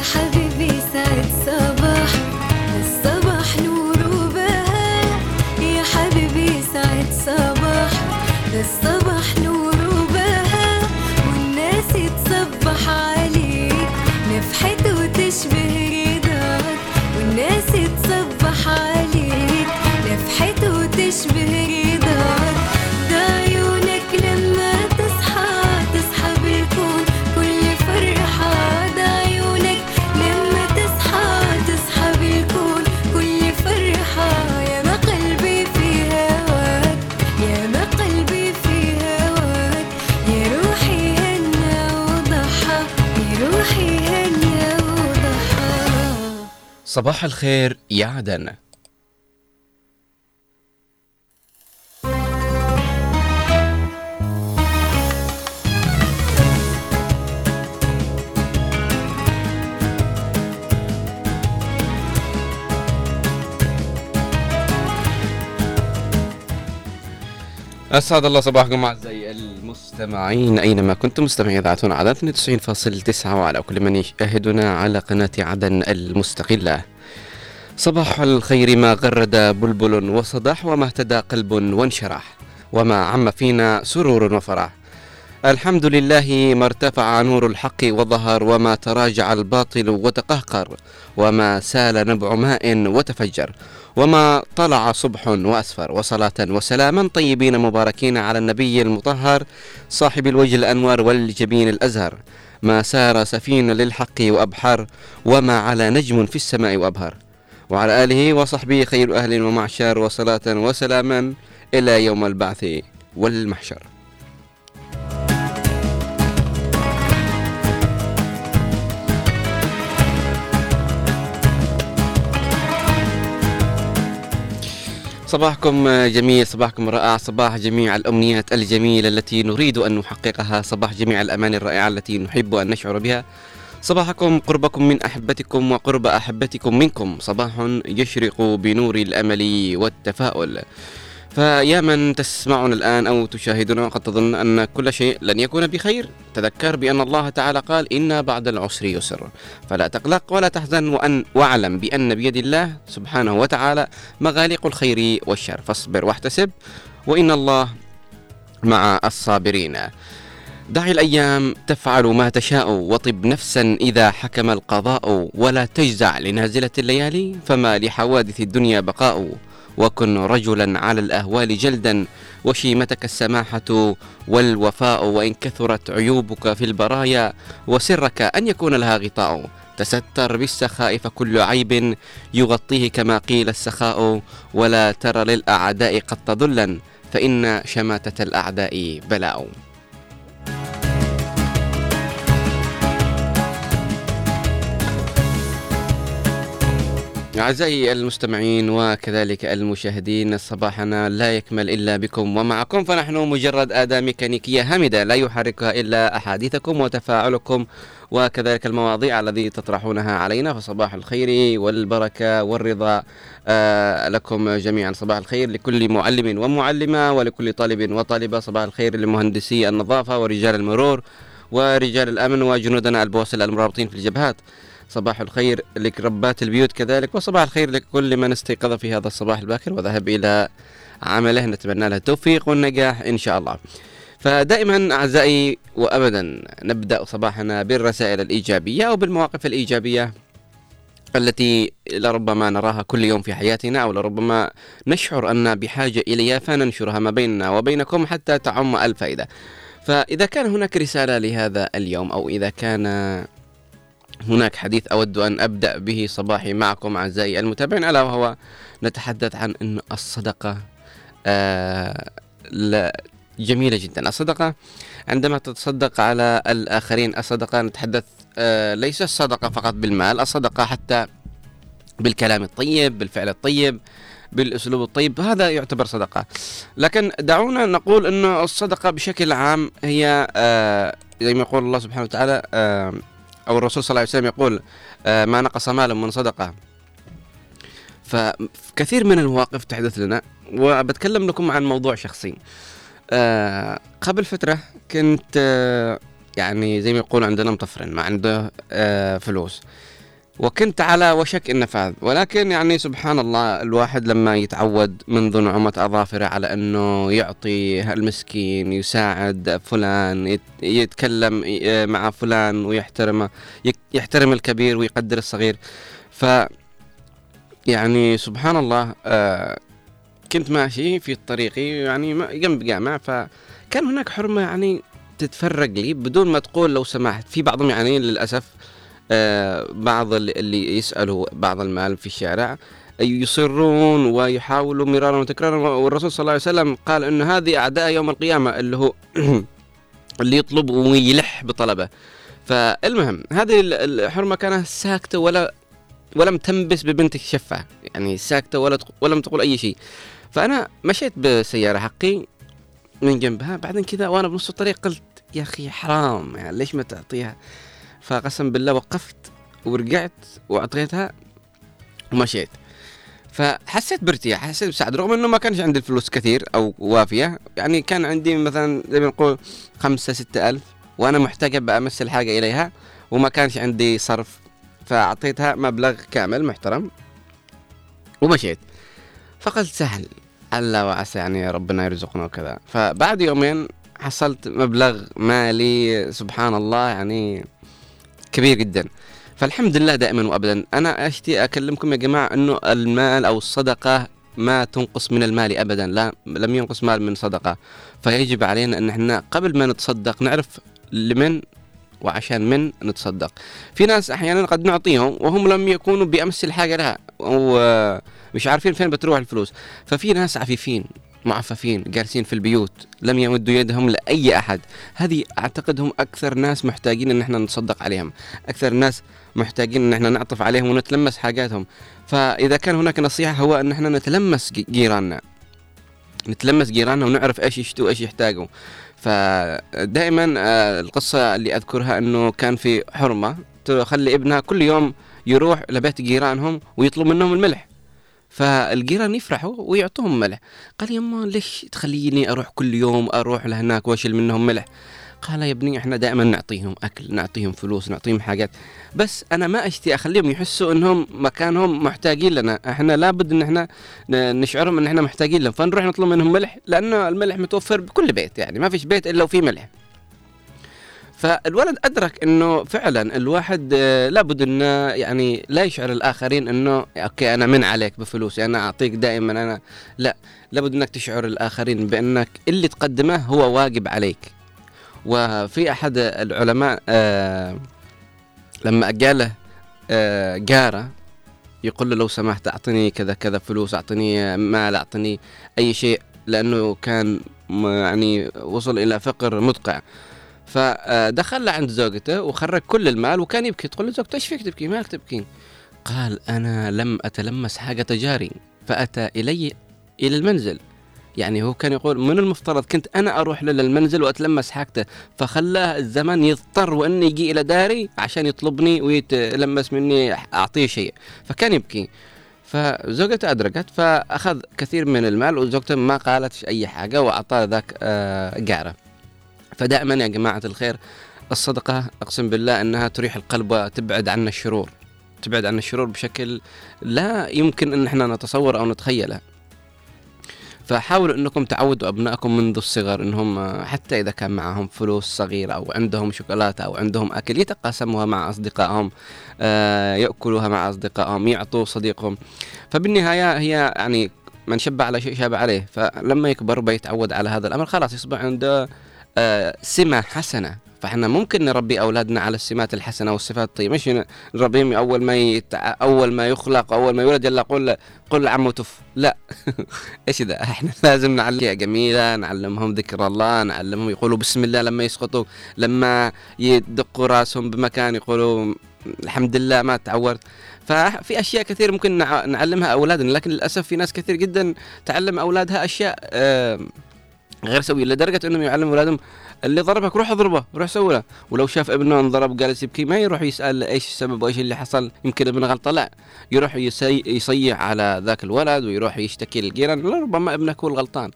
حبيبي سعد صباح، الصباح نور وبهاء. يا حبيبي سعد صباح، الصباح نور وبهاء. والناس تصبح عليك، نفحت وتشبه رضاك. والناس تصبح عليك، نفحت وتشبه رضاك. ده عيونك لما تصحى، تصحى بالكون كل فرحة. ده عيونك لما تصحى، تصحى بالكون كل فرحة. يا ما قلبي في هواك، يا ما قلبي في هواك. يا روحي هنا وضحى، يا روحي هنا وضحى. صباح الخير يا عدن. أسعد الله صباحكم أعزائي المستمعين أينما كنتم مستمعين إذاعتنا عدن 92.9 وعلى كل من يشاهدنا على قناة عدن المستقلة. صباح الخير ما غرد بلبل وصداح، وما اهتدى قلب وانشرح، وما عم فينا سرور وفرح. الحمد لله ما ارتفع نور الحق وظهر، وما تراجع الباطل وتقهقر، وما سال نبع ماء وتفجر، وما طلع صبح وأسفر. وصلاة وسلاما طيبين مباركين على النبي المطهر صاحب الوجه الأنور والجبين الأزهر. ما سار سفينة للحق وأبحر، وما على نجم في السماء وأبهر. وعلى آله وصحبه خير أهل ومعشر، وصلاة وسلاما إلى يوم البعث والمحشر. صباحكم جميل، صباحكم رائع، صباح جميع الأمنيات الجميلة التي نريد أن نحققها، صباح جميع الأماني الرائعة التي نحب أن نشعر بها. صباحكم قربكم من أحبتكم وقرب أحبتكم منكم، صباح يشرق بنور الأمل والتفاؤل. فيا من تسمعنا الآن أو تشاهدنا قد تظن أن كل شيء لن يكون بخير، تذكر بأن الله تعالى قال إن بعد العسر يسر، فلا تقلق ولا تحزن، واعلم بأن بيد الله سبحانه وتعالى مغاليق الخير والشر، فاصبر واحتسب وإن الله مع الصابرين. دع الأيام تفعل ما تشاء، وطب نفسا إذا حكم القضاء، ولا تجزع لنازلة الليالي، فما لحوادث الدنيا بقاء. وكن رجلا على الأهوال جلدا، وشيمتك السماحة والوفاء، وإن كثرت عيوبك في البرايا، وسرك أن يكون لها غطاء. تستر بالسخاء فكل عيب يغطيه كما قيل السخاء، ولا ترى للأعداء قد تضلا، فإن شماتة الأعداء بلاء. أعزائي المستمعين وكذلك المشاهدين، صباحنا لا يكمل إلا بكم ومعكم، فنحن مجرد أداة ميكانيكية هامدة لا يحركها إلا أحاديثكم وتفاعلكم وكذلك المواضيع التي تطرحونها علينا. فصباح الخير والبركة والرضا لكم جميعا. صباح الخير لكل معلم ومعلمة ولكل طالب وطالبة. صباح الخير لمهندسي النظافة ورجال المرور ورجال الأمن وجنودنا البواسل المرابطين في الجبهات. صباح الخير لربات البيوت كذلك، وصباح الخير لكل من استيقظ في هذا الصباح الباكر وذهب إلى عمله، نتمنى له التوفيق والنجاح إن شاء الله. فدائما أعزائي وأبدا نبدأ صباحنا بالرسائل الإيجابية أو بالمواقف الإيجابية التي لربما نراها كل يوم في حياتنا، أو لربما نشعر أن بحاجة إليها، فننشرها ما بيننا وبينكم حتى تعم الفائدة. فإذا كان هناك رسالة لهذا اليوم، أو إذا كان هناك حديث أود أن أبدأ به صباحي معكم أعزائي المتابعين، ألا وهو نتحدث عن أن الصدقة جميلة جدا. الصدقة عندما تتصدق على الآخرين، الصدقة نتحدث ليس الصدقة فقط بالمال، الصدقة حتى بالكلام الطيب، بالفعل الطيب، بالأسلوب الطيب، هذا يعتبر صدقة. لكن دعونا نقول أن الصدقة بشكل عام هي زي ما يقول الله سبحانه وتعالى، أو الرسول صلى الله عليه وسلم يقول ما نقص مال من صدقة. فكثير من المواقف تحدث لنا، وبتكلم لكم عن موضوع شخصي. قبل فترة كنت يعني زي ما يقول عندنا مطفرن، ما عنده فلوس، وكنت على وشك النفاذ، ولكن يعني سبحان الله الواحد لما يتعود منذ نعومة أظافره على أنه يعطي المسكين، يساعد فلان، يتكلم مع فلان ويحترمه، يحترم الكبير ويقدر الصغير. ف يعني سبحان الله كنت ماشي في طريقي يعني جنب جامع، فكان هناك حرمة يعني تتفرق لي بدون ما تقول لو سمحت. في بعضهم يعني للأسف بعض اللي يسألوا بعض المال في الشارع يصرون ويحاولوا مرارا وتكرارا، والرسول صلى الله عليه وسلم قال إن هذه أعداء يوم القيامة، اللي هو اللي يطلب ويلح بطلبه. فالمهم هذه الحرمة كانت ساكتة ولم تنبس ببنت شفة، يعني ساكتة ولم تقول أي شيء. فأنا مشيت بالسيارة حقي من جنبها، بعدين كذا وأنا بنص الطريق قلت يا أخي حرام، يعني ليش ما تعطيها؟ فقسم بالله وقفت ورجعت وأعطيتها ومشيت. فحسيت بارتياح، حسيت بسعد، رغم أنه ما كانش عندي الفلوس كثير أو وافية، يعني كان عندي مثلا زي ما نقول 5-6 ألف، وأنا محتاج بأمثل حاجة إليها وما كانش عندي صرف. فأعطيتها مبلغ كامل محترم ومشيت. فقلت سهل الله وعسى، يعني ربنا يرزقنا وكذا. فبعد يومين حصلت مبلغ مالي سبحان الله يعني كبير جدا. فالحمد لله دائما وأبدا أنا أشتي أكلمكم يا جماعة أنه المال أو الصدقة ما تنقص من المال أبدا، لا لم ينقص مال من صدقة. فيجب علينا أن احنا قبل ما نتصدق نعرف لمن وعشان من نتصدق. في ناس أحيانا قد نعطيهم وهم لم يكونوا بأمس الحاجة لها ومش عارفين فين بتروح الفلوس. ففي ناس عفيفين معففين جالسين في البيوت لم يمدوا يدهم لأي أحد، هذه أعتقدهم أكثر ناس محتاجين أن احنا نتصدق عليهم، أكثر ناس محتاجين أن احنا نعطف عليهم ونتلمس حاجاتهم. فإذا كان هناك نصيحة هو أن احنا نتلمس جيراننا، نتلمس جيراننا ونعرف إيش يشتوا إيش يحتاجوا. فدائما القصة اللي أذكرها أنه كان في حرمة تخلي ابنها كل يوم يروح لبيت جيرانهم ويطلب منهم الملح، فالجيران يفرحوا ويعطوهم ملح. قال يما ليش تخليني أروح كل يوم أروح لهناك واشيل منهم ملح؟ قال يا ابني احنا دائما نعطيهم أكل، نعطيهم فلوس، نعطيهم حاجات، بس أنا ما أشتي أخليهم يحسوا أنهم مكانهم محتاجين لنا. احنا لابد أن احنا نشعرهم أن احنا محتاجين لهم، فنروح نطلب منهم ملح، لأنه الملح متوفر بكل بيت، يعني ما فيش بيت إلا وفيه ملح. فالولد أدرك أنه فعلا الواحد لابد أنه يعني لا يشعر الآخرين أنه أوكي أنا من عليك بفلوسي، أنا أعطيك دائما، أنا لا، لابد أنك تشعر الآخرين بأنك اللي تقدمه هو واجب عليك. وفي أحد العلماء لما قاله جاره يقول له لو سمحت أعطني كذا كذا فلوس، أعطني مال، أعطني أي شيء، لأنه كان يعني وصل إلى فقر مدقع. فدخل عند زوجته وخرج كل المال وكان يبكي. تقول له زوجته ايش فيك تبكي؟ مالك تبكي؟ قال انا لم اتلمس حاجة جاري فاتى الى المنزل. يعني هو كان يقول من المفترض كنت انا اروح له للمنزل واتلمس حاجته، فخلاه الزمن يضطر وان يجي الى داري عشان يطلبني ويتلمس مني اعطيه شيء، فكان يبكي. فزوجته أدركت فأخذ كثير من المال وزوجته ما قالت أي حاجة وأعطاه ذاك جاره. فدائما يا جماعة الخير الصدقة أقسم بالله أنها تريح القلب وتبعد عنا الشرور، تبعد عنا الشرور بشكل لا يمكن أن احنا نتصور أو نتخيله. فحاولوا أنكم تعودوا أبنائكم منذ الصغر أنهم حتى إذا كان معهم فلوس صغيرة أو عندهم شوكولاتة أو عندهم أكل يتقاسموها مع أصدقائهم، يأكلوها مع أصدقائهم، يعطوا صديقهم. فبالنهاية هي يعني من شب على شيء شاب عليه، فلما يكبر بيتعود على هذا الأمر خلاص يصبح عنده سمة حسنة. فإحنا ممكن نربي أولادنا على السمات الحسنة والصفات الطيبة، مش نربيهم أول ما يخلق أول ما يولد يلا قل عمو تف، لا إيش ده، إحنا لازم نعلمهم جميلة، نعلمهم ذكر الله، نعلمهم يقولوا بسم الله لما يسقطوا، لما يدقوا راسهم بمكان يقولوا الحمد لله ما تعورت. ففي أشياء كثير ممكن نعلمها أولادنا، لكن للأسف في ناس كثير جدا تعلم أولادها أشياء غير سوية، لدرجة أنهم يعلموا أولادهم اللي ضربك روح اضربه، روح سوي له. ولو شاف ابنه انضرب جالس يبكي ما يروح يسأل ايش السبب وايش اللي حصل، يمكن ابنه غلطة، لا يروح يصيح على ذاك الولد ويروح يشتكي للجيران، لا ربما ابنك هو الغلطان.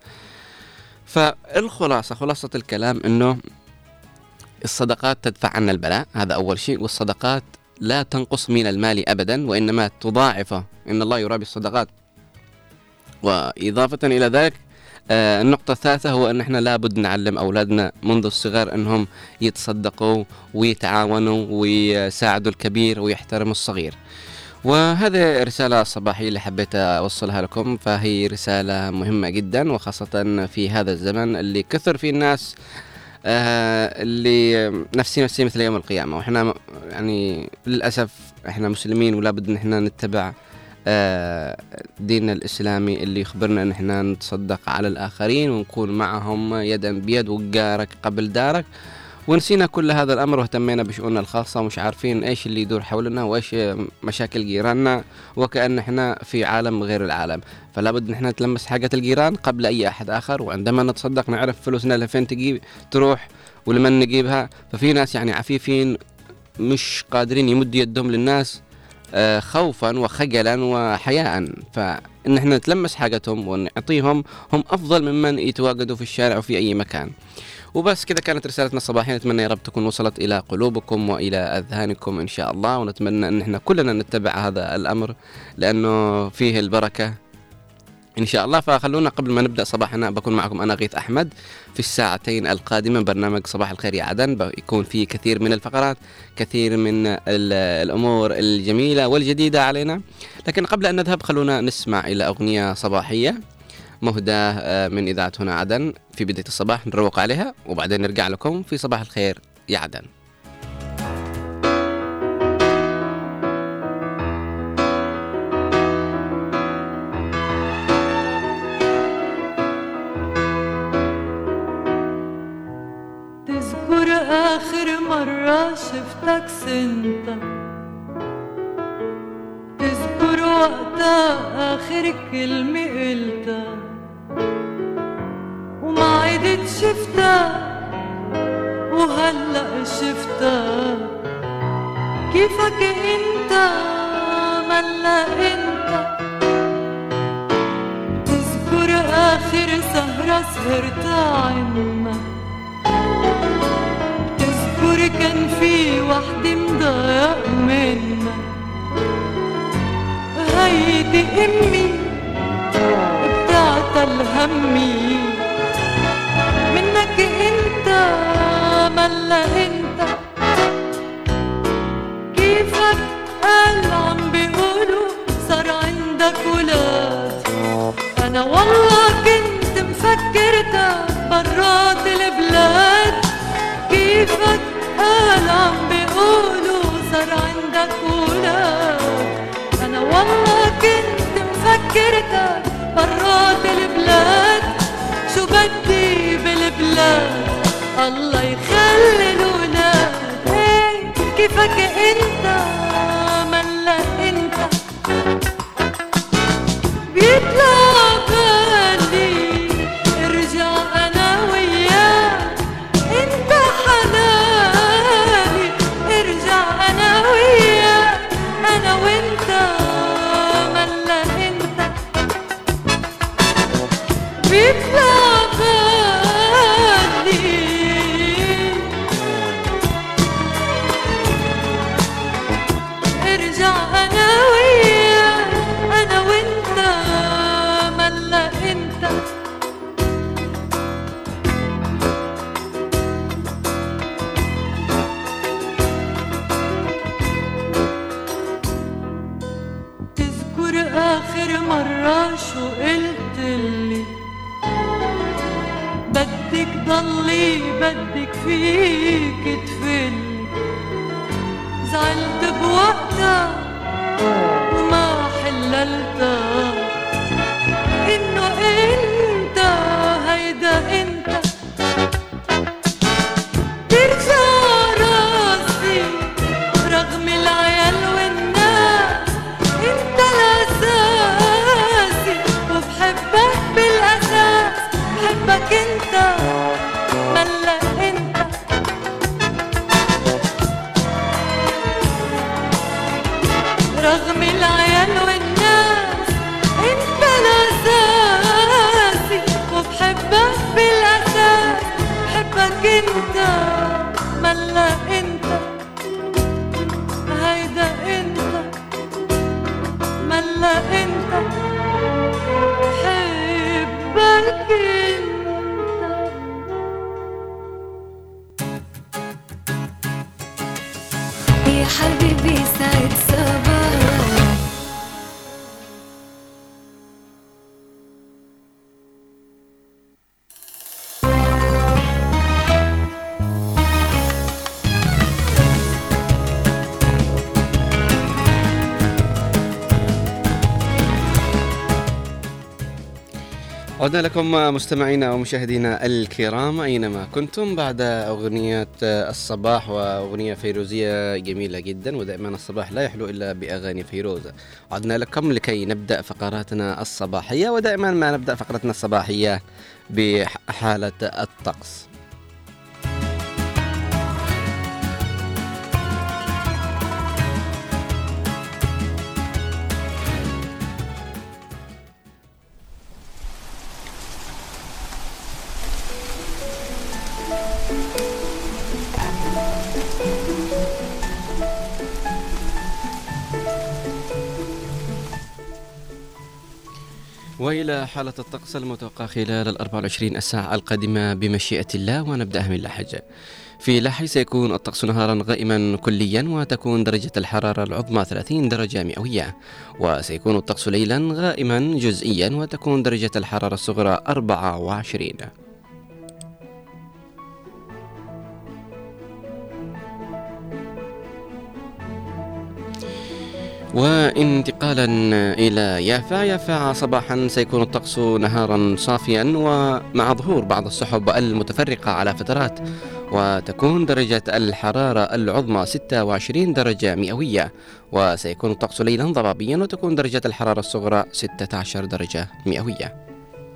فالخلاصة خلاصة الكلام انه الصدقات تدفع عنا البلاء، هذا اول شيء، والصدقات لا تنقص من المال أبدا، وإنما تضاعفه، إن الله يرابي الصدقات. وإضافة إلى ذلك النقطة الثالثة هو أن احنا لابد نعلم أولادنا منذ الصغر أنهم يتصدقوا ويتعاونوا ويساعدوا الكبير ويحترموا الصغير. وهذه رسالة صباحية اللي حبيت أوصلها لكم، فهي رسالة مهمة جدا، وخاصة في هذا الزمن اللي كثر فيه الناس اللي نفسي مثل يوم القيامة. وإحنا يعني للأسف إحنا مسلمين، ولا بد إن إحنا نتبع ديننا الإسلامي اللي يخبرنا إن إحنا نتصدق على الآخرين ونكون معهم يدا بيد وجارك قبل دارك. ونسينا كل هذا الأمر واهتمينا بشؤوننا الخاصة، ومش عارفين إيش اللي يدور حولنا وإيش مشاكل جيراننا، وكأن إحنا في عالم غير العالم. فلا بد إحنا نتلمس حاجة الجيران قبل أي أحد آخر، وعندما نتصدق نعرف فلوسنا لفين تروح ولمن نجيبها. ففي ناس يعني عفيفين مش قادرين يمدوا يدهم للناس خوفا وخجلا وحياء، فإن إحنا نتلمس حاجتهم ونعطيهم هم أفضل ممن يتواجدوا في الشارع وفي أي مكان. وبس كذا كانت رسالتنا الصباحية، نتمنى يا رب تكون وصلت إلى قلوبكم وإلى أذهانكم إن شاء الله، ونتمنى أن احنا كلنا نتبع هذا الأمر لأنه فيه البركة إن شاء الله. فخلونا قبل ما نبدأ صباحنا بكون معكم أنا غيث أحمد في الساعتين القادمة برنامج صباح الخير يا عدن، بيكون فيه كثير من الفقرات، كثير من الأمور الجميلة والجديدة علينا. لكن قبل أن نذهب خلونا نسمع إلى أغنية صباحية مهداة من إذاعة هنا عدن في بداية الصباح، نروق عليها وبعدين نرجع لكم في صباح الخير يا عدن. تذكر آخر مرة شفتك سنتا، تذكر وقتها آخر كلمة قلتها وما عدت شفتها، وهلأ شفتها كيفك انت ملا انت. تذكر آخر سهرة سهرتها عنا، تذكر كان في وحدة مضايق منا، هيدي امي بتاعت الهمي منك انت ملا انت. كيفك قال عم بيقولوا صار عندك ولاد، انا والله كنت مفكرتك برات البلاد. كيفك قال عم بيقولوا صار عندك ولاد، انا والله كنت مفكرتك برات البلاد. شو بدي بالبلاد الله يخلي الولاد. هي كيفك انت ملا انت، بيطلع بالي ارجع انا وياك، انت حناني ارجع انا وياك، انا وانت ملا انت. بيطلع بالي ارجع انا وياك، انا وانت ملا انت. تذكر آخر مرة شو قلتلي، بدك ضلي بدك فيك تفلي. زعلت بوقتها وما حللتها، إنه أنت هيدا أنت. ترجع راسي رغم العيال والناس، أنت الأساسي وبحبك بالأساس، بحبك أنت ملا أنت. رغم العيال والناس أنت الأساسي وبحبك بالأساس، بحبك أنت ملا أنت. هيدا يا حبيبي سعد صباح. عدنا لكم مستمعينا ومشاهدينا الكرام أينما كنتم بعد أغنية الصباح، وأغنية فيروزية جميلة جدا، ودائما الصباح لا يحلو إلا بأغاني فيروز. عدنا لكم لكي نبدأ فقراتنا الصباحية، ودائما ما نبدأ فقرتنا الصباحية بحالة الطقس. وإلى حالة الطقس المتوقع خلال 24 الساعة القادمة بمشيئة الله، ونبدأها من لحج. في لحج سيكون الطقس نهارا غائما كليا، وتكون درجة الحرارة العظمى 30 درجة مئوية، وسيكون الطقس ليلا غائما جزئيا، وتكون درجة الحرارة الصغرى 24. وانتقالا إلى يافا صباحا سيكون الطقس نهارا صافيا، ومع ظهور بعض السحب المتفرقة على فترات، وتكون درجة الحرارة العظمى 26 درجة مئوية، وسيكون الطقس ليلا ضبابيا، وتكون درجة الحرارة الصغرى 16 درجة مئوية.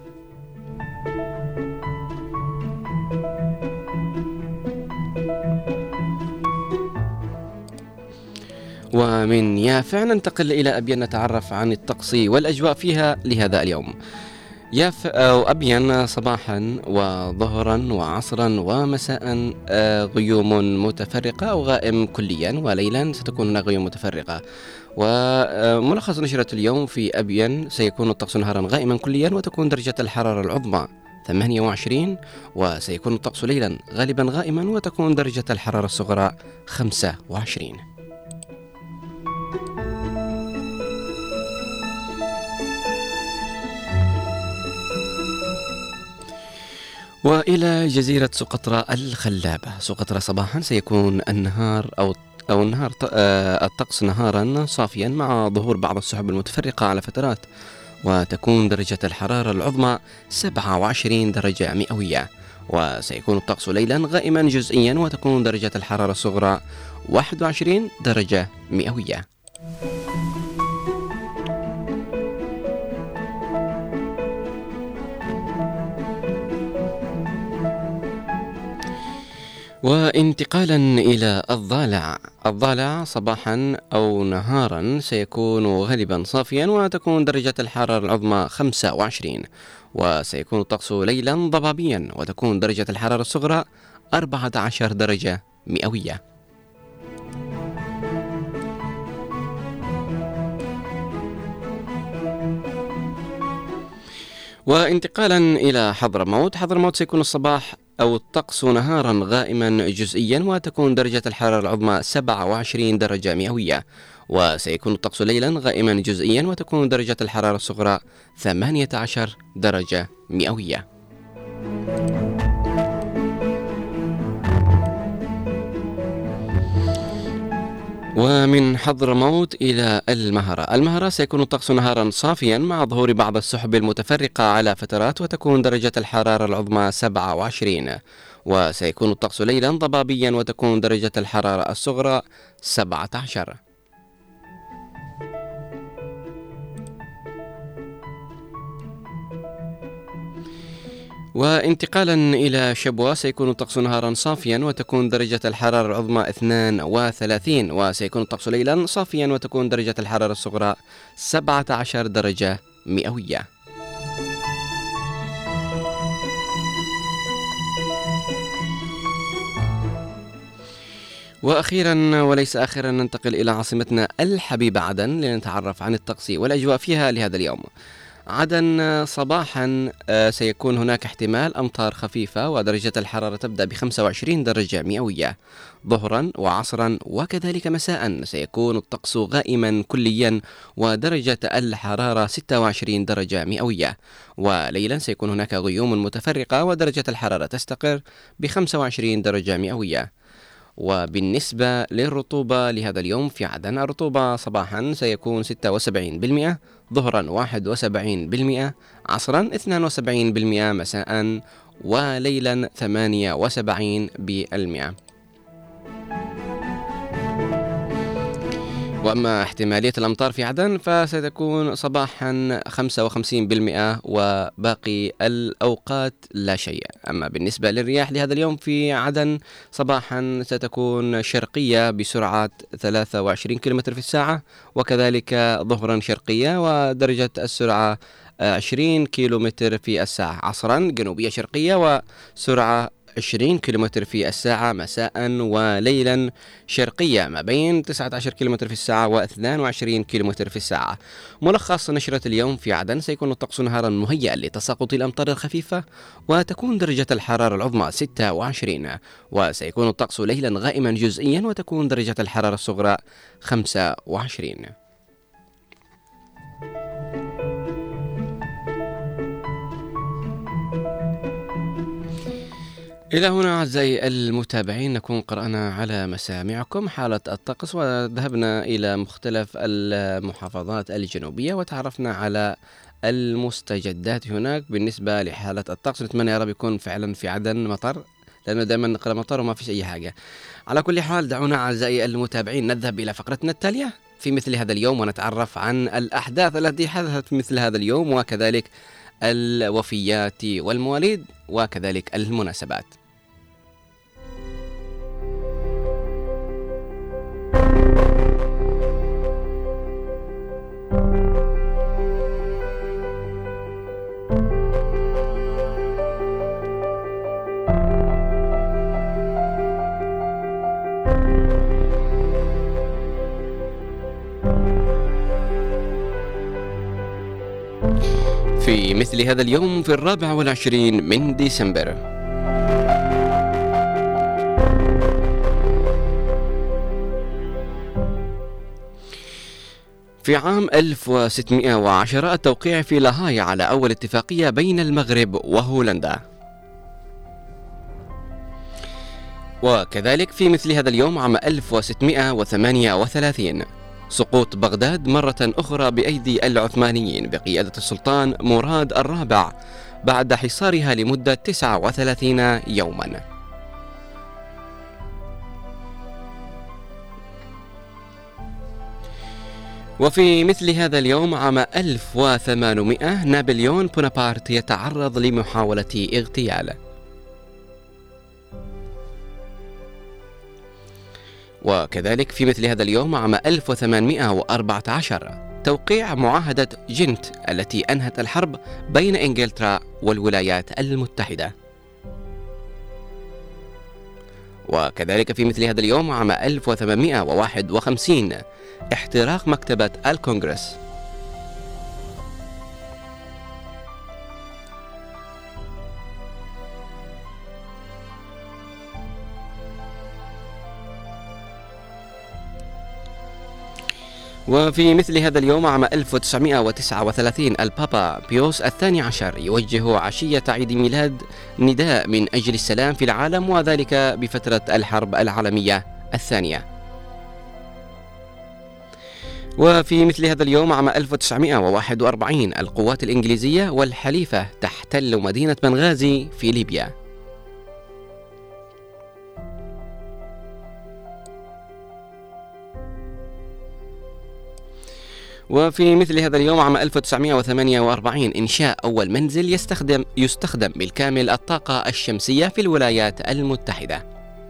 ومن يافع ننتقل إلى أبين نتعرف عن الطقس والأجواء فيها لهذا اليوم. أو أبين صباحا وظهرا وعصرا ومساء غيوم متفرقة أو غائم كليا، وليلا ستكون هناك غيوم متفرقة. وملخص نشرة اليوم في أبين سيكون الطقس نهارا غائما كليا، وتكون درجة الحرارة العظمى 28، وسيكون الطقس ليلا غالبا غائما، وتكون درجة الحرارة الصغرى 25. وإلى جزيرة سقطرى الخلابة. سقطرى صباحا سيكون النهار الطقس نهارا صافيا، مع ظهور بعض السحب المتفرقة على فترات، وتكون درجة الحرارة العظمى 27 درجة مئوية، وسيكون الطقس ليلا غائما جزئيا، وتكون درجة الحرارة الصغرى 21 درجة مئوية. وانتقالا إلى الضالع صباحا أو نهارا سيكون غالبا صافيا، وتكون درجة الحرارة العظمى 25، وسيكون الطقس ليلا ضبابيا، وتكون درجة الحرارة الصغرى 14 درجة مئوية. وانتقالا إلى حضرموت سيكون الصباح أو الطقس نهارا غائما جزئيا، وتكون درجة الحرارة العظمى 27 درجة مئوية، وسيكون الطقس ليلا غائما جزئيا، وتكون درجة الحرارة الصغرى 18 درجة مئوية. ومن حضرموت إلى المهرة سيكون الطقس نهارا صافيا، مع ظهور بعض السحب المتفرقة على فترات، وتكون درجة الحرارة العظمى 27، وسيكون الطقس ليلا ضبابيا، وتكون درجة الحرارة الصغرى 17. وانتقالا إلى شبوة سيكون الطقس نهارا صافيا، وتكون درجة الحرارة العظمى 32، وسيكون الطقس ليلا صافيا، وتكون درجة الحرارة الصغرى 17 درجة مئوية. وأخيرا وليس آخرا ننتقل إلى عاصمتنا الحبيبة عدن، لنتعرف عن الطقس والأجواء فيها لهذا اليوم. عدن صباحا سيكون هناك احتمال أمطار خفيفة، ودرجة الحرارة تبدأ ب 25 درجة مئوية. ظهرا وعصرا وكذلك مساء سيكون الطقس غائما كليا، ودرجة الحرارة 26 درجة مئوية. وليلا سيكون هناك غيوم متفرقة، ودرجة الحرارة تستقر ب 25 درجة مئوية. وبالنسبة للرطوبة لهذا اليوم في عدن، الرطوبة صباحا سيكون 76%، ظهرا 71%، عصرا 72%، مساء وليلا 78%. وأما احتمالية الأمطار في عدن فستكون صباحا 55%، وباقي الأوقات لا شيء. أما بالنسبة للرياح لهذا اليوم في عدن، صباحا ستكون شرقية بسرعة 23 كم في الساعة، وكذلك ظهرا شرقية ودرجة السرعة 20 كم في الساعة. عصرا جنوبية شرقية وسرعة 20 كيلومتر في الساعة، مساء وليلا شرقية ما بين 19 كيلومتر في الساعة و22 كيلومتر في الساعة. ملخص نشرة اليوم في عدن: سيكون الطقس نهارا مهيئا لتساقط الأمطار الخفيفة، وتكون درجة الحرارة العظمى 26، وسيكون الطقس ليلا غائما جزئيا، وتكون درجة الحرارة الصغرى 25. إلى هنا أعزائي المتابعين نكون قرأنا على مسامعكم حالة الطقس، وذهبنا إلى مختلف المحافظات الجنوبية وتعرفنا على المستجدات هناك بالنسبة لحالة الطقس. نتمنى يا رب يكون فعلا في عدن مطر، لأنه دائما نقرأ مطر وما فيش أي حاجة. على كل حال دعونا أعزائي المتابعين نذهب إلى فقرتنا التالية في مثل هذا اليوم، ونتعرف عن الأحداث التي حدثت في مثل هذا اليوم، وكذلك الوفيات والمواليد وكذلك المناسبات. في مثل هذا اليوم في 24 من ديسمبر في عام 1610 التوقيع في لاهاي على أول اتفاقية بين المغرب وهولندا. وكذلك في مثل هذا اليوم عام 1638 سقوط بغداد مرة أخرى بأيدي العثمانيين بقيادة السلطان مراد الرابع بعد حصارها لمدة 39 يوما. وفي مثل هذا اليوم عام 1800 نابليون بونابرت يتعرض لمحاولة اغتيال. وكذلك في مثل هذا اليوم عام 1814 توقيع معاهدة جنت التي أنهت الحرب بين إنجلترا والولايات المتحدة. وكذلك في مثل هذا اليوم عام 1851 احتراق مكتبة الكونغرس. وفي مثل هذا اليوم عام 1939 البابا بيوس الثاني عشر يوجه عشية عيد ميلاد نداء من أجل السلام في العالم، وذلك بفترة الحرب العالمية الثانية. وفي مثل هذا اليوم عام 1941 القوات الإنجليزية والحليفة تحتل مدينة بنغازي في ليبيا. وفي مثل هذا اليوم عام 1948 إنشاء أول منزل يستخدم بالكامل الطاقة الشمسية في الولايات المتحدة.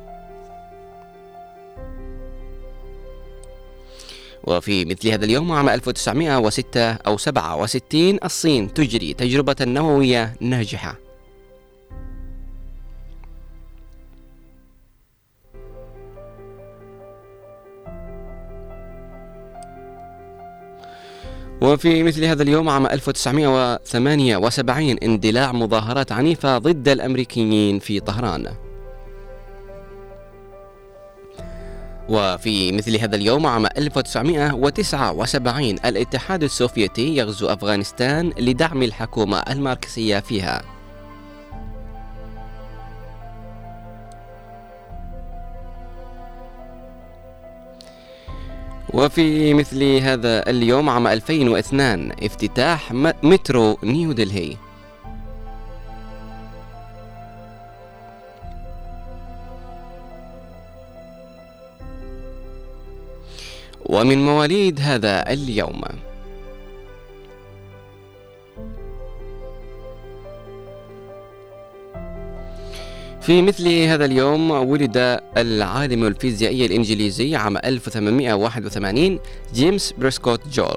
وفي مثل هذا اليوم عام 1906 أو 67 الصين تجري تجربة نووية ناجحة. وفي مثل هذا اليوم عام 1978 اندلاع مظاهرات عنيفة ضد الأمريكيين في طهران. وفي مثل هذا اليوم عام 1979 الاتحاد السوفيتي يغزو أفغانستان لدعم الحكومة الماركسية فيها. وفي مثل هذا اليوم عام 2002 افتتاح مترو نيو دلهي. ومن مواليد هذا اليوم في مثل هذا اليوم ولد العالم الفيزيائي الإنجليزي عام 1881 جيمس بريسكوت جول.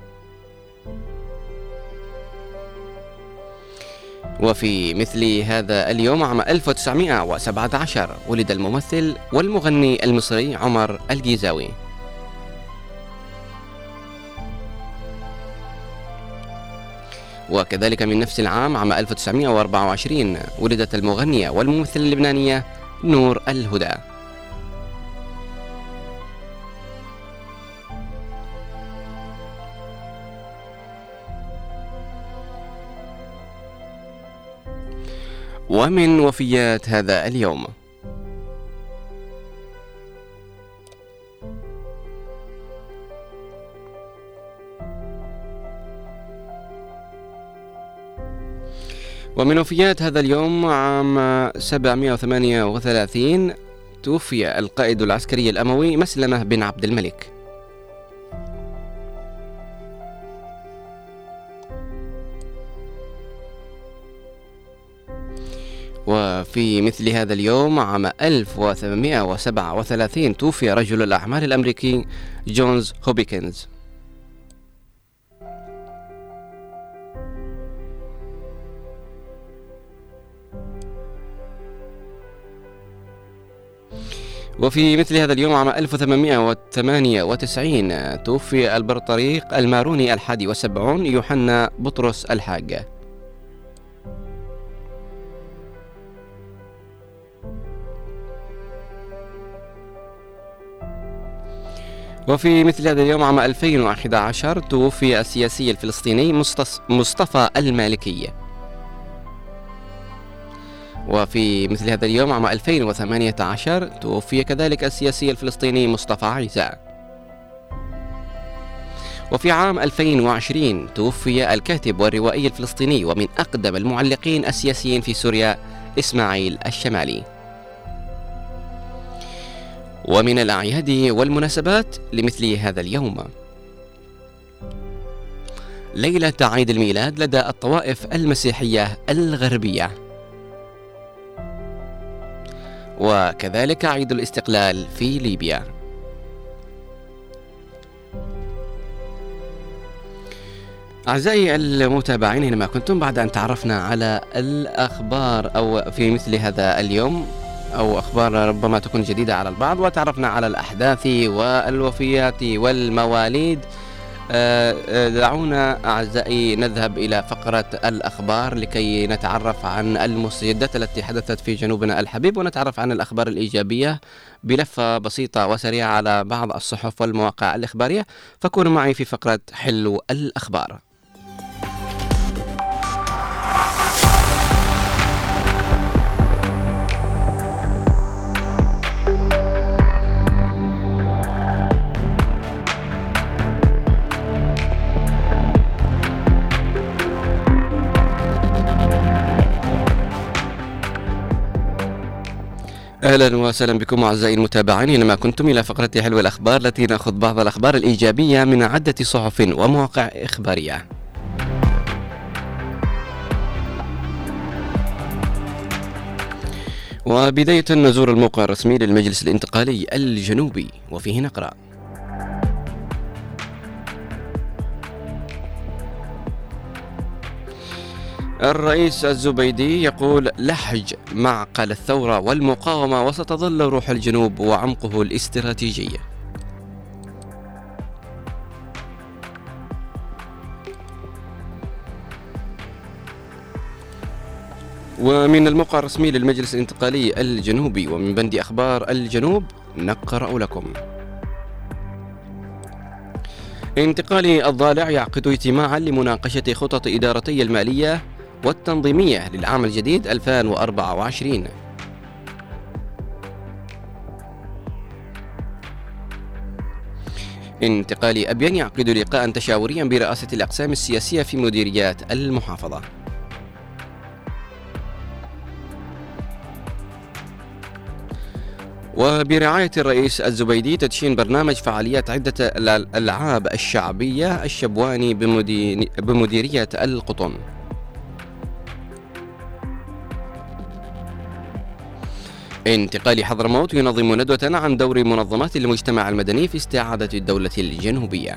وفي مثل هذا اليوم عام 1917 ولد الممثل والمغني المصري عمر الجيزاوي. وكذلك من نفس العام عام 1924 ولدت المغنية والممثلة اللبنانية نور الهدى. ومن وفيات هذا اليوم ومن وفيات هذا اليوم عام 738 توفي القائد العسكري الأموي مسلمة بن عبد الملك. وفي مثل هذا اليوم عام 1837 توفي رجل الأعمال الأمريكي جونز هوبكنز. وفي مثل هذا اليوم عام 1898 توفي البطريق الماروني 71 يوحنا بطرس الحاج. وفي مثل هذا اليوم عام 2011 توفي السياسي الفلسطيني مصطفى المالكي. وفي مثل هذا اليوم عام 2018 توفي كذلك السياسي الفلسطيني مصطفى عيسى. وفي عام 2020 توفي الكاتب والروائي الفلسطيني ومن أقدم المعلقين السياسيين في سوريا إسماعيل الشمالي. ومن الأعياد والمناسبات لمثل هذا اليوم ليلة عيد الميلاد لدى الطوائف المسيحية الغربية، وكذلك عيد الاستقلال في ليبيا. أعزائي المتابعين، حينما كنتم بعد أن تعرفنا على الأخبار أو في مثل هذا اليوم أو أخبار ربما تكون جديدة على البعض، وتعرفنا على الأحداث والوفيات والمواليد، دعونا أعزائي نذهب إلى فقرة الأخبار لكي نتعرف عن المستجدات التي حدثت في جنوبنا الحبيب، ونتعرف عن الأخبار الإيجابية بلفة بسيطة وسريعة على بعض الصحف والمواقع الإخبارية. فكونوا معي في فقرة حلو الأخبار. أهلا وسهلا بكم أعزائي المتابعين، إنما كنتم إلى فقرة حلو الأخبار التي نأخذ بعض الأخبار الإيجابية من عدة صحف ومواقع إخبارية. وبداية نزور الموقع الرسمي للمجلس الانتقالي الجنوبي، وفيه نقرأ: الرئيس الزبيدي يقول لحج معقل الثورة والمقاومة وستظل روح الجنوب وعمقه الاستراتيجي. ومن الموقع الرسمي للمجلس الانتقالي الجنوبي ومن بند أخبار الجنوب نقرأ لكم: انتقالي الضالع يعقد اجتماعا لمناقشة خطط إدارتي المالية والتنظيمية للعام الجديد 2024. انتقالي أبين يعقد لقاء تشاوريا برئاسة الأقسام السياسية في مديريات المحافظة. وبرعاية الرئيس الزبيدي تدشين برنامج فعاليات عدة الألعاب الشعبية الشبواني بمديرية القطن. انتقالي حضرموت ينظم ندوة عن دور منظمات المجتمع المدني في استعادة الدولة الجنوبية.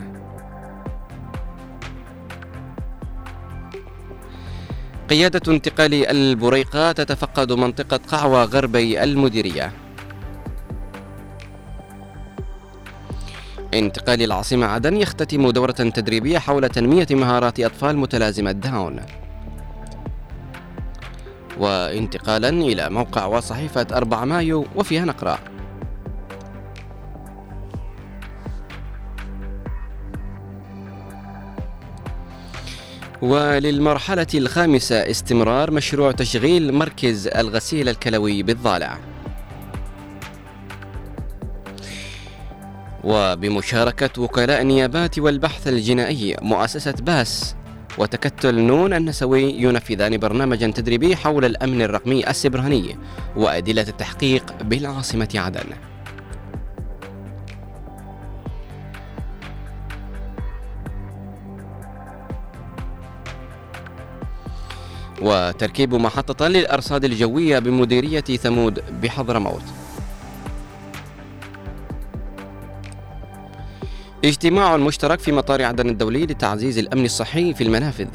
قيادة انتقالي البريقة تتفقد منطقة قعوة غربي المديرية. انتقالي العاصمة عدن يختتم دورة تدريبية حول تنمية مهارات أطفال متلازمة داون. وانتقالا إلى موقع وصحيفة 4 مايو وفيها نقرأ: وللمرحلة الخامسة استمرار مشروع تشغيل مركز الغسيل الكلوي بالضالع. وبمشاركة وكلاء النيابات والبحث الجنائي مؤسسة باس وتكتل نون النسوي ينفذان برنامجا تدريبي حول الأمن الرقمي السبراني وأدلة التحقيق بالعاصمة عدن. وتركيب محطة للأرصاد الجوية بمديرية ثمود بحضرموت. اجتماع مشترك في مطار عدن الدولي لتعزيز الأمن الصحي في المنافذ.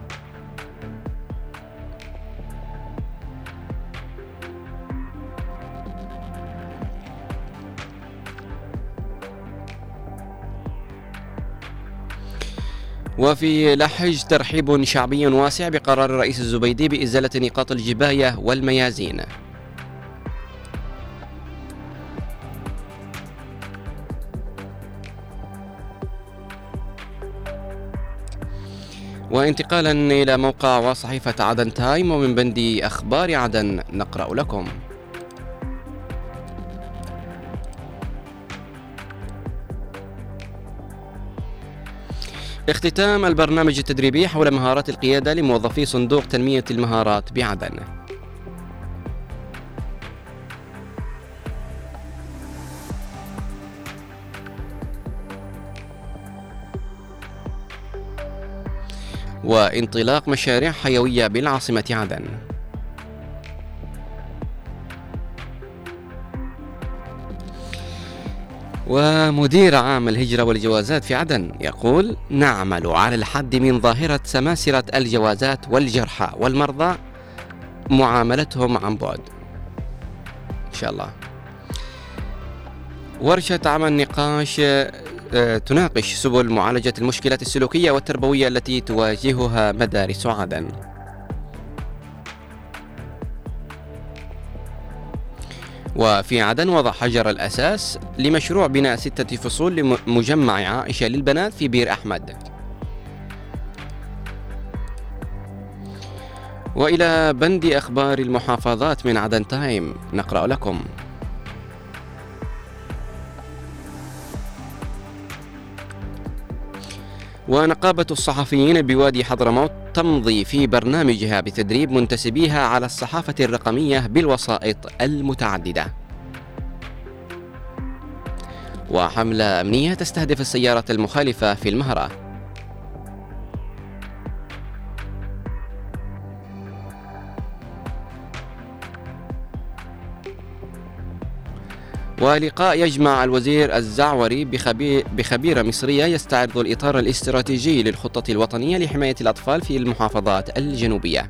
وفي لحج ترحيب شعبي واسع بقرار الرئيس الزبيدي بإزالة نقاط الجباية والميازين. وانتقالا إلى موقع وصحيفة عدن تايم ومن بند أخبار عدن نقرأ لكم: اختتام البرنامج التدريبي حول مهارات القيادة لموظفي صندوق تنمية المهارات بعدن. وانطلاق مشاريع حيوية بالعاصمة عدن. ومدير عام الهجرة والجوازات في عدن يقول: نعمل على الحد من ظاهرة سماسرة الجوازات والجرحى والمرضى معاملتهم عن بعد. إن شاء الله. ورشة عمل نقاش تناقش سبل معالجة المشكلات السلوكية والتربوية التي تواجهها مدارس عدن. وفي عدن وضع حجر الأساس لمشروع بناء 6 فصول لمجمع عائشة للبنات في بير أحمد. وإلى بند أخبار المحافظات من عدن تايم نقرأ لكم: ونقابة الصحفيين بوادي حضرموت تمضي في برنامجها بتدريب منتسبيها على الصحافة الرقمية بالوسائط المتعددة. وحملة أمنية تستهدف السيارة المخالفة في المهرة. ولقاء يجمع الوزير الزعوري بخبيرة مصرية يستعرض الإطار الاستراتيجي للخطة الوطنية لحماية الأطفال في المحافظات الجنوبية.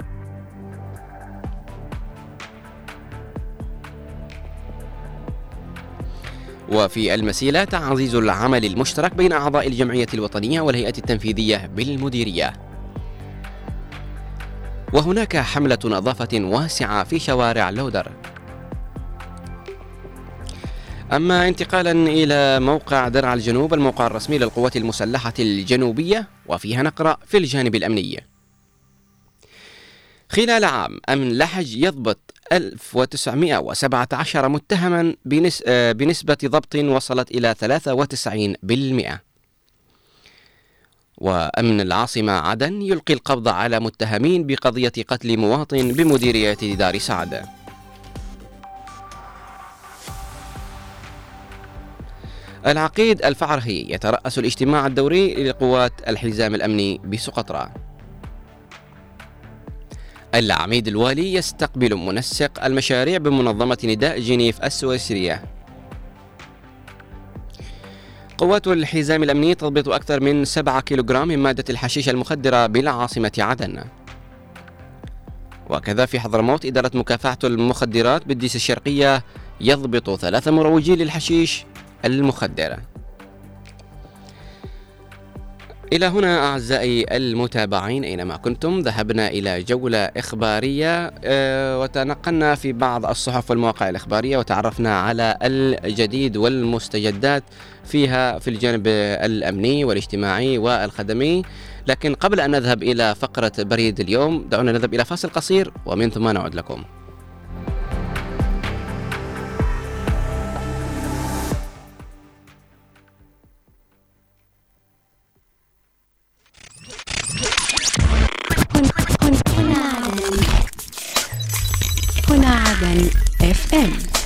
وفي المسيلة تعزيز العمل المشترك بين أعضاء الجمعية الوطنية والهيئة التنفيذية بالمديرية. وهناك حملة نظافة واسعة في شوارع لودر. أما انتقالا إلى موقع درعا الجنوب، الموقع الرسمي للقوات المسلحة الجنوبية، وفيها نقرأ في الجانب الأمني: خلال عام أمن لحج يضبط 1917 متهما بنسبة ضبط وصلت إلى 93%. وأمن العاصمة عدن يلقي القبض على متهمين بقضية قتل مواطن بمديرية دار سعد. العقيد الفعرهي يترأس الاجتماع الدوري لقوات الحزام الأمني بسقطرى. العميد الوالي يستقبل منسق المشاريع بمنظمة نداء جنيف السويسرية. قوات الحزام الأمني تضبط أكثر من 7 كيلوغرام من مادة الحشيش المخدرة بالعاصمة عدن. وكذا في حضرموت إدارة مكافحة المخدرات بالديس الشرقية يضبط 3 مروجين للحشيش المخدرة. إلى هنا أعزائي المتابعين أينما كنتم ذهبنا إلى جولة إخبارية وتنقلنا في بعض الصحف والمواقع الإخبارية وتعرفنا على الجديد والمستجدات فيها في الجانب الأمني والاجتماعي والخدمي. لكن قبل أن نذهب إلى فقرة بريد اليوم دعونا نذهب إلى فاصل قصير ومن ثم نعود لكم. هنا عدن FM.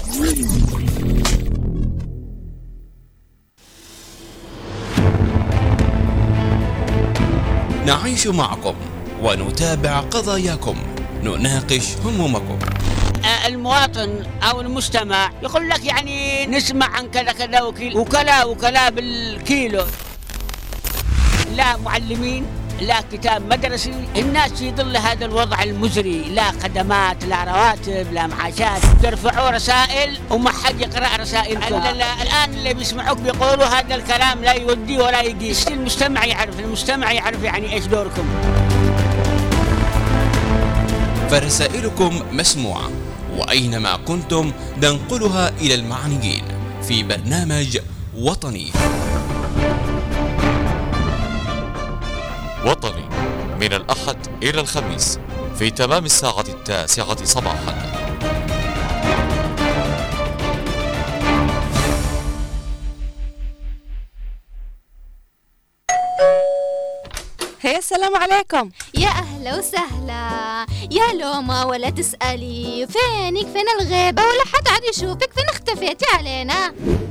نعيش معكم ونتابع قضاياكم، نناقش همومكم. المواطن أو المستمع يقول لك يعني نسمع عن كذا كذا وكلا بالكيلو، لا معلمين لا كتاب مدرسي، الناس في ظل هذا الوضع المزري، لا خدمات لا رواتب لا معاشات، ترفعوا رسائل وما حد يقرأ رسائلكم. الآن اللي بيسمعوك بيقولوا هذا الكلام لا يودي ولا يجي. المجتمع يعرف يعني إيش دوركم. فرسائلكم مسموعة وأينما كنتم ننقلها إلى المعنيين في برنامج وطني. وطني من الأحد إلى الخميس في تمام الساعة 9 صباحا. هيا السلام عليكم. يا أهلا وسهلا. يا لوما ولا تسألي فينك، فين الغيبة ولا حد عاد يشوفك، فين اختفيتي علينا؟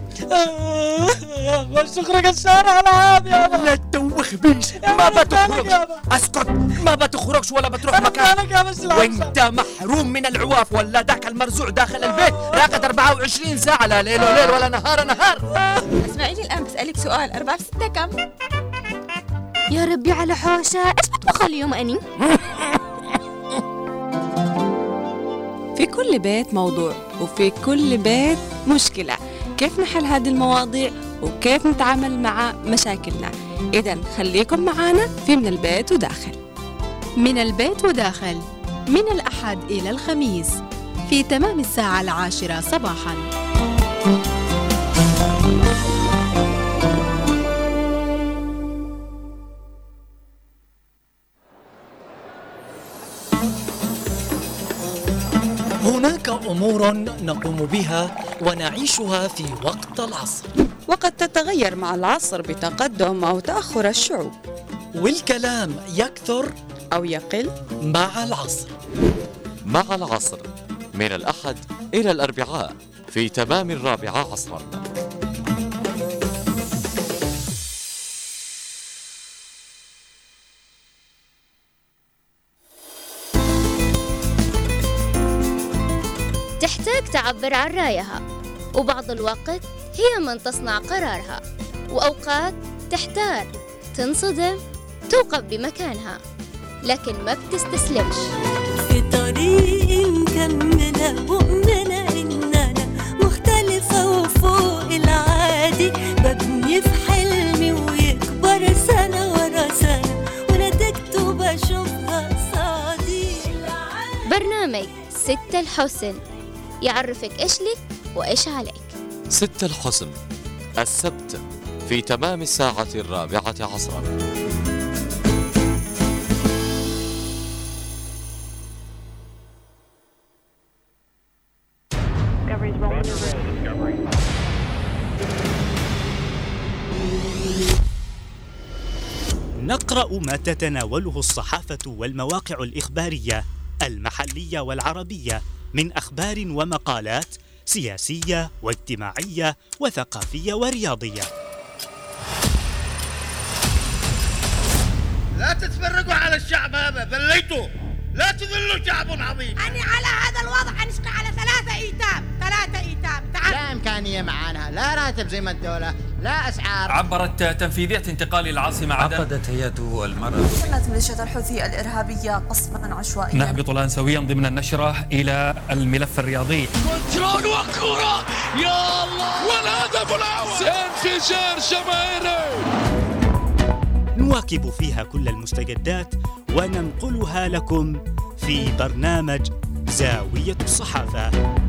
والسخرة الشارع على هذا يابا. لا تدوخ بيش، ما بتخرج. اسكت، ما بتخرجش ولا بتروح مكان، وانت محروم من العواف ولا ذاك المرزوع داخل البيت راقد 24 ساعة، لا ليل وليل ولا نهار نهار. اسمعيني الآن بسألك سؤال، 4 في 6 كم؟ يا ربي على حوشة، ايش بطبخ اليوم أني؟ في كل بيت موضوع وفي كل بيت مشكلة، كيف نحل هذه المواضيع وكيف نتعامل مع مشاكلنا. إذن خليكم معانا في من البيت وداخل. من البيت وداخل من الأحد إلى الخميس في تمام الساعة 10 صباحاً. هناك أمور نقوم بها ونعيشها في وقت العصر، وقد تتغير مع العصر بتقدم أو تأخر الشعوب، والكلام يكثر أو يقل مع العصر. مع العصر من الأحد إلى الأربعاء في تمام 4 عصرا. تحتاج تعبر عن رأيها، وبعض الوقت هي من تصنع قرارها، وأوقات تحتار، تنصدم، توقف بمكانها، لكن ما بتستسلمش. في طريق مكملة مؤمنة إننا مختلفة وفوق العادي، ببني في حلمي ويكبر سنة ورا سنة ونتيجته بشوفها صادي. حسن يعرفك إيش لك وإيش عليك. 6 الحزم السبت في تمام الساعة 4 عصرا. نقرأ ما تتناوله الصحافة والمواقع الإخبارية المحلية والعربية من أخبار ومقالات سياسية واجتماعية وثقافية ورياضية. لا تتفرقوا على الشعب هذا، ذليتوا، لا تذلوا شعب عظيم. أنا على هذا الوضع أنشقى على 3 أيتام. تعال. لا إمكانية معانا، لا راتب زي ما الدولة، لا أسعار. عبرت تنفيذية انتقال العاصمة عدن. عقدت هيئة المرأة. كانت ميليشيا الحوثي الإرهابية قصفا عشوائيا. نهبط الآن سويا ضمن النشرة إلى الملف الرياضي. كنترول وكرة، يا الله، والهدف الأول، انفجار جماهيري. نواكب فيها كل المستجدات وننقلها لكم في برنامج زاوية الصحافة.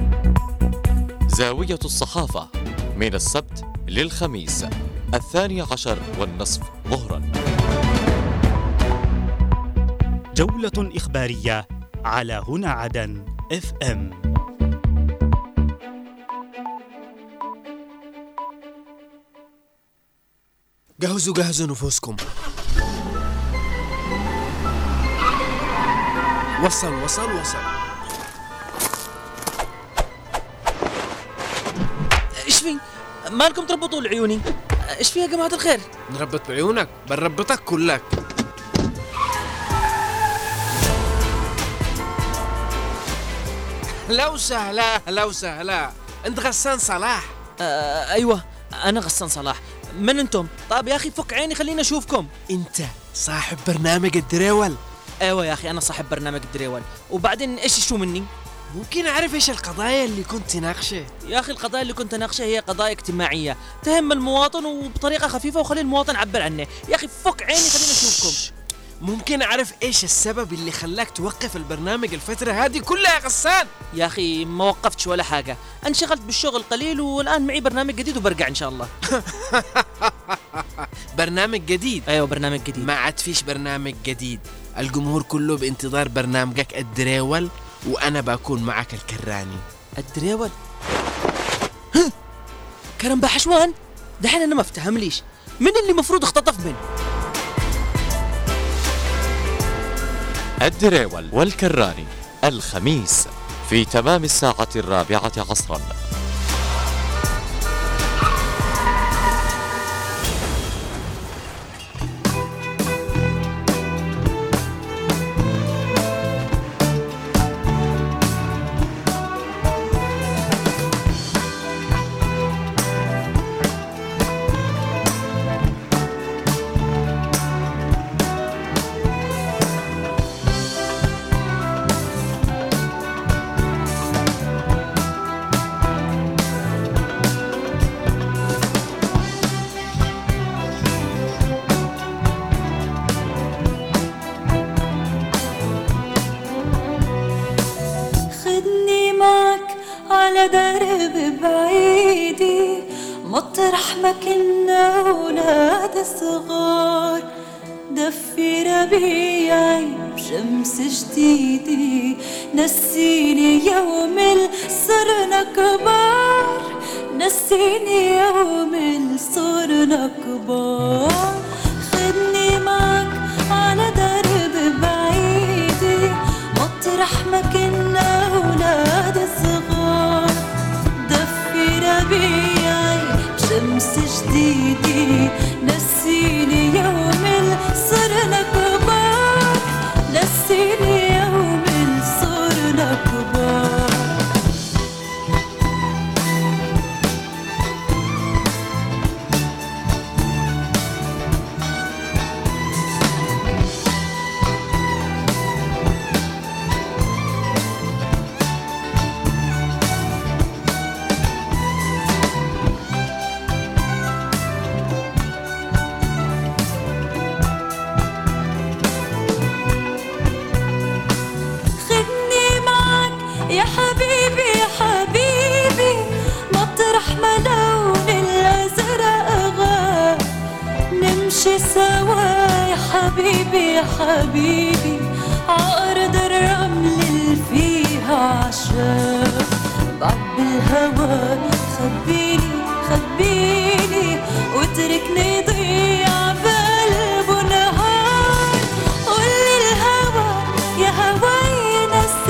زاوية الصحافة من السبت للخميس 12:30 ظهرا. جولة إخبارية على هنا عدن FM. جهزوا نفوسكم. وصل. ايش في؟ مالكم تربطوا لعيوني؟ ايش في يا جماعة الخير؟ نربط بعيونك؟ بنربطك كلك. لو سهلا. انت غسان صلاح؟ ايوه انا غسان صلاح. من انتم؟ طيب يا اخي فك عيني خليني اشوفكم. انت صاحب برنامج الدريول؟ ايوه يا اخي انا صاحب برنامج الدريول. وبعدين ايش شو مني؟ ممكن اعرف ايش القضايا اللي كنت تناقشها؟ يا اخي القضايا اللي كنت اناقشها هي قضايا اجتماعيه تهم المواطن وبطريقه خفيفه وخلي المواطن يعبر عنه. يا اخي فك عيني خليني اشوفكم. ممكن اعرف ايش السبب اللي خلاك توقف البرنامج الفتره هذه كلها يا غسان؟ يا اخي ما وقفتش ولا حاجه، انشغلت بالشغل قليل والان معي برنامج جديد وبرجع ان شاء الله. برنامج جديد؟ ايوه برنامج جديد. ما عاد فيش برنامج جديد، الجمهور كله بانتظار برنامجك الدريول، وانا بكون معك الكراني. الدريول؟ كرم بحشوان؟ دحين انا ما افتهم ليش من اللي مفروض اختطف منه. الدريول والكراني الخميس في تمام الساعة 4 عصرا. درب بعيدي مطرح ما كنا ولاد صغار، دفي ربيعي بشمس جديدة، نسيني يوم صرنا كبار، نسيني يوم صرنا كبار. خدني معك على درب بعيدة مطرح ما كنا ولاد صغار، دفي ربيعي بشمس جديدة، نسيني يوم صرنا كبار، نسيني يوم صرنا كبار. يا حبيبي عأرض الرمل اللي فيها عشاق. بعد بالهوى خبيني واتركني ضيع بقلبه نهار. قولي الهوى يا هواي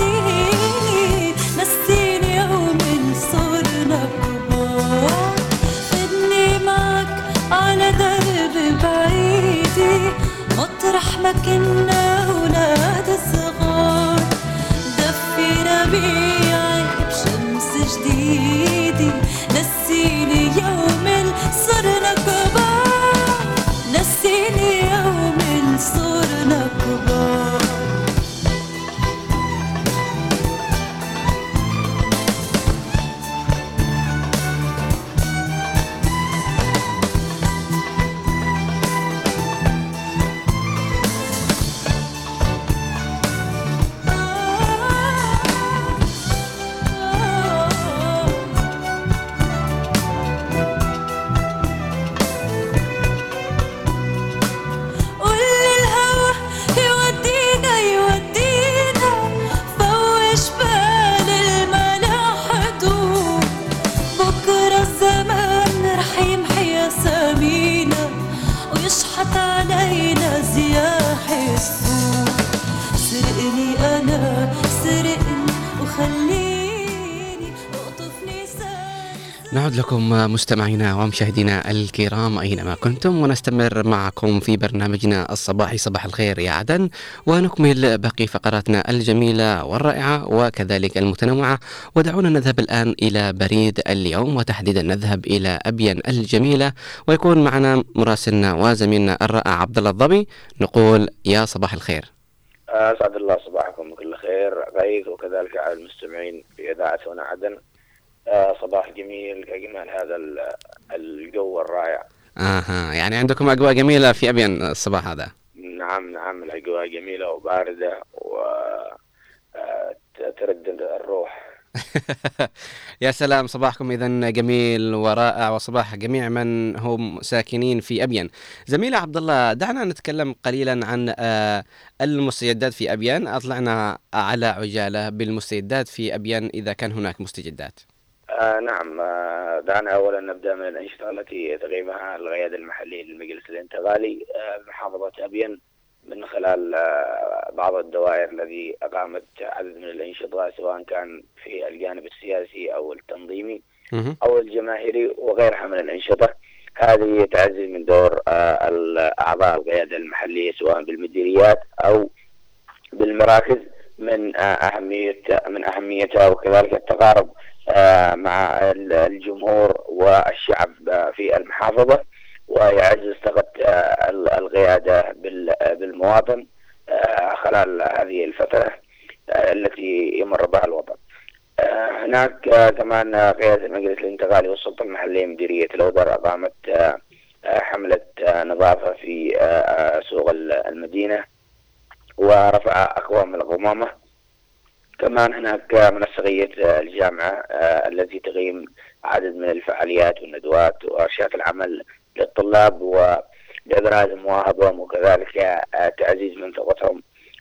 نسيني يوم صرنا كبار. خدني معك على درب بعيدي مطرح ما كنا ولاد صغار. دفي ربيعي بشمس جديدة نسيني يوم صرنا كبار. نسيني يوم صرنا كبار. نعود لكم مستمعينا ومشاهدينا الكرام أينما كنتم، ونستمر معكم في برنامجنا الصباحي صباح الخير يا عدن، ونكمل باقي فقراتنا الجميلة والرائعة وكذلك المتنوعة. ودعونا نذهب الآن إلى بريد اليوم، وتحديدا نذهب إلى أبين الجميلة، ويكون معنا مراسلنا وزميلنا الرائع عبد الله الضبي. نقول يا صباح الخير. أسعد الله صباحكم بكل خير غيث، وكذلك على المستمعين في إذاعة هنا عدن. صباح جميل كجمال هذا الجو الرائع. يعني عندكم أجواء جميلة في أبين الصباح هذا؟ نعم الأجواء جميلة وباردة وتردد الروح. يا سلام، صباحكم إذن جميل ورائع، وصباح جميع من هم ساكنين في أبين. زميل عبد الله، دعنا نتكلم قليلا عن المستجدات في أبين. أطلعنا على عجالة بالمستجدات في أبين إذا كان هناك مستجدات. نعم، دعنا أولا نبدأ من الأنشطة التي تقيمها القيادة المحلية للمجلس الانتقالي بمحافظة أبين من خلال بعض الدوائر التي أقامت عدد من الأنشطة، سواء كان في الجانب السياسي أو التنظيمي أو الجماهيري وغيرها من الأنشطة. هذه تعزز من دور أعضاء القيادة المحلية سواء بالمديريات أو بالمراكز من أهميتها، وكذلك التقارب مع الجمهور والشعب في المحافظة، ويعزز ثقة القيادة بالمواطن خلال هذه الفترة التي يمر بها الوطن. هناك كمان قيادة المجلس الانتقالي والسلطة المحلية مديرية الأودر أقامت حملة نظافة في سوق المدينة ورفع أقوام القمامة. كمان هناك منسقية الجامعة التي تقيم عدد من الفعاليات والندوات وورشات العمل للطلاب ولإبراز مواهبهم، وكذلك تعزيز من ثقتهم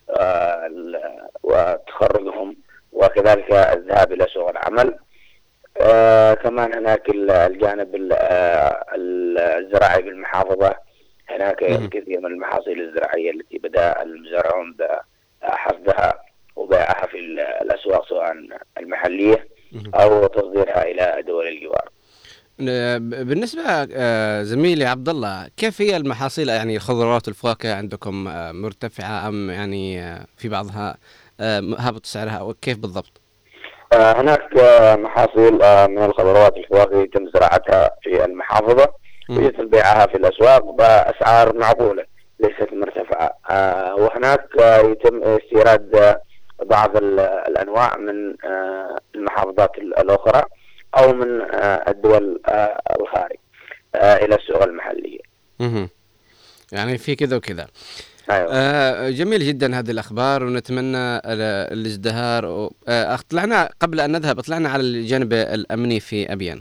وتخرجهم، وكذلك الذهاب إلى سوق العمل. كمان هناك الجانب الزراعي بالمحافظة، هناك كثير من المحاصيل الزراعية التي بدأ المزارعون بحصدها وبيعها في الأسواق سواء المحلية أو تصديرها إلى دول الجوار. بالنسبة زميلي عبد الله، كيف هي المحاصيل، يعني الخضروات والفواكه عندكم مرتفعة أم يعني في بعضها هابط سعرها، وكيف بالضبط؟ هناك محاصيل من الخضروات والفواكه يتم زراعتها في المحافظة ويتم بيعها في الأسواق بأسعار معقولة ليست مرتفعة. وهناك يتم استيراد بعض الأنواع من المحافظات الأخرى أو من الدول الخارج إلى السوق المحلية. يعني في كذا وكذا. أيوة. جميل جدا هذه الأخبار، ونتمنى الازدهار. طلعنا قبل أن نذهب، طلعنا على الجانب الأمني في أبين.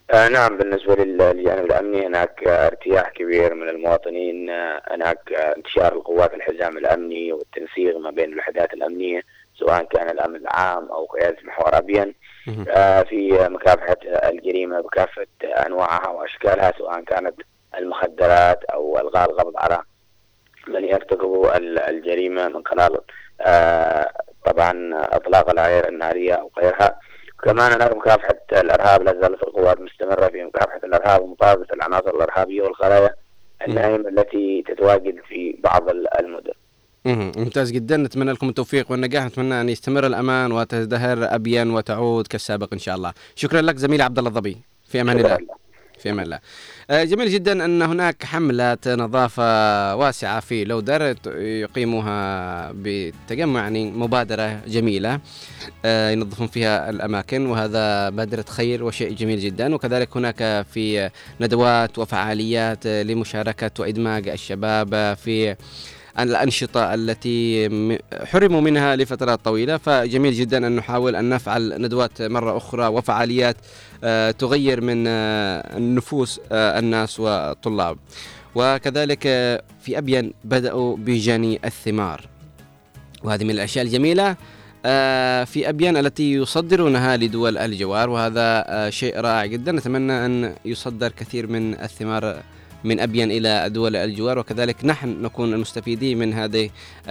نعم، بالنسبة للجانب الأمني هناك ارتياح كبير من المواطنين، هناك انتشار القوات الحزام الأمني والتنسيق ما بين الوحدات الأمنية سواء كان الأمن العام أو قيادة محور أبين في مكافحة الجريمة بكافة أنواعها وأشكالها، سواء كانت المخدرات أو إلغاء القبض على من يرتكبوا الجريمة من خلال طبعا إطلاق العير النارية أو غيرها. كمان هناك مكافحة الإرهاب، لا زالت القوات مستمرة في مكافحة الإرهاب ومقاومة العناصر الإرهابية والخلايا النائمة التي تتواجد في بعض المدن. ممتاز جدا، نتمنى لكم التوفيق والنجاح، نتمنى أن يستمر الأمان وتزدهر أبين وتعود كالسابق إن شاء الله. شكرا لك زميلي عبد الله الظبي، في أمان الله. في أمان الله. جميل جدا أن هناك حملة نظافة واسعة في لودر يقيموها بتجمع، يعني مبادرة جميلة ينظفون فيها الأماكن، وهذا بادرة خير وشيء جميل جدا. وكذلك هناك في ندوات وفعاليات لمشاركة وإدماج الشباب في الأنشطة التي حرموا منها لفترات طويلة، فجميل جدا أن نحاول أن نفعل ندوات مرة أخرى وفعاليات تغير من النفوس الناس والطلاب. وكذلك في أبين بدأوا بجني الثمار، وهذه من الأشياء الجميلة في أبين التي يصدرونها لدول الجوار، وهذا شيء رائع جدا. نتمنى أن يصدر كثير من الثمار من أبين إلى دول الجوار، وكذلك نحن نكون المستفيدين من هذه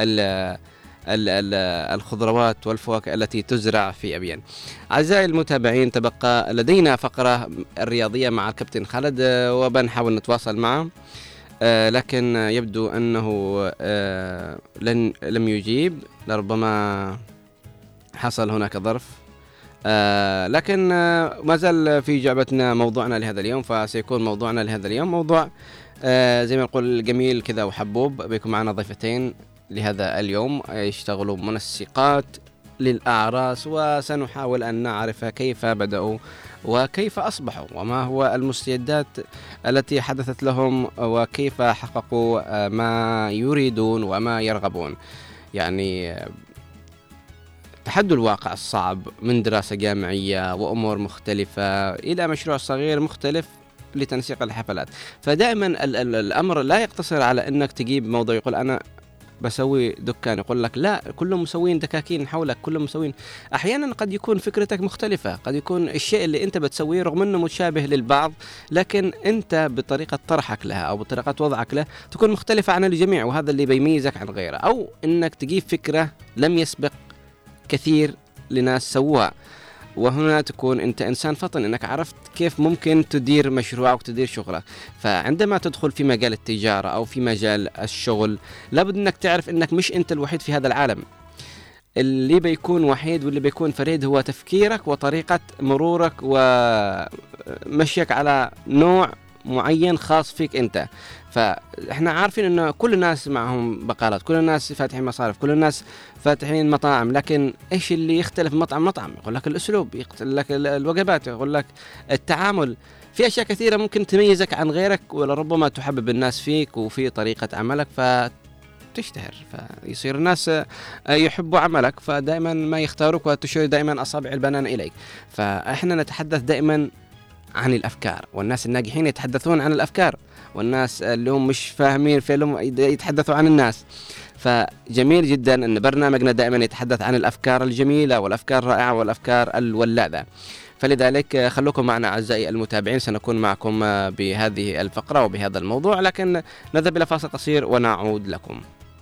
الخضروات والفواكه التي تزرع في أبين. أعزائي المتابعين، تبقى لدينا فقرة الرياضية مع الكابتن خالد وبنحاول نتواصل معه، لكن يبدو أنه لم يجيب، لربما حصل هناك ظرف، لكن ما زال في جعبتنا موضوعنا لهذا اليوم. فسيكون موضوعنا لهذا اليوم موضوع زي ما نقول جميل كذا وحبوب. بيكون معنا ضيفتين لهذا اليوم يشتغلوا منسقات للأعراس، وسنحاول أن نعرف كيف بدأوا وكيف أصبحوا وما هو المستجدات التي حدثت لهم وكيف حققوا ما يريدون وما يرغبون. يعني تحدوا الواقع الصعب من دراسة جامعية وأمور مختلفة إلى مشروع صغير مختلف لتنسيق الحفلات. فدائما الأمر لا يقتصر على أنك تجيب موضوع يقول أنا بسوي دكان، يقول لك لا كلهم مسوين دكاكين حولك، كلهم مسوين. أحيانا قد يكون فكرتك مختلفة، قد يكون الشيء اللي أنت بتسويه رغم أنه متشابه للبعض، لكن أنت بطريقة طرحك لها أو بطريقة وضعك له تكون مختلفة عن الجميع، وهذا اللي بيميزك عن غيره. أو أنك تجيب فكرة لم يسبق كثير لناس سووها، وهنا تكون أنت إنسان فطن أنك عرفت كيف ممكن تدير مشروعك وتدير شغلك. فعندما تدخل في مجال التجارة أو في مجال الشغل لابد أنك تعرف أنك مش أنت الوحيد في هذا العالم. اللي بيكون وحيد واللي بيكون فريد هو تفكيرك وطريقة مرورك ومشيك على نوع معين خاص فيك أنت. فإحنا عارفين أنه كل الناس معهم بقالات، كل الناس فاتحين مصارف، كل الناس فاتحين مطاعم، لكن إيش اللي يختلف مطعم يقول لك الأسلوب، يقول لك الوجبات، يقول لك التعامل. في أشياء كثيرة ممكن تميزك عن غيرك ولربما تحبب الناس فيك وفي طريقة عملك فتشتهر، فيصير الناس يحبوا عملك، فدائما ما يختاروك وتشير دائما أصابع البنان إليك. فإحنا نتحدث دائما عن الأفكار، والناس الناجحين يتحدثون عن الأفكار، والناس اللي هم مش فاهمين فيهم يتحدثوا عن الناس. فجميل جدا أن برنامجنا دائما يتحدث عن الأفكار الجميلة والأفكار الرائعة والأفكار الولاذة. فلذلك خلوكم معنا أعزائي المتابعين، سنكون معكم بهذه الفقرة وبهذا الموضوع، لكن نذهب إلى فاصل قصير ونعود لكم.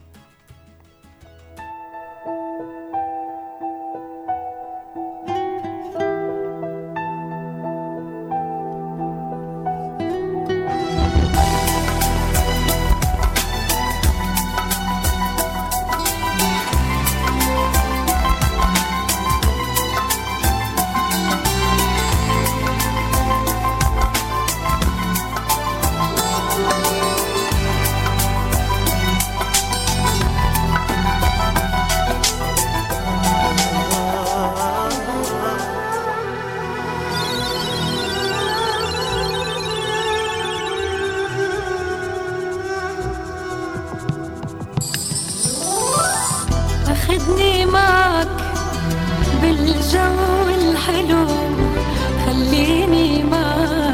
خدني معك بالجو الحلو، خليني معك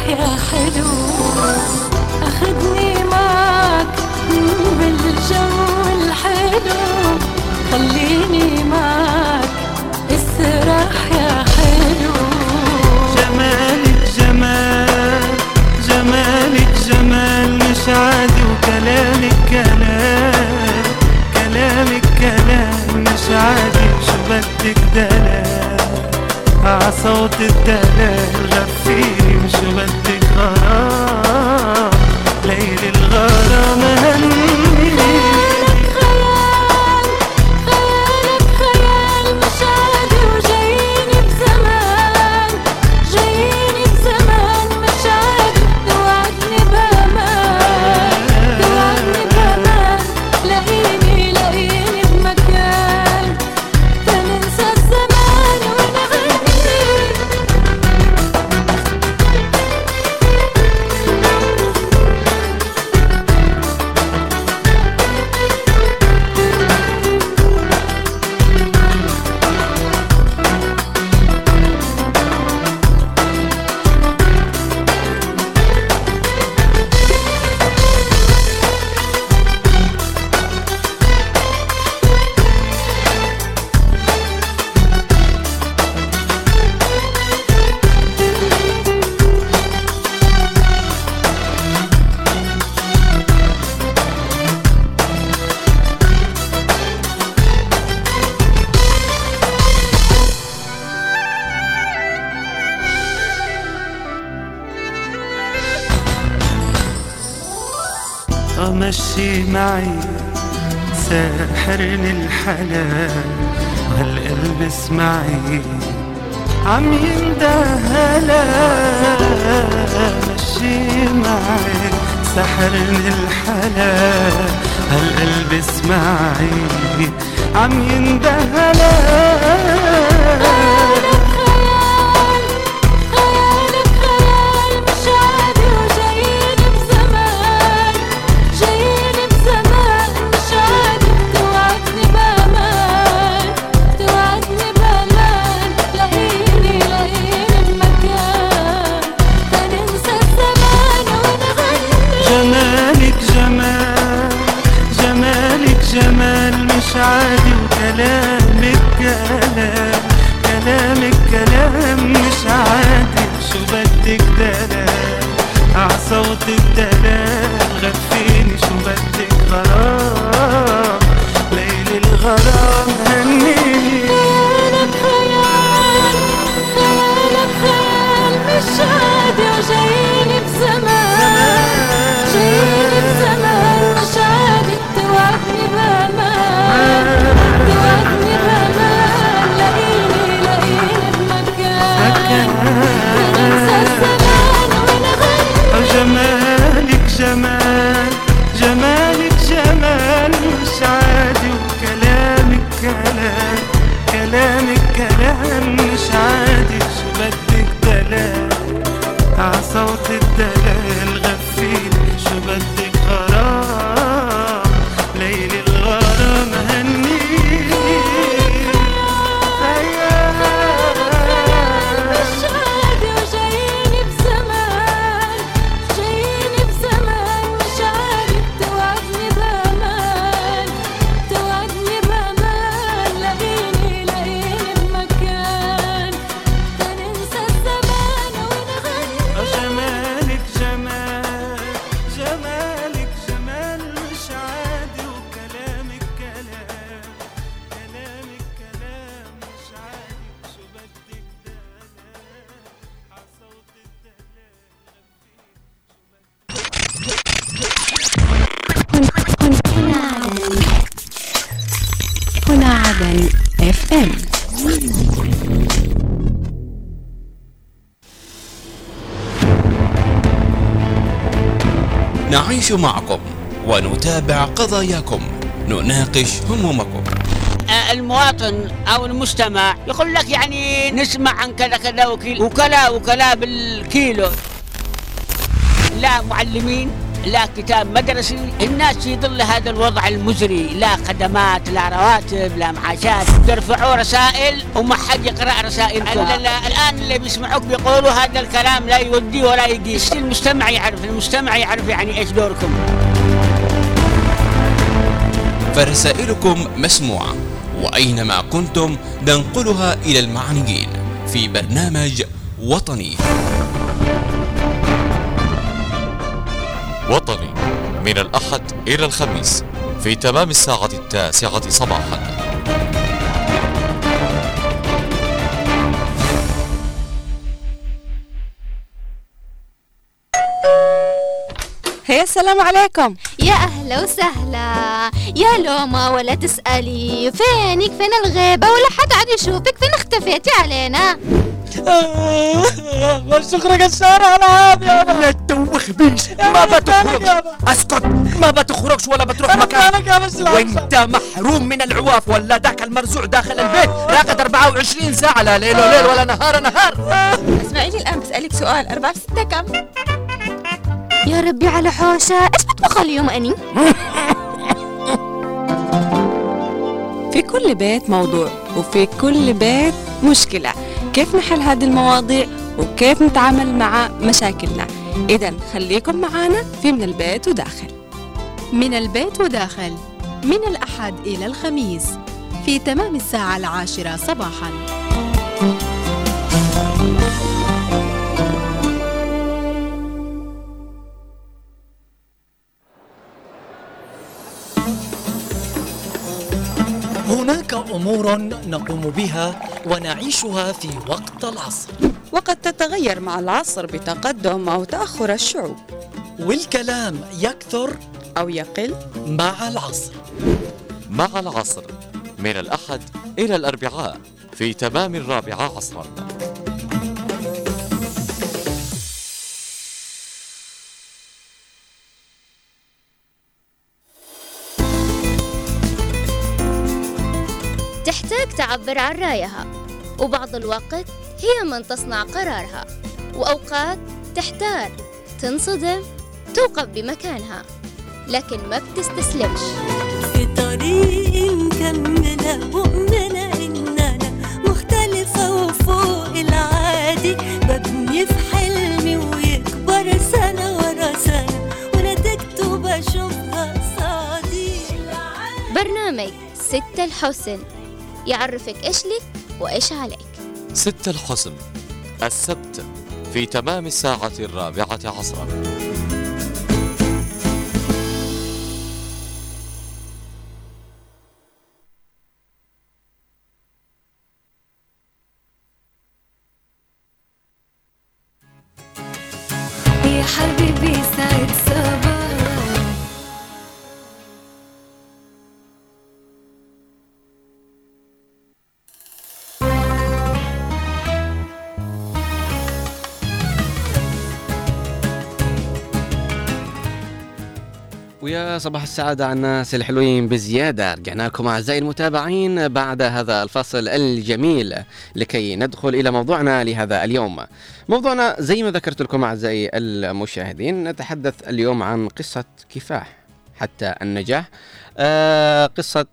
يا حلو أخدني معك بالجو الحلو خليني معك استراح يا حلو جمالك جمال جمالك جمال مش عادي وكلامك كلام كلامك كلام مش عادي شو بدك دلال عصوت الدلال غفيني وشو بدك غرام ليل الغرام هني مشي معي ساحرني الحلال وهالقلب اسمعي عم يندهلا مشي معي ساحرني الحلال هالقلب اسمعي عم يندهلا عادي وكلامك كلام كلامك كلام مش عادي شو بدك دلال عصوت الدلال غفيني شو بدك غرام ليل الغرام هنيني خيالك خيال خيالك خيال مش عادي وجاييني بزمان جاييني بزمان مش عادي توعدني بأمان توعدني بأمان لاقيني بمكان تنسى الزمان ونغني جمالك جمال جمالك جمال مش عادي وكلامك كلام كلامك كلام مش عادي شو بدك دلال عصوت الدلال غفيني شو بدك غرام ليل الغرام هنيني مش عادي وجاييني بزمان جاييني بزمان مش عادي توعدني بأمان توعدني بأمان لاقيني بمكان تنسى الزمان ونغني جمالك جمال جمالك جمال مش عادي وكلامك كلام كلامك كلام مش عادي شو بدك دلال عصوت الدلال هنا عدن FM. نعيش معكم ونتابع قضاياكم نناقش همومكم. المواطن او المستمع يقول لك يعني نسمع عن كذا كذا وكلا بالكيلو، لا معلمين لا كتاب مدرسي، الناس في ظل هذا الوضع المزري، لا خدمات لا رواتب لا معاشات، ترفعوا رسائل وما حد يقرأ رسائلكم. الآن اللي بيسمعوك بيقولوا هذا الكلام لا يودي ولا يقيس. المجتمع يعرف يعني إيش دوركم. فرسائلكم مسموعة، وأينما كنتم ننقلها إلى المعنيين في برنامج وطني. وطني من الأحد إلى الخميس في تمام الساعة 9 صباحا. هيا السلام عليكم. يا أهلا وسهلا. يا لوما ولا تسألي، فينك فين الغيبة ولا حد عاد يشوفك، فين اختفيتي علينا؟ والسخرة قسارة على هذا يابا. لا تدوخ بيش، ما بتخرج. اسكت، ما بتخرجش ولا بتروح مكانك. وانت محروم من العواف ولا ذاك المرزوع داخل البيت راقد 24 ساعة، لا ليل وليل ولا نهار نهار. اسمعيني الآن بسألك سؤال، 4 في 6 كم؟ يا ربي على حوشة، ايش بطبخ اليوم أني؟ في كل بيت موضوع وفي كل بيت مشكلة، كيف نحل هذه المواضيع وكيف نتعامل مع مشاكلنا. إذن خليكم معنا في من البيت وداخل. من البيت وداخل من الأحد إلى الخميس في تمام الساعة 10 صباحاً. هناك أمور نقوم بها ونعيشها في وقت العصر، وقد تتغير مع العصر بتقدم أو تأخر الشعوب، والكلام يكثر أو يقل مع العصر. مع العصر من الأحد إلى الأربعاء في تمام 4 عصرا. تحتاج تعبر عن رأيها، وبعض الوقت هي من تصنع قرارها، وأوقات تحتار، تنصدم، توقف بمكانها، لكن ما بتستسلمش. في طريق مكملة مؤمنة إن أنا مختلفة وفوق العادي، ببني في حلمي ويكبر سنة ورا سنة ونتيجته بشوفها قصادي. برنامج 6 الحسن يعرفك إيش لك وإيش عليك. 6 الحسن السبت في تمام الساعة 4 عصرا. يا حبيبي سعد صباح. ويا صباح السعادة على الناس الحلوين بزيادة. رجعنا لكم أعزائي المتابعين بعد هذا الفصل الجميل لكي ندخل إلى موضوعنا لهذا اليوم. موضوعنا زي ما ذكرت لكم أعزائي المشاهدين، نتحدث اليوم عن قصة كفاح حتى النجاح. قصة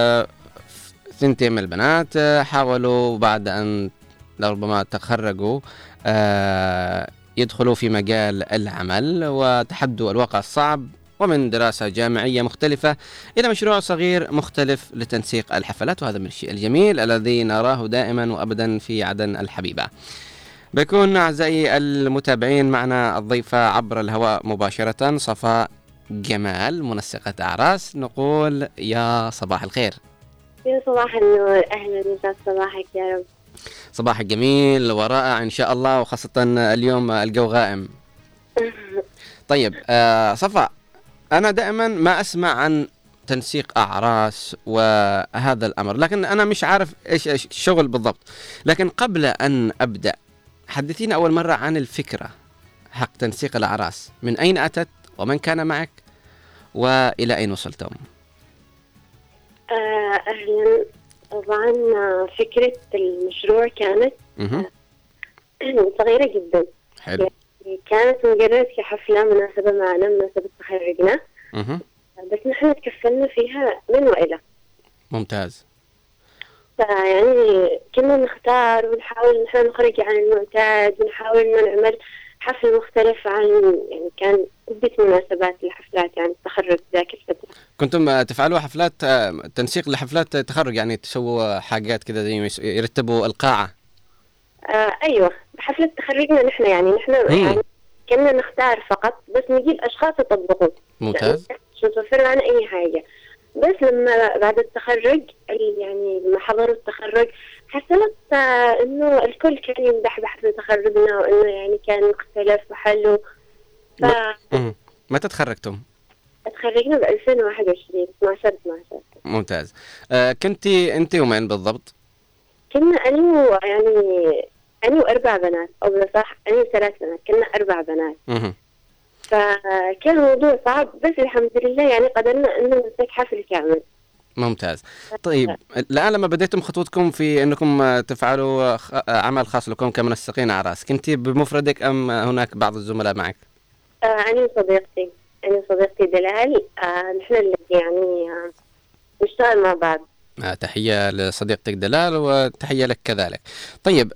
2 من البنات حاولوا بعد أن ربما تخرجوا يدخلوا في مجال العمل وتحدوا الواقع الصعب، ومن دراسة جامعية مختلفة إلى مشروع صغير مختلف لتنسيق الحفلات. وهذا من الشيء الجميل الذي نراه دائما وأبدا في عدن الحبيبة. بيكون أعزائي المتابعين معنا الضيفة عبر الهواء مباشرة صفاء جمال، منسقة أعراس. نقول يا صباح الخير. يا صباح النور، أهلا وسهلا، صباحك يا رب. صباحك جميل ورائع إن شاء الله، وخاصة اليوم الجو غائم. طيب صفاء، أنا دائما ما أسمع عن تنسيق أعراس وهذا الأمر، لكن أنا مش عارف إيش الشغل بالضبط. لكن قبل أن أبدأ، حدثينا أول مرة عن الفكرة حق تنسيق الأعراس، من أين أتت ومن كان معك وإلى أين وصلتم؟ أهلا. طبعا فكرة المشروع كانت صغيرة جدا. حلو. كانت مجرد كحفلة مناسبة معنا، مناسبة تخرجنا. بس نحن تكفلنا فيها من وإلى. ممتاز. فيعني كنا نختار ونحاول نحن نخرج عن المعتاد، ونحاول إنه نعمل حفل مختلف عن يعني كان عدة مناسبات الحفلات يعني التخرج ذاك الفترة. كنتم تفعلوا حفلات تنسيق لحفلات تخرج، يعني تسووا حاجات كذا زي يرتبوا القاعة؟ أيوة، بحفلة تخرجنا نحن يعني يعني كنا نختار فقط، بس نجيب أشخاص يطبقوا. ممتاز. شو توفر عن أي حاجة. بس لما بعد التخرج يعني لما حضروا التخرج حصلت إنه الكل كان يمدح بحفل تخرجنا، وإنه يعني كان مختلف وحلو. متى تخرجتم؟ تخرجنا ب 2021 12. ممتاز. كنتي أنت ومين بالضبط؟ كنا أنا وأربع بنات، أو صح أنا وثلاث بنات، كنا 4 بنات. فكان الموضوع صعب، بس الحمد لله يعني قدرنا إنه نسوي حفل كامل. ممتاز. طيب الآن لما بديتم خطوتكم في أنكم تفعلوا عمل خاص لكم كمنسقين أعراس، كنتي بمفردك أم هناك بعض الزملاء معك؟ أنا وصديقتي دلال، نحن اللي يعني نشتغل مع بعض. تحية لصديقتك دلال وتحية لك كذلك. طيب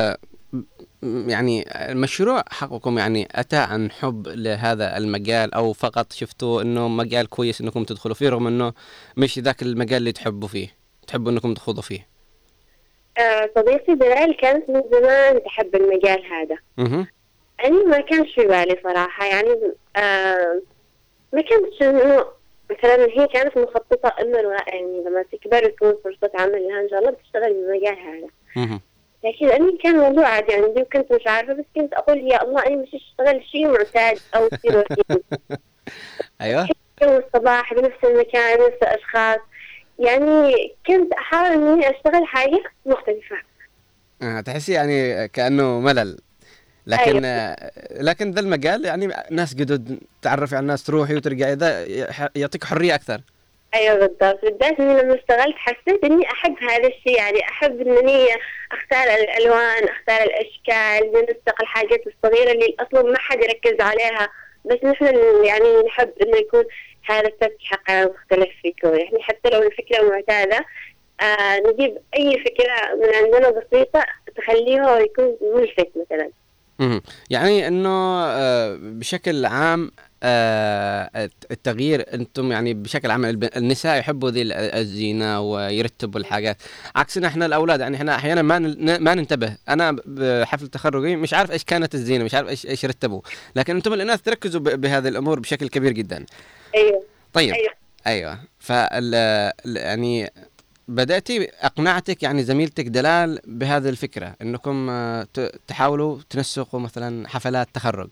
يعني المشروع حقكم يعني أتى عن حب لهذا المجال، أو فقط شفتوا أنه مجال كويس أنكم تدخلوا فيه رغم أنه مش ذاك المجال اللي تحبوا أنكم تخوضوا فيه؟ صديقتي دلال كانت من زمان تحب المجال هذا. أنا ما كانش في بالي صراحة، يعني ما كانتش إنه مثلا هي كانت مخططة إنه يعني لما تكبر تكون فرصة عمل لها إن شاء الله بتشتغل بالمجال هذا. لكن أنا كان الموضوع عادي عندي وكنت مش عارفة، بس كنت أقول يا الله أنا مش أشتغل شيء معتاد أو شيء روتين. أيوة. الصباح بنفس المكان بنفس الأشخاص، يعني كنت أحاول إني أشتغل حاجة مختلفة. تحسي يعني كأنه ملل، لكن أيوة. لكن ذا المجال يعني ناس جدد، تعرفي على الناس، تروحي وترجعي، ذا يعطيك حرية أكثر. ايوه بالضبط، بالذات اني لما اشتغلت حسيت اني احب هذا الشيء، يعني احب انني اختار الالوان، اختار الاشكال، ننسق الحاجات الصغيره اللي اصلا ما حد يركز عليها، بس نحن يعني نحب انه يكون هذا التاتش حقنا مختلف فيكم، يعني حتى لو الفكره معتاده نجيب اي فكره من عندنا بسيطه تخليه يكون ملفت مثلا. يعني انه بشكل عام التغيير، انتم يعني بشكل عام النساء يحبوا ذي الزينه ويرتبوا الحاجات، عكسنا احنا الاولاد. يعني احنا احيانا ما ننتبه. انا بحفل تخرجي مش عارف ايش كانت الزينه، مش عارف ايش رتبوا، لكن انتم الاناث تركزوا بهذه الامور بشكل كبير جدا. ايوه. طيب ايوه. يعني بدأتي أقنعتك يعني زميلتك دلال بهذه الفكرة أنكم تحاولوا تنسقوا مثلا حفلات تخرج؟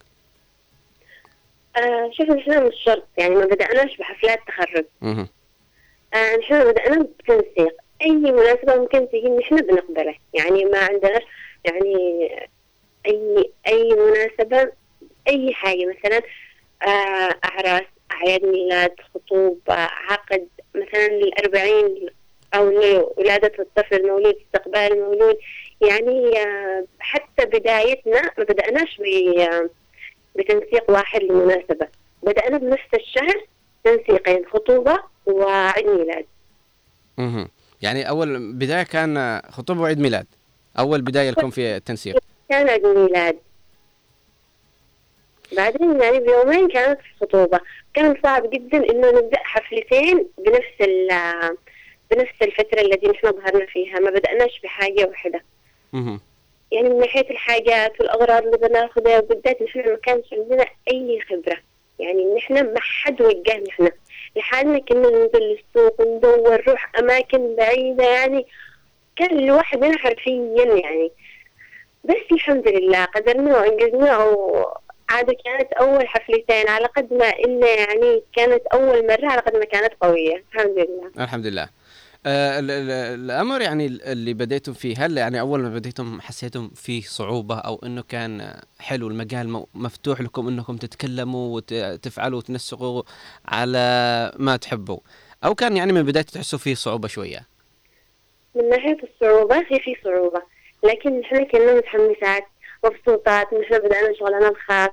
شوف نحن مش شرط، يعني ما بدأناش بحفلات تخرج. نحن بدأنا بتنسيق أي مناسبة ممكن تيجي نحن بنقبله، يعني ما عندناش يعني أي مناسبة، أي حاجة مثلا أعراس، أعياد ميلاد، خطوبة، عقد مثلا 40 أو ولادة الطفل، المولود، استقبال المولود، يعني حتى بدايتنا ما بدأناش بتنسيق واحد للمناسبة، بدأنا بنفس الشهر تنسيقين، خطوبة وعيد ميلاد. يعني أول بداية كان خطوبة وعيد ميلاد، أول بداية لكم في التنسيق كان عيد ميلاد، بعدين يعني بيومين كانت الخطوبة. كان صعب جدا إنه نبدأ حفلتين بنفس الفترة التي نحن ظهرنا فيها، ما بدأناش بحاجة واحدة. يعني من ناحية الحاجات والأغراض اللي بناخدها، وبالذات نحن ما كانش عندنا أي خبرة، يعني نحن ما حد وجهنا، نحن لحالنا كنا ننزل السوق ندور، نروح أماكن بعيدة، يعني كان الواحد منها حرفيا يعني. بس الحمد لله قدرنا وأنجزنا، وعادة كانت أول حفلتين على قد ما إنه يعني كانت أول مرة على قد ما كانت قوية، الحمد لله. الحمد لله. الأمر يعني اللي بديتم فيه، هل يعني أول ما بديتم حسيتم فيه صعوبة، أو إنه كان حلو المجال مفتوح لكم إنكم تتكلموا وتفعلوا وتنسقوا على ما تحبوا، أو كان يعني من بداية تحسوا فيه صعوبة شوية؟ من ناحية الصعوبة هي في صعوبة، لكن نحن كنا متحمسات مبسوطات نحن بدأنا شغلنا الخاص.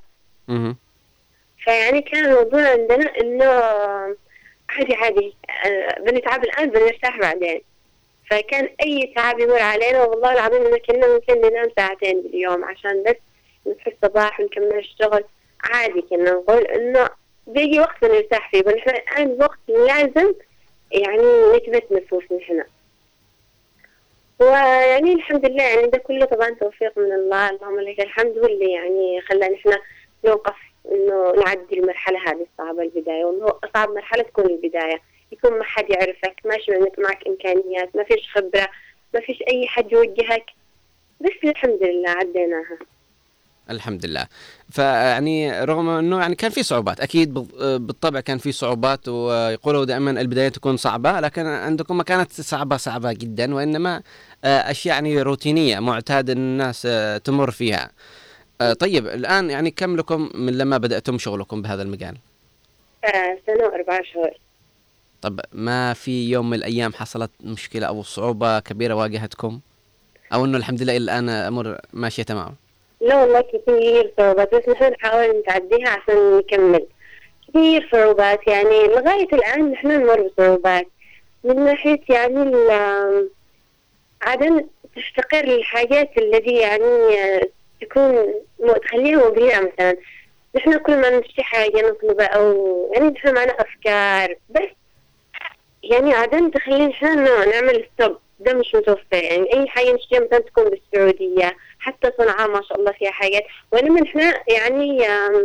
فيعني كان الموضوع عندنا إنه عادي بنتعب الآن بنرتاح بعدين. فكان أي تعب يمر علينا والله العظيم إنه كنا ممكن ننام ساعتين باليوم عشان بس نصحى الصباح ونكمل الشغل. عادي كنا نقول إنه بيجي وقت نرتاح فيه، ونحن الآن وقت لازم يعني نثبت نفوسنا نحن. ويعني الحمد لله يعني ده كله طبعا توفيق من الله، اللهم لك الحمد، واللي يعني خلانا نحن نوقف إنه نعدي المرحلة هذه الصعبة البداية، وإنه أصعب مرحلة تكون البداية، يكون ما حد يعرفك، ماشي معك إمكانيات، ما فيش خبرة، ما فيش أي حد يوجهك، بس الحمد لله عديناها. الحمد لله. فيعني رغم انه يعني كان في صعوبات اكيد بالطبع، كان في صعوبات، ويقولوا دائما البداية تكون صعبة، لكن عندكم ما كانت صعبة جدا، وانما اشياء يعني روتينية معتاد الناس تمر فيها. طيب الان يعني كم لكم من لما بدأتم شغلكم بهذا المجال؟ 1 و4 شهور. طب ما في يوم من الايام حصلت مشكلة او صعوبة كبيرة واجهتكم، او انه الحمد لله الان امور ماشية تمام؟ لا والله كثير صعوبات، بس نحن نحاول نتعديها عشان نكمل. كثير صعوبات يعني لغاية الآن نحن نمر بصعوبات من ناحية يعني عدم تفتقر للحاجات التي يعني تكون تخليها مبهرة. مثلا نحن كل ما نشتري حاجة نطلبها أو يعني نحن معنا أفكار، بس يعني عدم تخلينا نحن نعمل ستوب، ده مش متوفر. يعني أي حاجة نشتريها مثلا تكون بالسعودية، حتى صنعاء ما شاء الله فيها حاجات، وإنما نحن يعني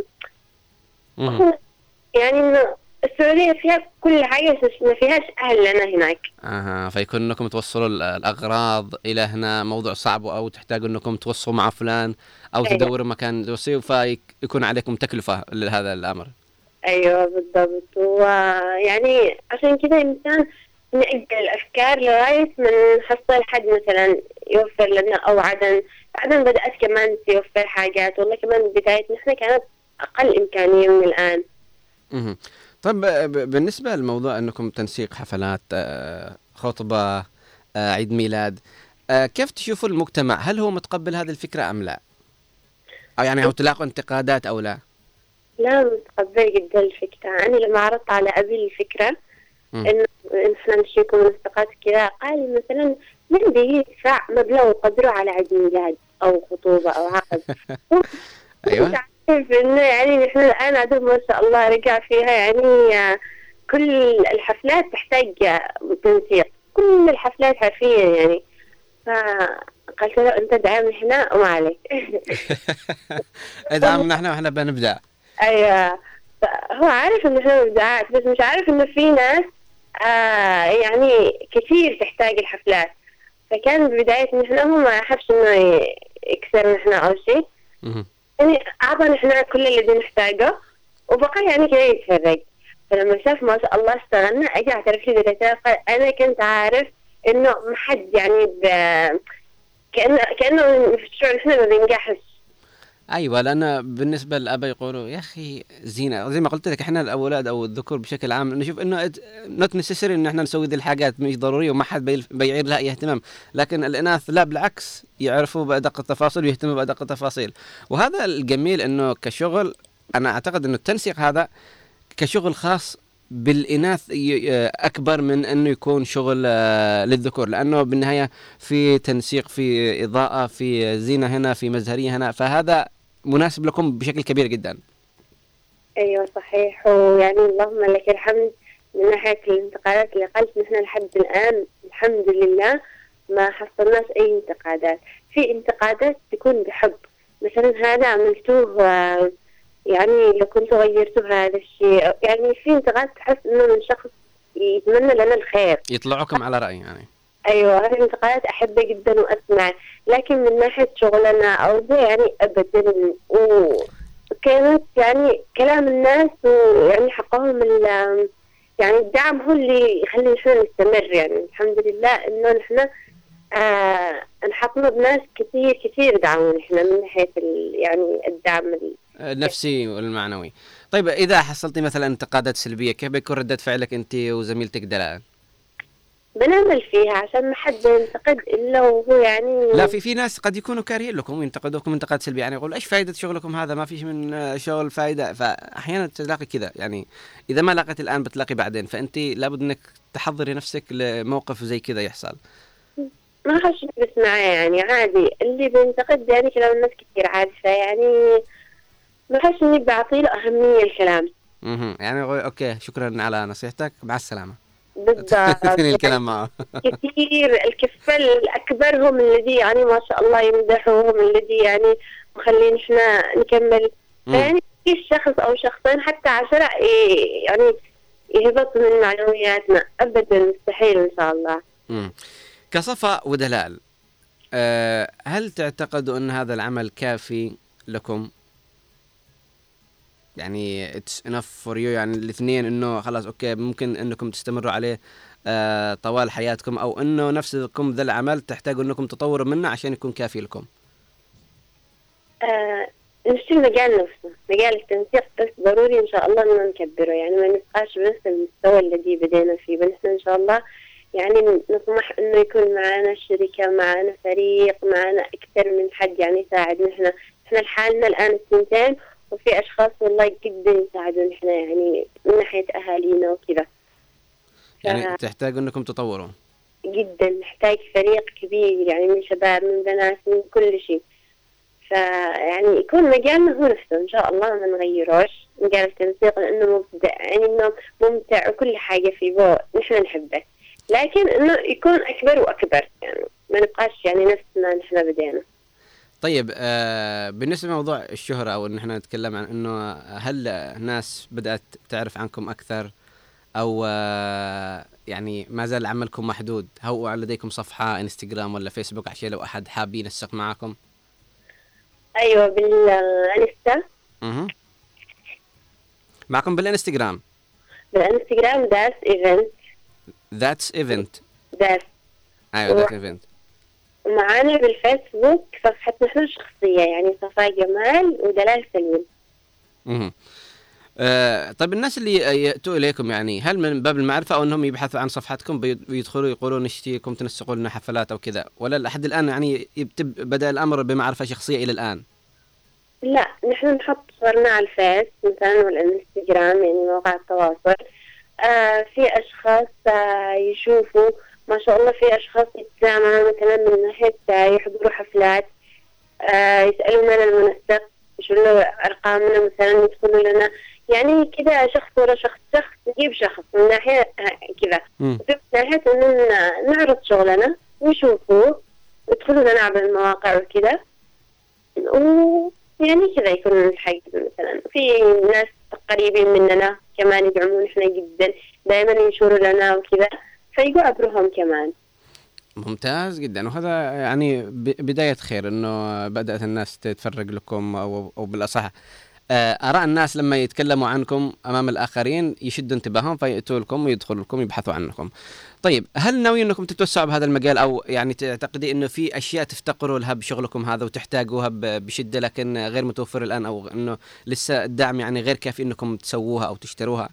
يعني السعودية فيها كل حاجة ما فيهاش أهل لنا هناك. فيكون أنكم توصلوا الأغراض إلى هنا موضوع صعب، أو تحتاجوا أنكم توصلوا مع فلان أو تدوروا مكان توصلوا، فيكون عليكم تكلفة لهذا الأمر. أيوة بالضبط. ويعني عشان كذا إنسان نأجل الأفكار لغاية ما نحصل حد مثلا يوفر لنا، أو عدن بدأت كمان توفر حاجات. والله كمان بداية نحن كانت أقل إمكانية من الآن. طيب بالنسبة للموضوع أنكم تنسيق حفلات، خطبة، عيد ميلاد، كيف تشوفوا المجتمع؟ هل هو متقبل هذه الفكرة أم لا؟ أو يعني تلاقوا انتقادات أو لا؟ لا متقبل جدا الفكرة. أنا لما عرضت على أبي الفكرة إنه إحنا نشيكم منسقات كذا، قال مثلا من بيدفع مبلغ وقدره على عيد ميلاد أو خطوبة أو عقد. أيوة. إنه يعني نحن الآن عدد ما شاء الله رجع فيها، يعني كل الحفلات تحتاج تنسيق، كل الحفلات حرفيا يعني. فقلت له أنت دعمنا هنا وما عليك. دعمنا احنا وإحنا بنبدأ. أيوة. هو عارف إنه إحنا مبدعات، بس مش عارف إنه في ناس يعني كثير تحتاج الحفلات. فكان بداية نحن هو ما أحبش إنه يكسر نحن أو شيء، يعني أعطانا إحنا كل اللي نحتاجه وبقى يعني كده يتفرج. فلما شاف ما شاء الله اشتغلنا أجي اعترف لي بالرسالة، قال أنا كنت عارف إنه ما حد يعني كأنه في الشغل إحنا ما بننجحش. أيوة، لأن بالنسبة للأبا يقولوا يا أخي زينة، زي ما قلت لك إحنا الأولاد أو الذكور بشكل عام نشوف إنه not necessary إن إحنا نسوي ذي الحاجات، مش ضرورية وما حد بيعير لها أي اهتمام. لكن الإناث لا، بالعكس يعرفوا بأدق التفاصيل ويهتموا بأدق التفاصيل. وهذا الجميل إنه كشغل، أنا أعتقد إنه التنسيق هذا كشغل خاص بالإناث أكبر من أنه يكون شغل للذكور، لأنه بالنهاية في تنسيق، في إضاءة، في زينة هنا، في مزهرية هنا، فهذا مناسب لكم بشكل كبير جدا. أيوة صحيح. ويعني اللهم لك الحمد من ناحية الانتقادات اللي قلت نحن لحد الآن الحمد لله ما حصلناش أي انتقادات. في انتقادات تكون بحب، مثلا هذا عملتوه يعني لو كنت غيرتوا هذا الشيء، يعني في انتقاد تحس إنه من شخص يتمنى لنا الخير، يطلعوكم على رأي يعني. أيوة هذه الانتقادات أحبها جدا وأسمع، لكن من ناحية شغلنا أو ده يعني أبدا. وكانت يعني كلام الناس ويعني حقهم يعني الدعم هو اللي يخلي نحن نستمر. يعني الحمد لله إنه نحن انحطنا بناس كثير دعمونا نحن من ناحية يعني الدعم النفسي والمعنوي. طيب إذا حصلتي مثلا انتقادات سلبية، كيف بيكون ردة فعلك أنت وزميلتك دلال؟ بنعمل فيها عشان ما حد ينتقد إلا وهو يعني. لا، في ناس قد يكونوا كارهين لكم وينتقدوكم انتقاد سلبي، يعني يقول ايش فائدة شغلكم هذا، ما فيش من شغل فائدة. فأحيانا تلاقي كذا، يعني إذا ما لقيت الآن بتلاقي بعدين، فأنت لابد إنك تحضري نفسك لموقف زي كذا يحصل. ما حش بسمعه يعني عادي، اللي بينتقد يعني كلام الناس كثير عادي، فيعني ما حش إني بعطيله أهمية الكلام. يعني أوكي، شكرا على نصيحتك، مع السلامة. بالضبط. الكلام معه. كثير الكفة الأكبر هم الذي يعني ما شاء الله يمدحوهم، الذي يعني مخلين إحنا نكمل. يعني في شخص أو شخصين حتى 10 يعني يهبط من معنوياتنا، أبدا مستحيل إن شاء الله. كصفا ودلال، هل تعتقدوا أن هذا العمل كافي لكم؟ يعني it's enough for you، يعني الاثنين إنه خلاص أوكي ممكن إنكم تستمروا عليه طوال حياتكم، أو إنه نفسكم ذا العمل تحتاجوا إنكم تطوروا منه عشان يكون كافي لكم؟ نشتري مجال نفسه، مجال التنسيق بس ضروري إن شاء الله إنه نكبره، يعني ما نبقاش بس المستوى الذي بدينا فيه، بل إحنا إن شاء الله يعني نطمح إنه يكون معنا شركة، معنا فريق، معنا أكثر من حد يعني يساعدنا. إحنا لحالنا الآن 2، وفي أشخاص والله جدا يساعدون إحنا يعني من ناحية أهالينا وكذا. يعني تحتاجوا إنكم تطوروا جدا، نحتاج فريق كبير يعني من شباب من بنات من كل شيء، فيعني يكون مجالنا هو نفسه إن شاء الله، ما نغيروش مجال التنسيق لأنه مبدع، يعني إنه ممتع وكل حاجة فيه نحن نحبه، لكن إنه يكون أكبر وأكبر، يعني ما نبقاش يعني نفس ما نحن بدينا. طيب بالنسبة لموضوع الشهرة، أو إن إحنا نتكلم عن إنه هل ناس بدأت تعرف عنكم أكثر، أو يعني ما زال عملكم محدود؟ هل لديكم صفحة انستغرام ولا فيسبوك عشان لو أحد حاب ينسق معكم؟ أيوة بالانستا. معكم بالانستغرام that's event. أيوة that's event. ومعانا بالفيسبوك صفحتنا احنا الشخصية، يعني صفاء جمال ودلال سليم. طيب الناس اللي يأتوا إليكم يعني هل من باب المعرفة، أو أنهم يبحثوا عن صفحتكم بيدخلوا يقولون نشتيكم تنسقوا لنا حفلات أو كذا، ولا لحد الآن يعني بدأ الأمر بمعرفة شخصية إلى الآن؟ لا، نحن نحط صورنا على الفيس مثلا والانستغرام، يعني مواقع التواصل. في أشخاص يشوفوا ما شاء الله، في أشخاص يتسامعوا مثلا من ناحية يحضروا حفلات، يسألوا من المنسق، يشوفوا أرقامنا مثلا، يدخلوا لنا يعني كذا شخص ورا شخص نجيب شخص من ناحية كذا، من ناحية إنه نعرض شغلنا ويشوفوه، يدخلوا لنا عبر المواقع وكذا، ويعني كذا يكون الحاجة. مثلا في ناس قريبين مننا كمان يدعمون إحنا جدا، دائما ينشروا لنا وكذا، فيقوا عبرهم كمان. ممتاز جدا، وهذا يعني بداية خير إنه بدأت الناس تتفرج لكم، أو بالأصح آراء الناس لما يتكلموا عنكم أمام الآخرين يشدوا انتباههم فيأتوا لكم ويدخلوا لكم يبحثوا عنكم. طيب هل ناويين أنكم تتوسعوا بهذا المجال، أو يعني تعتقدي إنه في أشياء تفتقروا لها بشغلكم هذا وتحتاجوها بشدة لكن غير متوفر الآن، أو إنه لسه الدعم يعني غير كافي إنكم تسووها أو تشتروها؟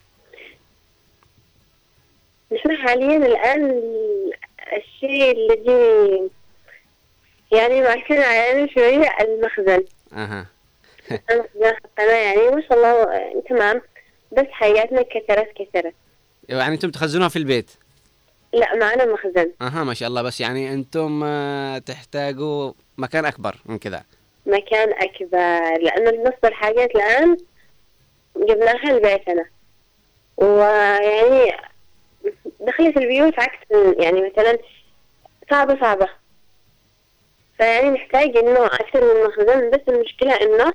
نحن حاليا الآن الشيء الذي يعني معكنا علينا شوية المخزن. أنا يعني ما شاء الله تمام، بس حاجاتنا كثرت. يعني أنتم تخزنوها في البيت؟ لا، معنا مخزن. ما شاء الله، بس يعني أنتم تحتاجوا مكان أكبر من كذا. مكان أكبر، لأن نص الحاجات الآن جبناها لبيتنا، ويعني دخلت البيوت عكس يعني مثلا صعبة، فيعني نحتاج إنه أكثر من مخزن، بس المشكلة إنه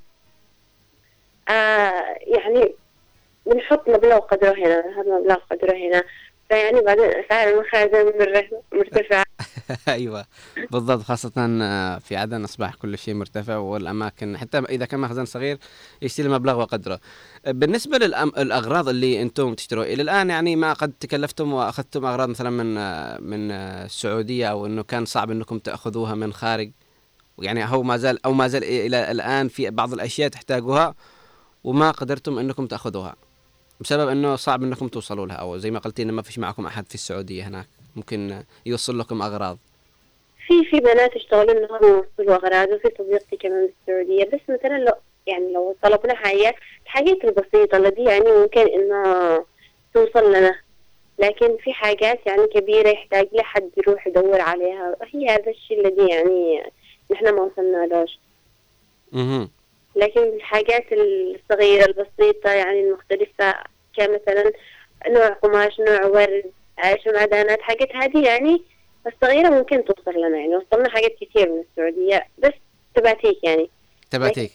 يعني بنحط مبلغ قدره هنا، هذا مبلغ قدره هنا، فيعني بعدين أسعار المخازن مرتفعة. أيوة بالضبط، خاصة في عدن أصبح كل شيء مرتفع، والأماكن حتى إذا كان مخزن صغير يشتري مبلغ وقدره. بالنسبة للأغراض اللي أنتم تشتروها إلى الآن، يعني ما قد تكلفتم وأخذتم أغراض مثلا من السعودية، أو إنه كان صعب إنكم تأخذوها من خارج، يعني هو ما زال إلى الآن في بعض الأشياء تحتاجوها وما قدرتم إنكم تأخذوها بسبب إنه صعب إنكم توصلوا لها، أو زي ما قلتين ما فيش معكم أحد في السعودية هناك؟ ممكن يوصل لكم أغراض؟ في بنات يشتغلوا إنهم يوصلوا أغراض، وفي صديقتي كمان بالسعودية. بس مثلا لو طلبنا الحاجات البسيطة التي يعني ممكن إنها توصل لنا، لكن في حاجات يعني كبيرة يحتاج لحد يروح يدور عليها، هي هذا الشيء الذي يعني نحن ما وصلنا لهش. لكن الحاجات الصغيرة البسيطة يعني المختلفة، كمثلا نوع قماش، نوع ورد، شمعدانات، حاجات هذه يعني الصغيرة ممكن توصل لنا. يعني وصلنا حاجات كثير من السعودية، بس تبعتيك يعني تبعتيك.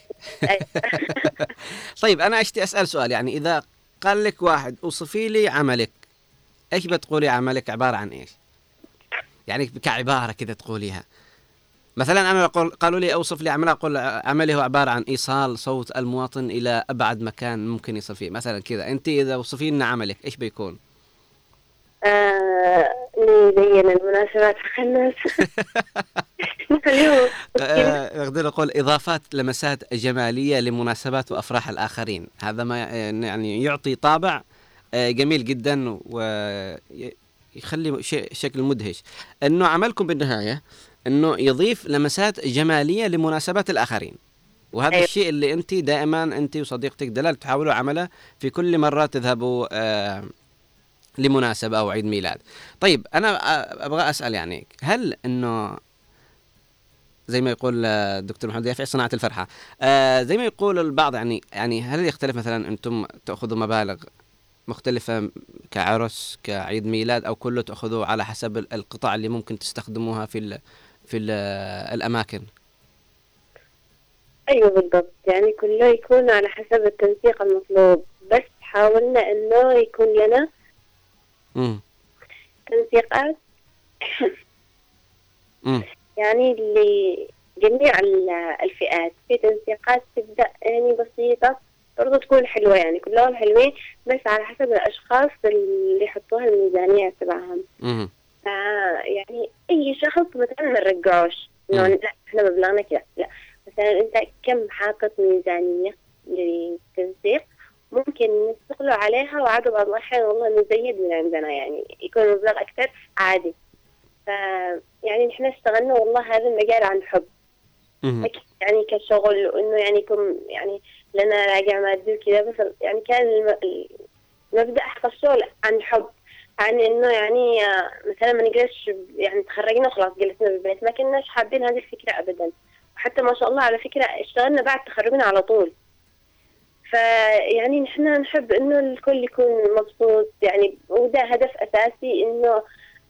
طيب أنا أشتي أسأل سؤال، يعني إذا قال لك واحد اوصفي لي عملك، إيش بتقولي عملك عبارة عن إيش؟ يعني كعبارة كذا تقوليها. مثلا أنا قالوا لي أوصف لي عمل، أقول عملي هو عبارة عن إيصال صوت المواطن إلى أبعد مكان ممكن يصل فيه، مثلا كذا. أنت إذا وصفي لنا عملك إيش بيكون؟ زين المناسبات حق الناس. أقدر أقول إضافات لمسات جمالية لمناسبات وأفراح الآخرين. هذا ما يعني يعطي طابع جميل جدا ويخلي شكل مدهش. إنه عملكم بالنهاية إنه يضيف لمسات جمالية لمناسبات الآخرين، وهذا الشيء اللي أنت دائما أنت وصديقتك دلال تحاولوا عمله في كل مرة تذهبوا لمناسبة أو عيد ميلاد. طيب أنا أبغى أسأل، يعني هل إنه زي ما يقول الدكتور محمد يافعي صناعة الفرحة، زي ما يقول البعض، يعني هل يختلف مثلا أنتم تأخذوا مبالغ مختلفة كعرس كعيد ميلاد، أو كله تأخذوا على حسب القطع اللي ممكن تستخدموها في الأماكن؟ أيوة بالضبط، يعني كله يكون على حسب التنسيق المطلوب، بس حاولنا إنه يكون لنا تنسيقات يعني لجميع الفئات. في تنسيقات تبدأ يعني بسيطة برضو تكون حلوة، يعني كلهم حلوين، بس على حسب الأشخاص اللي يحطوها الميزانية تبعهم. يعني أي شخص مثلا ما نرجعوش إنه لا إحنا مبلغنا كذا، لا مثلا أنت كم حاطط ميزانية للتنسيق، ممكن نستغلوا عليها، وعادوا بعض الأحيان والله نزيد من عندنا، يعني يكون المبلغ أكثر عادي. يعني نحن اشتغلنا والله هذا المجال عن حب، يعني كشغل، وإنه يعني يكون يعني لنا راجع مادي وكذا، بس يعني كان المبدأ حق الشغل عن حب، عن إنه يعني مثلا ما نقدرش يعني تخرجنا وخلاص جلسنا بالبيت، ما كناش حابين هذه الفكرة أبدا. وحتى ما شاء الله على فكرة اشتغلنا بعد تخرجنا على طول. فيعني نحن نحب إنه الكل يكون مبسوط، يعني وده هدف أساسي، إنه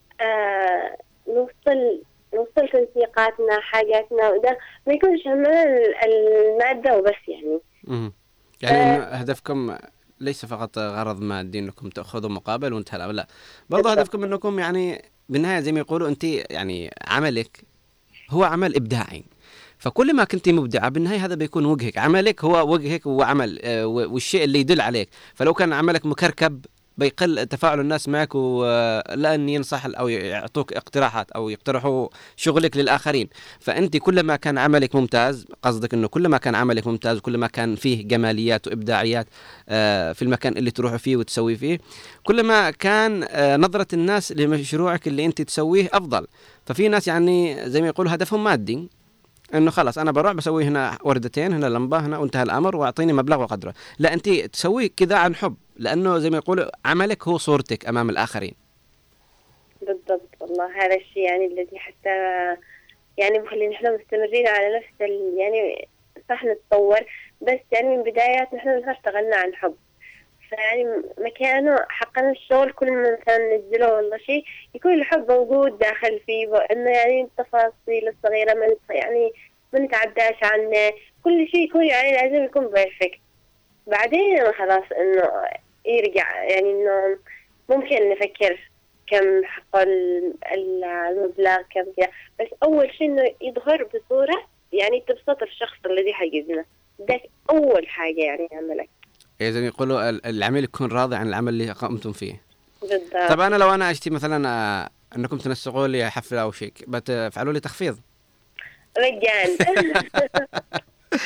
نوصل تنسيقاتنا حاجاتنا، وده ما يكونش همنا المادة وبس يعني. يعني هدفكم ليس فقط غرض مادي انكم تاخذوا مقابل وانتهى، لا، برضه هدفكم انكم يعني بالنهايه زي ما يقولوا انت يعني عملك هو عمل ابداعي، فكل ما كنت مبدعه بالنهايه هذا بيكون وجهك، عملك هو وجهك وعمل والشيء اللي يدل عليك. فلو كان عملك مكركب بيقل تفاعل الناس معك، ولأن ينصح أو يعطوك اقتراحات أو يقترحوا شغلك للآخرين. فأنت كل ما كان عملك ممتاز، قصدك أنه كل ما كان عملك ممتاز وكل ما كان فيه جماليات وإبداعيات في المكان اللي تروح فيه وتسوي فيه، كل ما كان نظرة الناس لمشروعك اللي أنت تسويه أفضل. ففي ناس يعني زي ما يقولوا هدفهم مادي، انه خلاص انا بروح بسوي هنا وردتين، هنا لمبه، هنا وانتهى الامر واعطيني مبلغ وقدره. لا، انت تسوي كذا عن حب، لانه زي ما يقولوا عملك هو صورتك امام الاخرين. بالضبط، والله هذا الشيء يعني الذي حتى يعني مخلينا نحن مستمرين على نفس يعني صح نتطور، بس يعني من بدايات نحن اشتغلنا عن حب. فيعني مكانه حقنا الشغل كل ما مثلا ننزله والله شيء يكون الحب موجود داخل فيه، وانه يعني التفاصيل الصغيره ما نتعداش عنه، كل شيء يكون يعني لازم يكون بيرفكت. بعدين خلاص انه يرجع يعني انه ممكن نفكر كم حق المبلغ كم كذا، بس اول شيء انه يظهر بصوره يعني تبسط الشخص الذي حيجينا، ده اول حاجه يعني عملك. زي ما يقولوا العميل يكون راضي عن العمل اللي قمتم فيه. بالضبط. طب لو انا اشتي مثلا انكم تنسقوا لي حفله او شيء، بتفعلوا لي تخفيض؟ مجان.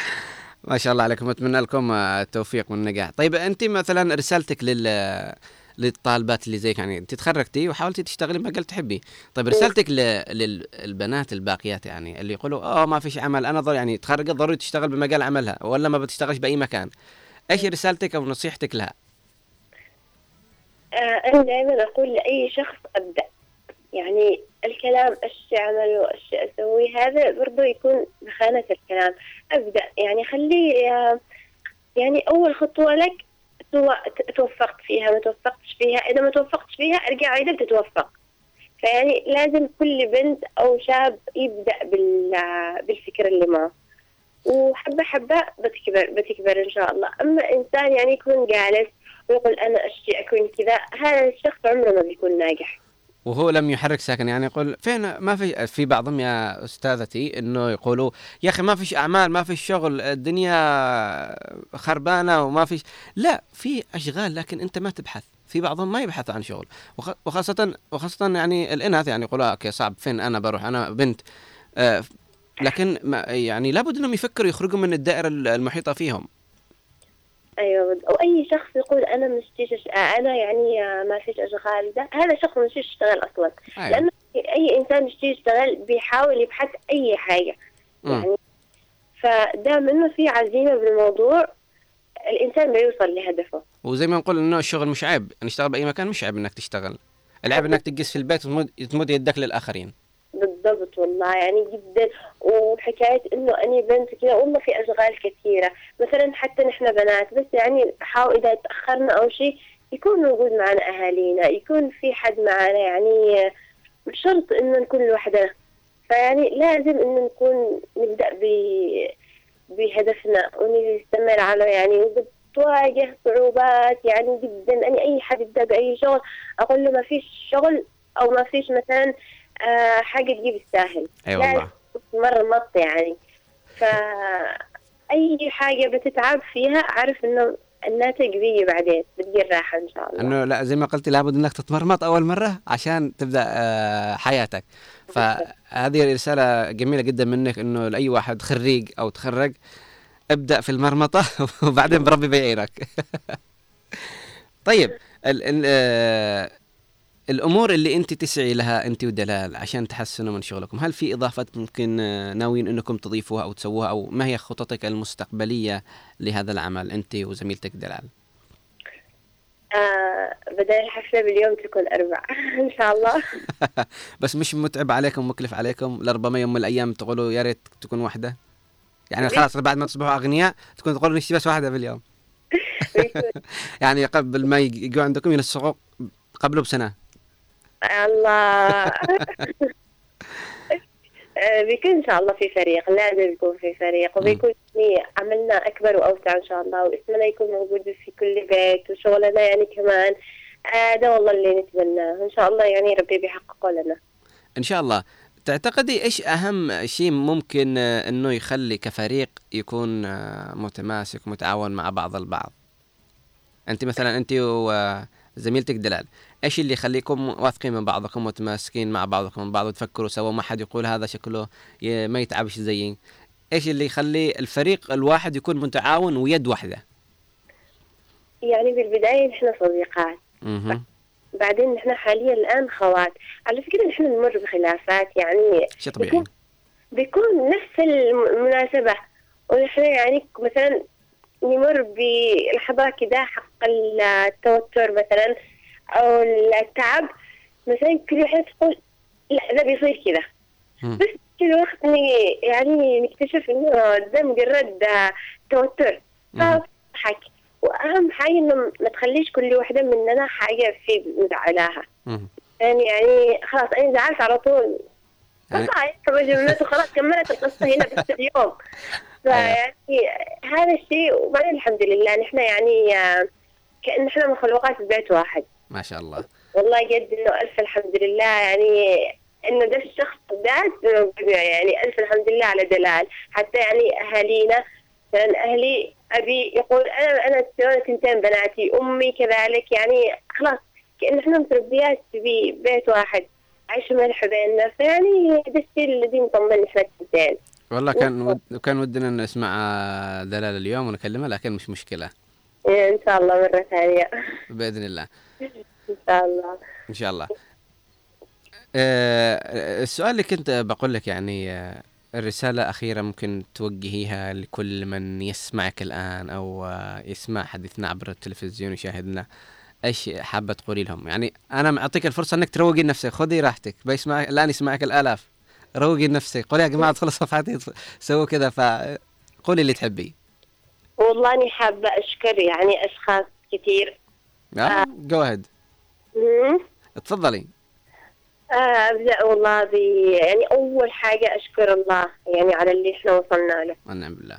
ما شاء الله عليكم، اتمنى لكم التوفيق والنجاح. طيب انت مثلا رسالتك للطالبات اللي زيك، يعني انت تخرجتي وحاولتي تشتغلي بمجال تحبي. طيب رسالتك للبنات الباقيات يعني اللي يقولوا ما فيش عمل، انا يعني تخرجت ضروري تشتغل بمجال عملها ولا ما بتشتغلش باي مكان، ايش رسالتك او نصيحتك لها؟ أنا دائما أقول لأي شخص أبدأ، يعني الكلام أشي أعمل وأشي أسوي هذا برضو يكون بخانة الكلام. أبدأ يعني خليه يعني أول خطوة لك توفقت فيها ما توفقتش فيها، إذا ما توفقتش فيها ارجع عيدة تتوفق. فيعني لازم كل بنت أو شاب يبدأ بالفكرة اللي معه، وحبة حبة بتكبر إن شاء الله. أما إنسان يعني يكون جالس ويقول أنا أشي أكون كذا، هذا الشخص عمره ما بيكون ناجح وهو لم يحرك ساكن. يعني يقول فين ما في بعضهم يا أستاذتي إنه يقولوا يا أخي ما فيش أعمال، ما فيش شغل، الدنيا خربانة وما فيش. لا، في أشغال لكن أنت ما تبحث. في بعضهم ما يبحث عن شغل، وخاصة يعني الإناث يعني يقولوا أوكي صعب، فين أنا بروح، أنا بنت. لكن يعني لابد أنهم يفكروا يخرجوا من الدائرة المحيطة فيهم. أيوة، أو أي شخص يقول أنا مشتيش، أنا يعني ما فيش أشغال، ده هذا شخص مشتيش يشتغل أصلا. أيوة. لأنه أي إنسان مشتيش يشتغل بيحاول يبحث أي حاجة يعني. فدام إنه في عزيمة بالموضوع الإنسان بيوصل لهدفه. وزي ما نقول إنه الشغل مش عيب، نشتغل بأي مكان مش عيب إنك تشتغل، العيب إنك تجلس في البيت وتمد يدك للآخرين. بالضبط والله يعني جدا. وحكاية إنه أني بنت كذا، والله في أشغال كثيرة مثلا حتى نحن بنات، بس يعني حاول إذا تأخرنا أو شيء يكون موجود معنا أهالينا، يكون في حد معنا، يعني مش شرط إنه نكون لوحدنا. فيعني لازم إنه نكون نبدأ بهدفنا ونستمر على يعني بتواجه صعوبات يعني جدا. يعني أي حد يبدأ بأي شغل أقول له ما فيش شغل أو ما فيش مثلا حاجة تجيب الساهل. أي والله مرة مط يعني. فأي حاجة بتتعب فيها عارف إنه الناتج بيجي بعدين، بتجي الراحة إن شاء الله. إنه لا زي ما قلت لابد إنك تتمرمط أول مرة عشان تبدأ حياتك. فهذه رسالة جميلة جدا منك، إنه لأي واحد خريج أو تخرج ابدأ في المرمطة وبعدين بربي بيعينك. طيب الأمور اللي أنت تسعي لها أنت ودلال عشان تحسنوا من شغلكم، هل في إضافات ممكن ناويين أنكم تضيفوها أو تسووها، أو ما هي خططك المستقبلية لهذا العمل أنت وزميلتك دلال؟ بدل الحفلة باليوم تكون 4 إن شاء الله. بس مش متعب عليكم مكلف عليكم لربما يوم من الأيام تقولوا يا ريت تكون واحدة؟ يعني خلاص بعد ما تصبحوا أغنياء تكون تقولوا نشتي بس واحدة باليوم. يعني قبل ما يجوا عندكم ينسقوا قبله بسنة. الله. بيكون إن شاء الله في فريق، لازم يكون في فريق، وبيكون عملنا أكبر وأوسع إن شاء الله، واسمنا يكون موجود في كل بيت، وشغلنا يعني كمان ده والله اللي نتمناه إن شاء الله، يعني ربي بيحققه لنا إن شاء الله. تعتقدي إيش أهم شيء ممكن إنه يخلي كفريق يكون متماسك متعاون مع بعض البعض؟ أنت مثلا أنت وزميلتك دلال، إيش اللي يخليكم واثقين من بعضكم متماسكين مع بعضكم من بعض وتفكروا سوا، ما حد يقول هذا شكله ما يتعبش زيي؟ إيش اللي يخلي الفريق الواحد يكون متعاون ويد واحدة؟ يعني بالبداية نحن صديقات، بعدين نحن حاليا الآن خوات. على فكرة نحن نمر بخلافات يعني شيء طبيعي، بيكون نفس المناسبة، ونحن يعني مثلا نمر بلحظات كده حق التوتر مثلا أو التعب، مثلا كل واحد تقول لا ده بيصير كده، بس كل وقت يعني نكتشف إنه ده مجرد توتر فضحك. وأهم حاجة إنه ما تخليش كل واحدة مننا حاجة في مزعلاها. يعني خلاص أنا زعلت على طول خلاص كملت القصة هنا بس اليوم. فيعني هذا الشيء. وبعدين الحمد لله نحن يعني كأن نحن مخلوقات في بيت واحد ما شاء الله. والله جد إنه ألف الحمد لله، يعني إنه ده الشخص ده يعني ألف الحمد لله على دلال. حتى يعني أهالينا مثلا أهلي أبي يقول أنا تنتين بناتي، أمي كذلك، يعني خلاص كأن إحنا متربيات في بيت واحد عيش ملح بيننا. فيعني ده الشيء الذي مطمن إحنا تنتين. والله كان ودنا نسمع دلال اليوم ونكلمها، لكن مش مشكلة إن شاء الله مرة ثانية. بإذن الله. إن شاء الله. إن شاء الله. السؤال اللي كنت بقول لك يعني الرسالة أخيرة ممكن توجهيها لكل من يسمعك الآن أو يسمع حديثنا عبر التلفزيون ويشاهدنا، إيش حابة تقولي لهم؟ يعني أنا معطيك الفرصة إنك تروقي نفسك، خذي راحتك، بيسمع الآن يسمعك الآلاف، روقي نفسك، قولي يا جماعة ادخلوا صفحتي سووا كذا، فقولي اللي تحبيه. والله أني حابة أشكر يعني أشخاص كثير. جو أهيد. تفضلي. أبدأ والله يعني أول حاجة أشكر الله يعني على اللي إحنا وصلنا له. والنعم بالله.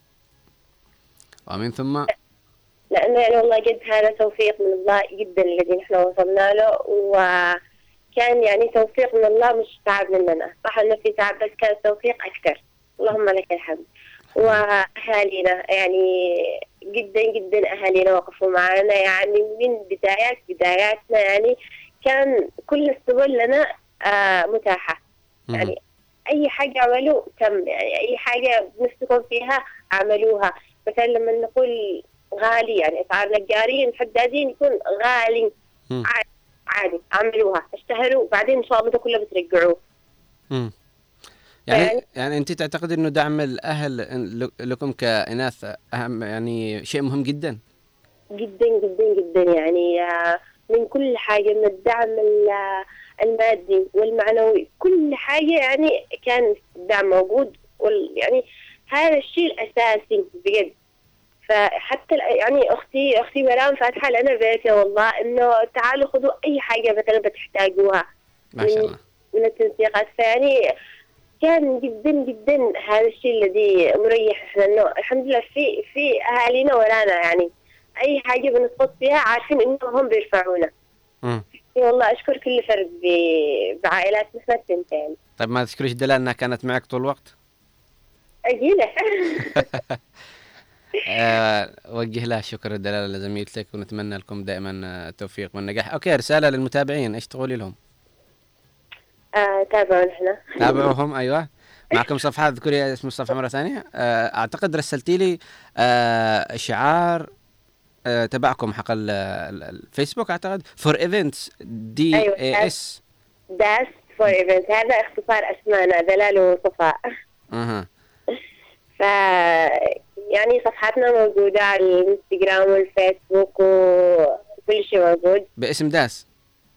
ومن ثم. لأنه يعني والله جد هذا توفيق من الله جدا الذي إحنا وصلنا له، وكان يعني توفيق من الله مش تعب مننا، صح إنه في تعب بس كان توفيق أكثر. اللهم لك الحمد. وأهالينا يعني جدا جدا أهالينا وقفوا معنا يعني من بداياتنا يعني كان كل السبل لنا متاحة. يعني أي حاجة عملوا تم، يعني أي حاجة نفسكم فيها عملوها. مثلا لما نقول غالي يعني أسعار نجارين حدادين يكون غالي عادي عملوها، اشتهروا وبعدين إن شاء الله ده كله بترجعوه. يعني أنت تعتقد إنه دعم الأهل لكم كإناث أهم، يعني شيء مهم جدا جدا جدا جدا، يعني من كل حاجة، من الدعم المادي والمعنوي، كل حاجة يعني كان الدعم موجود، يعني هذا الشيء الأساسي بجد. فحتى يعني أختي مرام فاتحة لنا بيتها والله إنه تعالوا خذوا أي حاجة مثلا بتحتاجوها ما شاء الله من التنسيقات. فيعني كان جدا جدا هذا الشيء الذي مريح إحنا إنه الحمد لله في أهالينا ورانا، يعني أي حاجة بنسقط فيها عارفين إنهم هم بيرفعونا. والله أشكر كل فرد بعائلات مثل التنتين. طيب ما تشكريش دلال أنها كانت معك طول الوقت؟ أجيلة. وجه لها شكر دلال لزميلتك، ونتمنى لكم دائما التوفيق والنجاح. أوكي، رسالة للمتابعين إيش تقولي لهم؟ تابعوا نحن. تابعوهم. أيوة. معكم صفحة، ذكري اسم الصفحة مرة ثانية. أعتقد رسلتي لي شعار تبعكم حق الفيسبوك، أعتقد فور إيفنتس DAS داس فور إيفنتس، هذا اختصار أسمانا دلال وصفاء. ف يعني صفحتنا موجودة على الانستغرام والفيسبوك وكل شيء موجود باسم داس.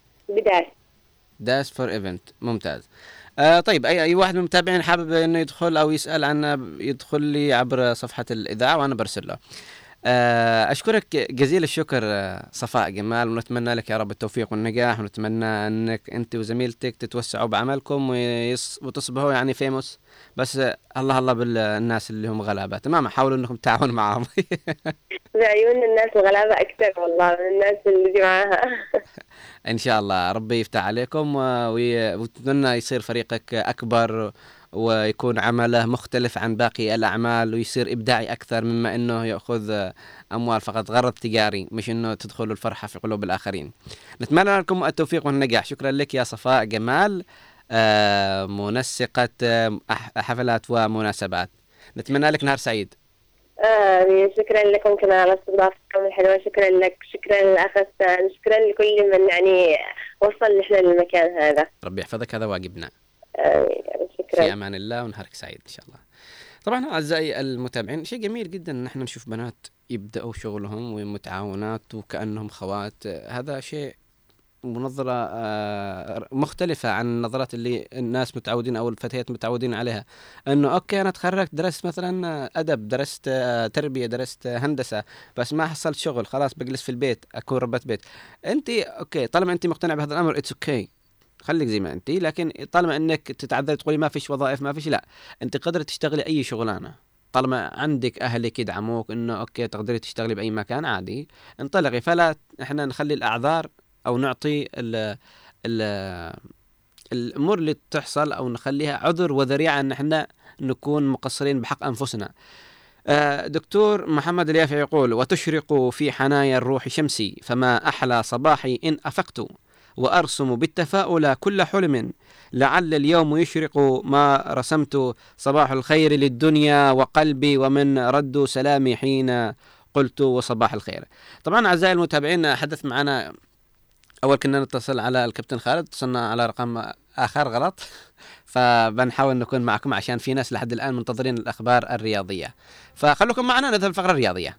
داس فور إيفنت. ممتاز. طيب أي واحد من المتابعين حابب إنه يدخل أو يسأل عنه يدخل لي عبر صفحة الإذاعة وأنا برسل له. أشكرك جزيل الشكر صفاء جمال، ونتمنى لك يا رب التوفيق والنجاح، ونتمنى أنك أنت وزميلتك تتوسعوا بعملكم وتصبحوا يعني فيموس. بس الله بالناس اللي هم غلابة، تمام، حاولوا أنكم تتعاونوا معهم. بعيون الناس الغلابة أكثر والله من الناس اللي معاها. إن شاء الله ربي يفتح عليكم، وتتمنى يصير فريقك أكبر ويكون عمله مختلف عن باقي الأعمال، ويصير إبداعي أكثر مما أنه يأخذ أموال فقط، غرض تجاري، مش أنه تدخلوا الفرحة في قلوب الآخرين. نتمنى لكم التوفيق والنجاح. شكرا لك يا صفاء جمال، منسقة حفلات ومناسبات. نتمنى لك نهار سعيد. شكرا لكم كمان على استضافتكم الحلوة. شكرا لك، شكرا للأخ حسان، شكرا لكل من يعني وصل نحن للمكان هذا. ربي يحفظك، هذا واجبنا. شكرا. في أمان الله ونهارك سعيد إن شاء الله. طبعا أعزائي المتابعين، شيء جميل جدا أن احنا نشوف بنات يبدأوا شغلهم ومتعاونات وكأنهم خوات. هذا شيء ونظرة مختلفة عن النظرات اللي الناس متعودين أو الفتيات متعودين عليها، أنه أوكي أنا تخرجت درست مثلا أدب، درست تربية، درست هندسة، بس ما حصلت شغل، خلاص بجلس في البيت أكون ربة بيت. أنت أوكي طالما أنت مقتنع بهذا الأمر اتس اوكي، خليك زي ما أنت، لكن طالما أنك تتعذر تقولي ما فيش وظائف ما فيش، لا، أنت قدرت تشتغلي أي شغلانة طالما عندك أهلك يدعموك، إنه أوكي تقدري تشتغلي بأي مكان عادي، انطلقي. فلا إحنا نخلي الأعذار أو نعطي الأمور اللي تحصل أو نخليها عذر وذريعة أن إحنا نكون مقصرين بحق أنفسنا. دكتور محمد اليافعي يقول: وتشرق في حنايا الروح شمسي، فما أحلى صباحي إن أفقت، وأرسم بالتفاؤل كل حلم، لعل اليوم يشرق ما رسمت، صباح الخير للدنيا وقلبي، ومن رد سلامي حين قلت وصباح الخير. طبعا أعزائي المتابعين، حدث معنا أول كنا نتصل على الكابتن خالد، اتصلنا على رقم آخر غلط، فبنحاول نكون معكم عشان في ناس لحد الآن منتظرين الأخبار الرياضية، فخلوكم معنا نذهب الفقرة الرياضية.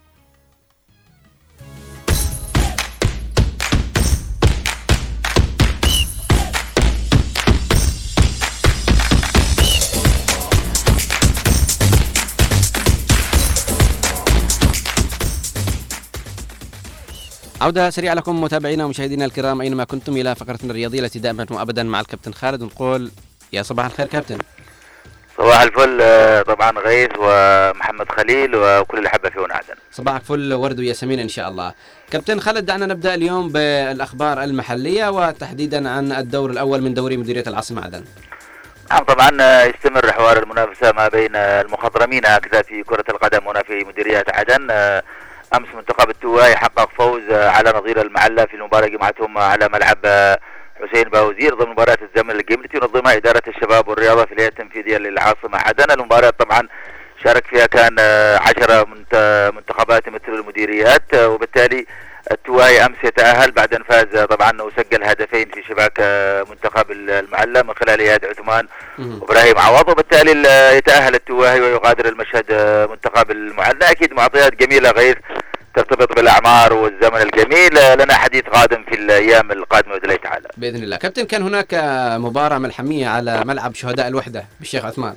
عودة سريعة لكم متابعينا ومشاهدينا الكرام أينما كنتم إلى فقرتنا الرياضية التي دائما وأبدا مع الكابتن خالد، ونقول يا صباح الخير كابتن. صباح الفل طبعا غيث ومحمد خليل وكل الأحبة في هنا عدن. صباحك فل ورد وياسمين إن شاء الله. كابتن خالد، دعنا نبدأ اليوم بالأخبار المحلية وتحديدا عن الدور الأول من دوري مديرية العاصمة عدن. نعم طبعا يستمر حوار المنافسة ما بين المخضرمين هكذا في كرة القدم هنا في مديرية عدن. أمس منتخب التواي حقق فوز على نظير المعلة في المباراة جمعتهم على ملعب حسين باوزير ضمن مباراة الزمن الجيم التي ينظمها إدارة الشباب والرياضة في الهيئة التنفيذية للعاصمة عدن. المباراة طبعا شارك فيها كان 10 منتخبات مثل المديريات، وبالتالي التواي أمس يتأهل بعد أن فاز طبعا وسجل هدفين في شباك منتخب المعلة من خلال إياد عثمان وإبراهيم عوض، وبالتالي يتأهل التواي ويغادر المشهد منتخب المعلة. أكيد معطيات جميلة غير ترتبط بالأعمار والزمن الجميل، لنا حديث قادم في الأيام القادمة بإذن الله تعالى بإذن الله. كابتن، كان هناك مباراة ملحمية على ملعب شهداء الوحدة بالشيخ عثمان.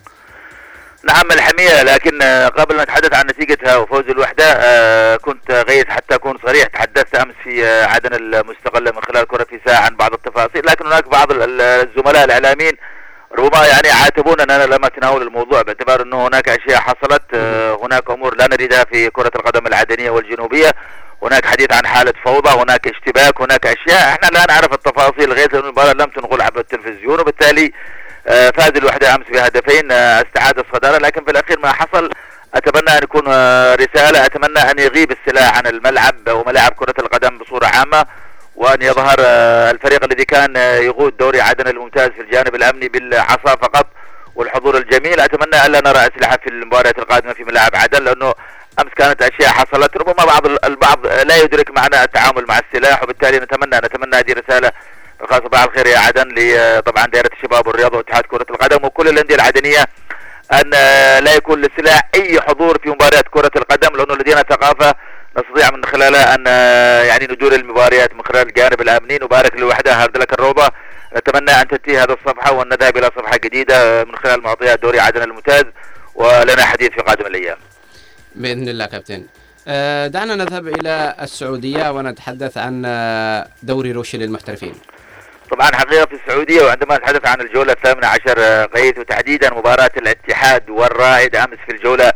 نعم ملحمية، لكن قبل ما نتحدث عن نتيجتها وفوز الوحدة كنت غيث حتى أكون صريح، تحدثت أمس في عدن المستقلة من خلال كرة في ساعة عن بعض التفاصيل، لكن هناك بعض الزملاء الإعلاميين ربما يعني عاتبون أن أنا لم أتناول الموضوع باعتبار أنه هناك أشياء حصلت، هناك أمور لا نريدها في كرة القدم العدنية والجنوبية، هناك حديث عن حالة فوضى، هناك اشتباك، هناك أشياء احنا لا نعرف التفاصيل غير أن المباراة لم تنقل عبر التلفزيون، وبالتالي فاز الوحدة أمس بهدفين استعاد الصدارة. لكن في الأخير ما حصل أتمنى أن يكون رسالة، أتمنى أن يغيب السلاح عن الملعب وملاعب كرة القدم بصورة عامة، وأن يظهر الفريق الذي كان يقود دوري عدن الممتاز في الجانب الأمني بالعصا فقط والحضور الجميل. أتمنى ألا نرى أسلحة في المباريات القادمة في ملاعب عدن، لأنه أمس كانت أشياء حصلت ربما البعض لا يدرك معنى التعامل مع السلاح، وبالتالي نتمنى هذه رسالة خاصة. صباح الخير يا عدن طبعا دائرة الشباب والرياضة واتحاد كرة القدم وكل الأندية العدنية أن لا يكون للسلاح أي حضور في مباريات كرة القدم، لأنه لدينا ثقافة نستطيع من خلالها أن يعني ندور المباريات من خلال الجانب الأمني. نبارك للوحدة هارد لك الروضة، نتمنى أن تنتهي هذه الصفحة وأن نذهب إلى صفحة جديدة من خلال معطيات دوري عدن الممتاز، ولنا حديث في قادم الأيام بإذن الله. كابتن، دعنا نذهب إلى السعودية ونتحدث عن دوري روشي للمحترفين. طبعا حقيقة في السعودية، وعندما نتحدث عن الجولة 18 قيث وتحديدا مباراة الاتحاد والرائد أمس في الجولة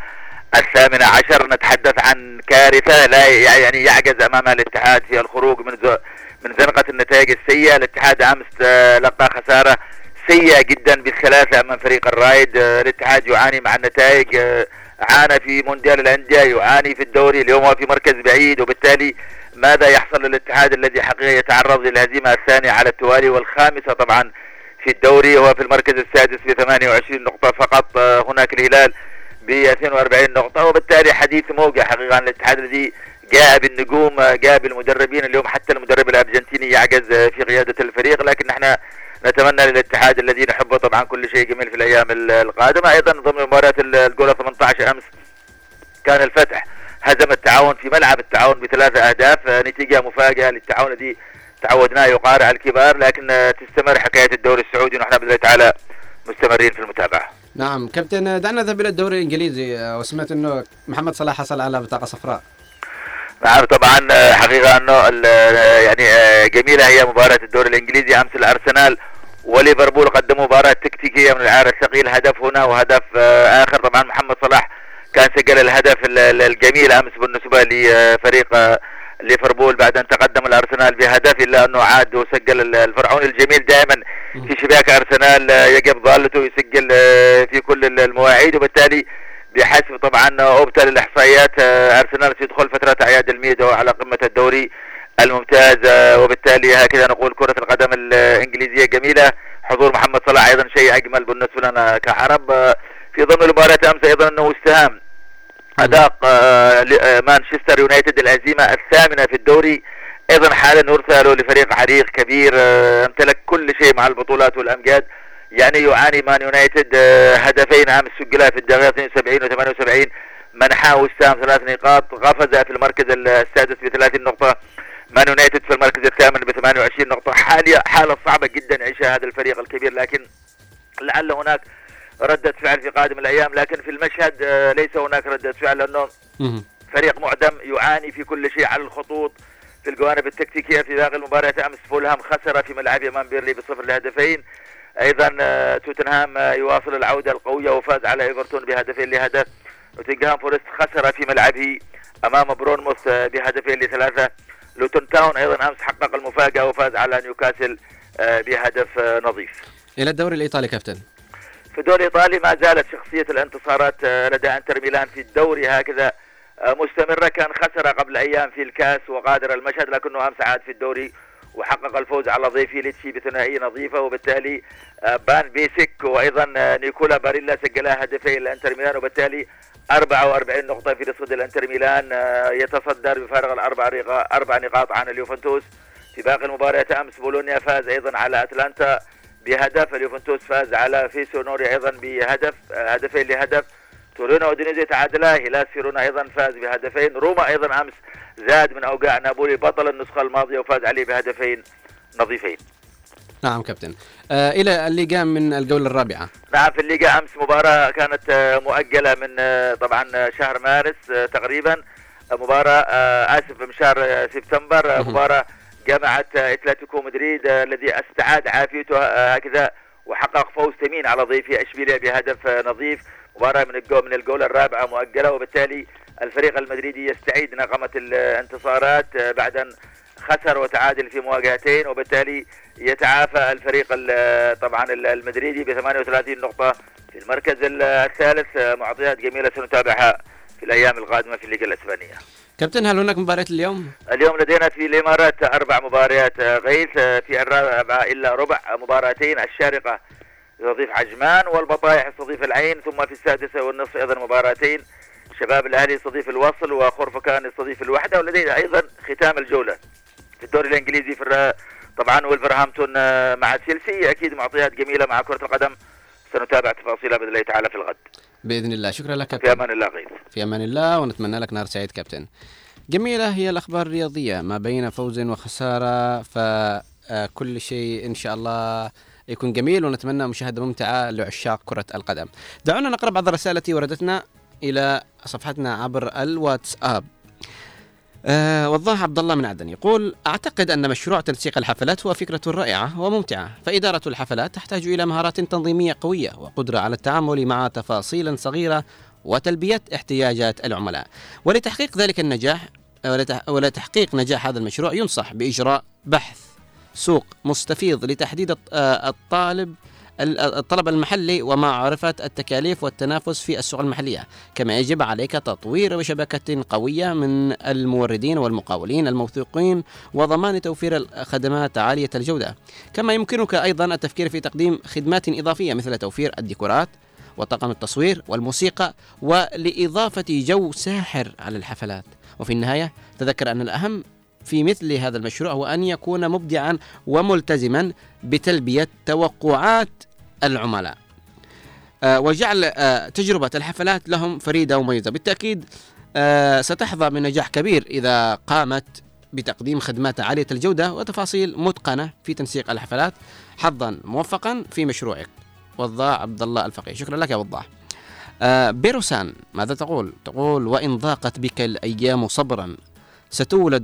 18 نتحدث عن كارثة لا يعني يعجز أمامها الاتحاد في الخروج من زنقة النتائج السيئة. الاتحاد أمس لقى خسارة سيئة جدا بالثلاثة أمام فريق الرائد. الاتحاد يعاني مع النتائج، عانى في مونديال الأندية، يعاني في الدوري، اليوم هو في مركز بعيد، وبالتالي ماذا يحصل للاتحاد الذي حقيقة يتعرض للهزيمة الثانية على التوالي والخامسة طبعا في الدوري، هو في المركز السادس ب 28 نقطة فقط، هناك الهلال ب 42 نقطة، وبالتالي حديث موجع حقيقة عن الاتحاد الذي جاء بالنجوم، جاء بالمدربين. اليوم حتى المدرب الأرجنتيني يعجز في قيادة الفريق، لكن نحن نتمنى للاتحاد الذي نحبه طبعا كل شيء جميل في الأيام القادمة. أيضا ضمن مباراة الجولة 18 أمس كان الفتح هزم التعاون في ملعب التعاون ب3 أهداف، نتيجة مفاجئة للتعاون الذي تعودناه يقارع الكبار، لكن تستمر حكاية الدوري السعودي ونحن بإذن الله تعالى مستمرين في المتابعة. نعم كابتن، دعنا نذهب إلى الدوري الإنجليزي، وسمعت أنه محمد صلاح حصل على بطاقة صفراء. نعم طبعا حقيقة أنه يعني جميلة هي مباراة الدوري الإنجليزي. أمس الأرسنال وليفربول قدموا مباراة تكتيكية من العار الثقيل، هدف هنا وهدف آخر. طبعا محمد صلاح كان سجل الهدف الجميل أمس بالنسبة لفريق ليفربول بعد أن تقدم الأرسنال بهدف، إلا أنه عاد وسجل الفرعوني الجميل دائما في شباك أرسنال يجب ضالته يسجل في كل المواعيد، وبالتالي بحسب طبعا أوبتا للإحصائيات أرسنال سيدخل فترة أعياد الميلاد على قمة الدوري الممتاز، وبالتالي هكذا نقول كرة القدم الإنجليزية جميلة. حضور محمد صلاح أيضا شيء أجمل بالنسبة لنا كعرب. في ضمن المباراة أمس أيضا أنه استهام أداء مانشستر يونايتد الهزيمة الثامنة في الدوري. أيضا حالا نرسل لفريق عريق كبير امتلك كل شيء مع البطولات والأمجاد. يعني يعاني مان يونايتد هدفين أمس سجلها في الدقيقة 72 و 78 منحاه وسام 3 نقاط. قفز في المركز السادس ب30 نقطة. مان يونايتد في المركز الثامن ب28 نقطة. حالة صعبة جدا يعيشها هذا الفريق الكبير، لكن لعل هناك ردة فعل في قادم الأيام. لكن في المشهد ليس هناك ردة فعل، لأنه فريق معدم يعاني في كل شيء على الخطوط. في الجوانب التكتيكية في باقي المباراة أمس فولهام خسر في ملعبه أمام بيرلي ب0-2. أيضا توتنهام يواصل العودة القوية وفاز على إيفرتون ب2-0. نوتنغهام فورست خسر في ملعبه أمام برونموث ب2-3. لوتون تاون أيضا أمس حقق المفاجأة وفاز على نيوكاسل بهدف نظيف. إلى الدوري الإيطالي كابتن. في الدوري الإيطالي ما زالت شخصية الانتصارات لدى انتر ميلان في الدوري هكذا مستمرة. كان خسر قبل أيام في الكاس وغادر المشهد، لكنه أمس عاد في الدوري وحقق الفوز على ضيفي ليتشي بثنائية نظيفة. وبالتالي بان بيسك وأيضا نيكولا باريلا سجلا هدفين لانتر ميلان، وبالتالي 44 نقطة في رصيد الانتر ميلان. يتصدر بفارق 4 نقاط عن اليوفنتوس. في باقي المباريات أمس بولونيا فاز أيضا على أتلانتا بهدف. اليوفنتوس فاز على فيسونوري أيضا هدفين لهدف. تورينو ودينيزي تعادلا. هيلاس فيرونا أيضا فاز بهدفين. روما أيضا أمس زاد من أوقاع نابولي بطل النسخة الماضية وفاز عليه بهدفين نظيفين. نعم كابتن. إلى الليغا من الجولة الرابعة. نعم في الليغا أمس مباراة كانت مؤجلة من طبعا شهر مارس تقريبا. مباراة من شهر سبتمبر. مباراة جمعت اتلتيكو مدريد الذي استعاد عافيته هكذا وحقق فوز ثمين على ضيفه اشبيليا بهدف نظيف. مباراة من الجولة الرابعة مؤجلة، وبالتالي الفريق المدريدي يستعيد نغمة الانتصارات بعد أن خسر وتعادل في مواجهتين، وبالتالي يتعافى الفريق طبعا المدريدي ب38 نقطة في المركز الثالث. معطيات جميلة سنتابعها في الأيام القادمة في الليغا الإسبانية. كابتن هل هناك مباريات اليوم؟ اليوم لدينا في الإمارات 4 مباريات غيث. في 4:15 مباراتين. الشارقة يستضيف عجمان والبطايح يستضيف العين. ثم في 6:30 أيضا مباراتين. شباب الأهلي يستضيف الوصل وخرفكان يستضيف الوحدة. ولدينا أيضا ختام الجولة في الدوري الإنجليزي في طبعا ولفرهامبتون مع تشيلسي. أكيد معطيات جميلة مع كرة القدم سنتابع تفاصيلها بإذن الله تعالى في الغد بإذن الله. شكرا لك كابتن. في أمان الله غيث. في أمان الله ونتمنى لك نهار سعيد كابتن. جميلة هي الأخبار الرياضية ما بين فوز وخسارة، فكل شيء إن شاء الله يكون جميل ونتمنى مشاهدة ممتعة لعشاق كرة القدم. دعونا نقرأ بعض الرسائل التي وردتنا إلى صفحتنا عبر الواتساب. وضاح عبد الله من عدن يقول: أعتقد أن مشروع تنسيق الحفلات هو فكرة رائعة وممتعة، فإدارة الحفلات تحتاج إلى مهارات تنظيمية قوية وقدرة على التعامل مع تفاصيل صغيرة وتلبية احتياجات العملاء. ولتحقيق ذلك النجاح ولتحقيق نجاح هذا المشروع ينصح بإجراء بحث سوق مستفيض لتحديد الطلب المحلي ومعرفة التكاليف والتنافس في السوق المحلية. كما يجب عليك تطوير شبكة قوية من الموردين والمقاولين الموثوقين وضمان توفير الخدمات عالية الجودة. كما يمكنك أيضا التفكير في تقديم خدمات إضافية مثل توفير الديكورات وطاقم التصوير والموسيقى ولإضافة جو ساحر على الحفلات. وفي النهاية تذكر أن الأهم في مثل هذا المشروع هو أن يكون مبدعا وملتزما بتلبية توقعات العملاء وجعل تجربة الحفلات لهم فريدة ومميزة. بالتأكيد ستحظى من نجاح كبير إذا قامت بتقديم خدمات عالية الجودة وتفاصيل متقنة في تنسيق الحفلات. حظا موفقا في مشروعك. وضاح عبد الله الفقيه. شكرا لك يا وضاح. بيروسان ماذا تقول؟ تقول: وإن ضاقت بك الأيام صبرا ستولد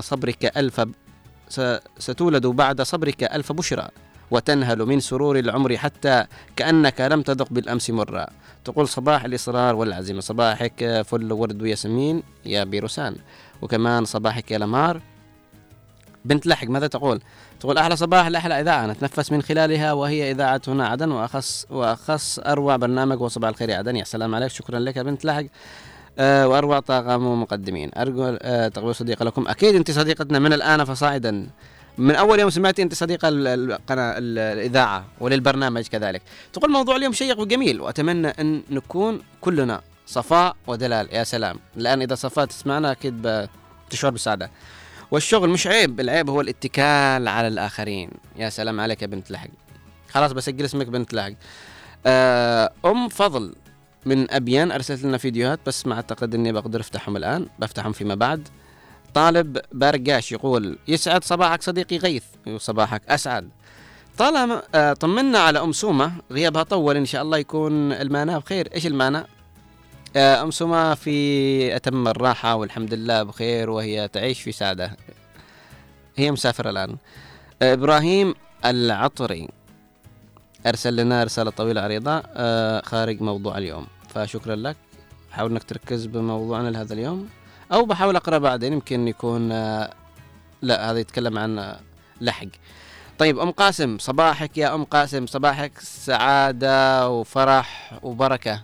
بعد صبرك ألف بشرى وتنهل من سرور العمر حتى كأنك لم تذق بالأمس مرة. تقول: صباح الإصرار والعزيمة. صباحك فل ورد وياسمين يا بيروسان. وكمان صباحك يا لمار بنت لحق. ماذا تقول؟ تقول: أحلى صباح لأحلى إذاعة نتنفس من خلالها وهي إذاعة هنا عدن وأخص أروع برنامج وصباح الخير يا عدن. يا سلام عليك. شكرا لك يا بنت لحق. وأروع طاقم مقدمين. أرجو تقوية صديقة لكم. أكيد أنت صديقتنا من الآن فصاعدا. من أول يوم سمعتي أنت صديقة القناة الإذاعة وللبرنامج كذلك. تقول: موضوع اليوم شيق وجميل وأتمنى أن نكون كلنا صفاء ودلال. يا سلام، الآن إذا صفاء تسمعنا أكيد بتشعر بالسعادة. والشغل مش عيب، العيب هو الاتكال على الآخرين. يا سلام عليك يا بنت لحق. خلاص بسجل اسمك بنت لحق. أم فضل من أبيان أرسلت لنا فيديوهات بس ما أعتقد أني بقدر أفتحهم الآن، بفتحهم فيما بعد. طالب بارقاش يقول يسعد صباحك صديقي غيث. وصباحك أسعد. طمنا على أم سومة، غيابها طول، إن شاء الله يكون المعنى بخير. إيش المعنى؟ أم سومة في أتم الراحة والحمد لله بخير، وهي تعيش في سعادة، هي مسافرة الآن. إبراهيم العطري أرسل لنا رسالة طويلة عريضة خارج موضوع اليوم، فشكرا لك. حاول أنك تركز بموضوعنا لهذا اليوم، أو بحاول أقرأ بعدين يمكن يكون لا هذا يتكلم عن لحق. طيب أم قاسم، صباحك يا أم قاسم، صباحك سعادة وفرح وبركة.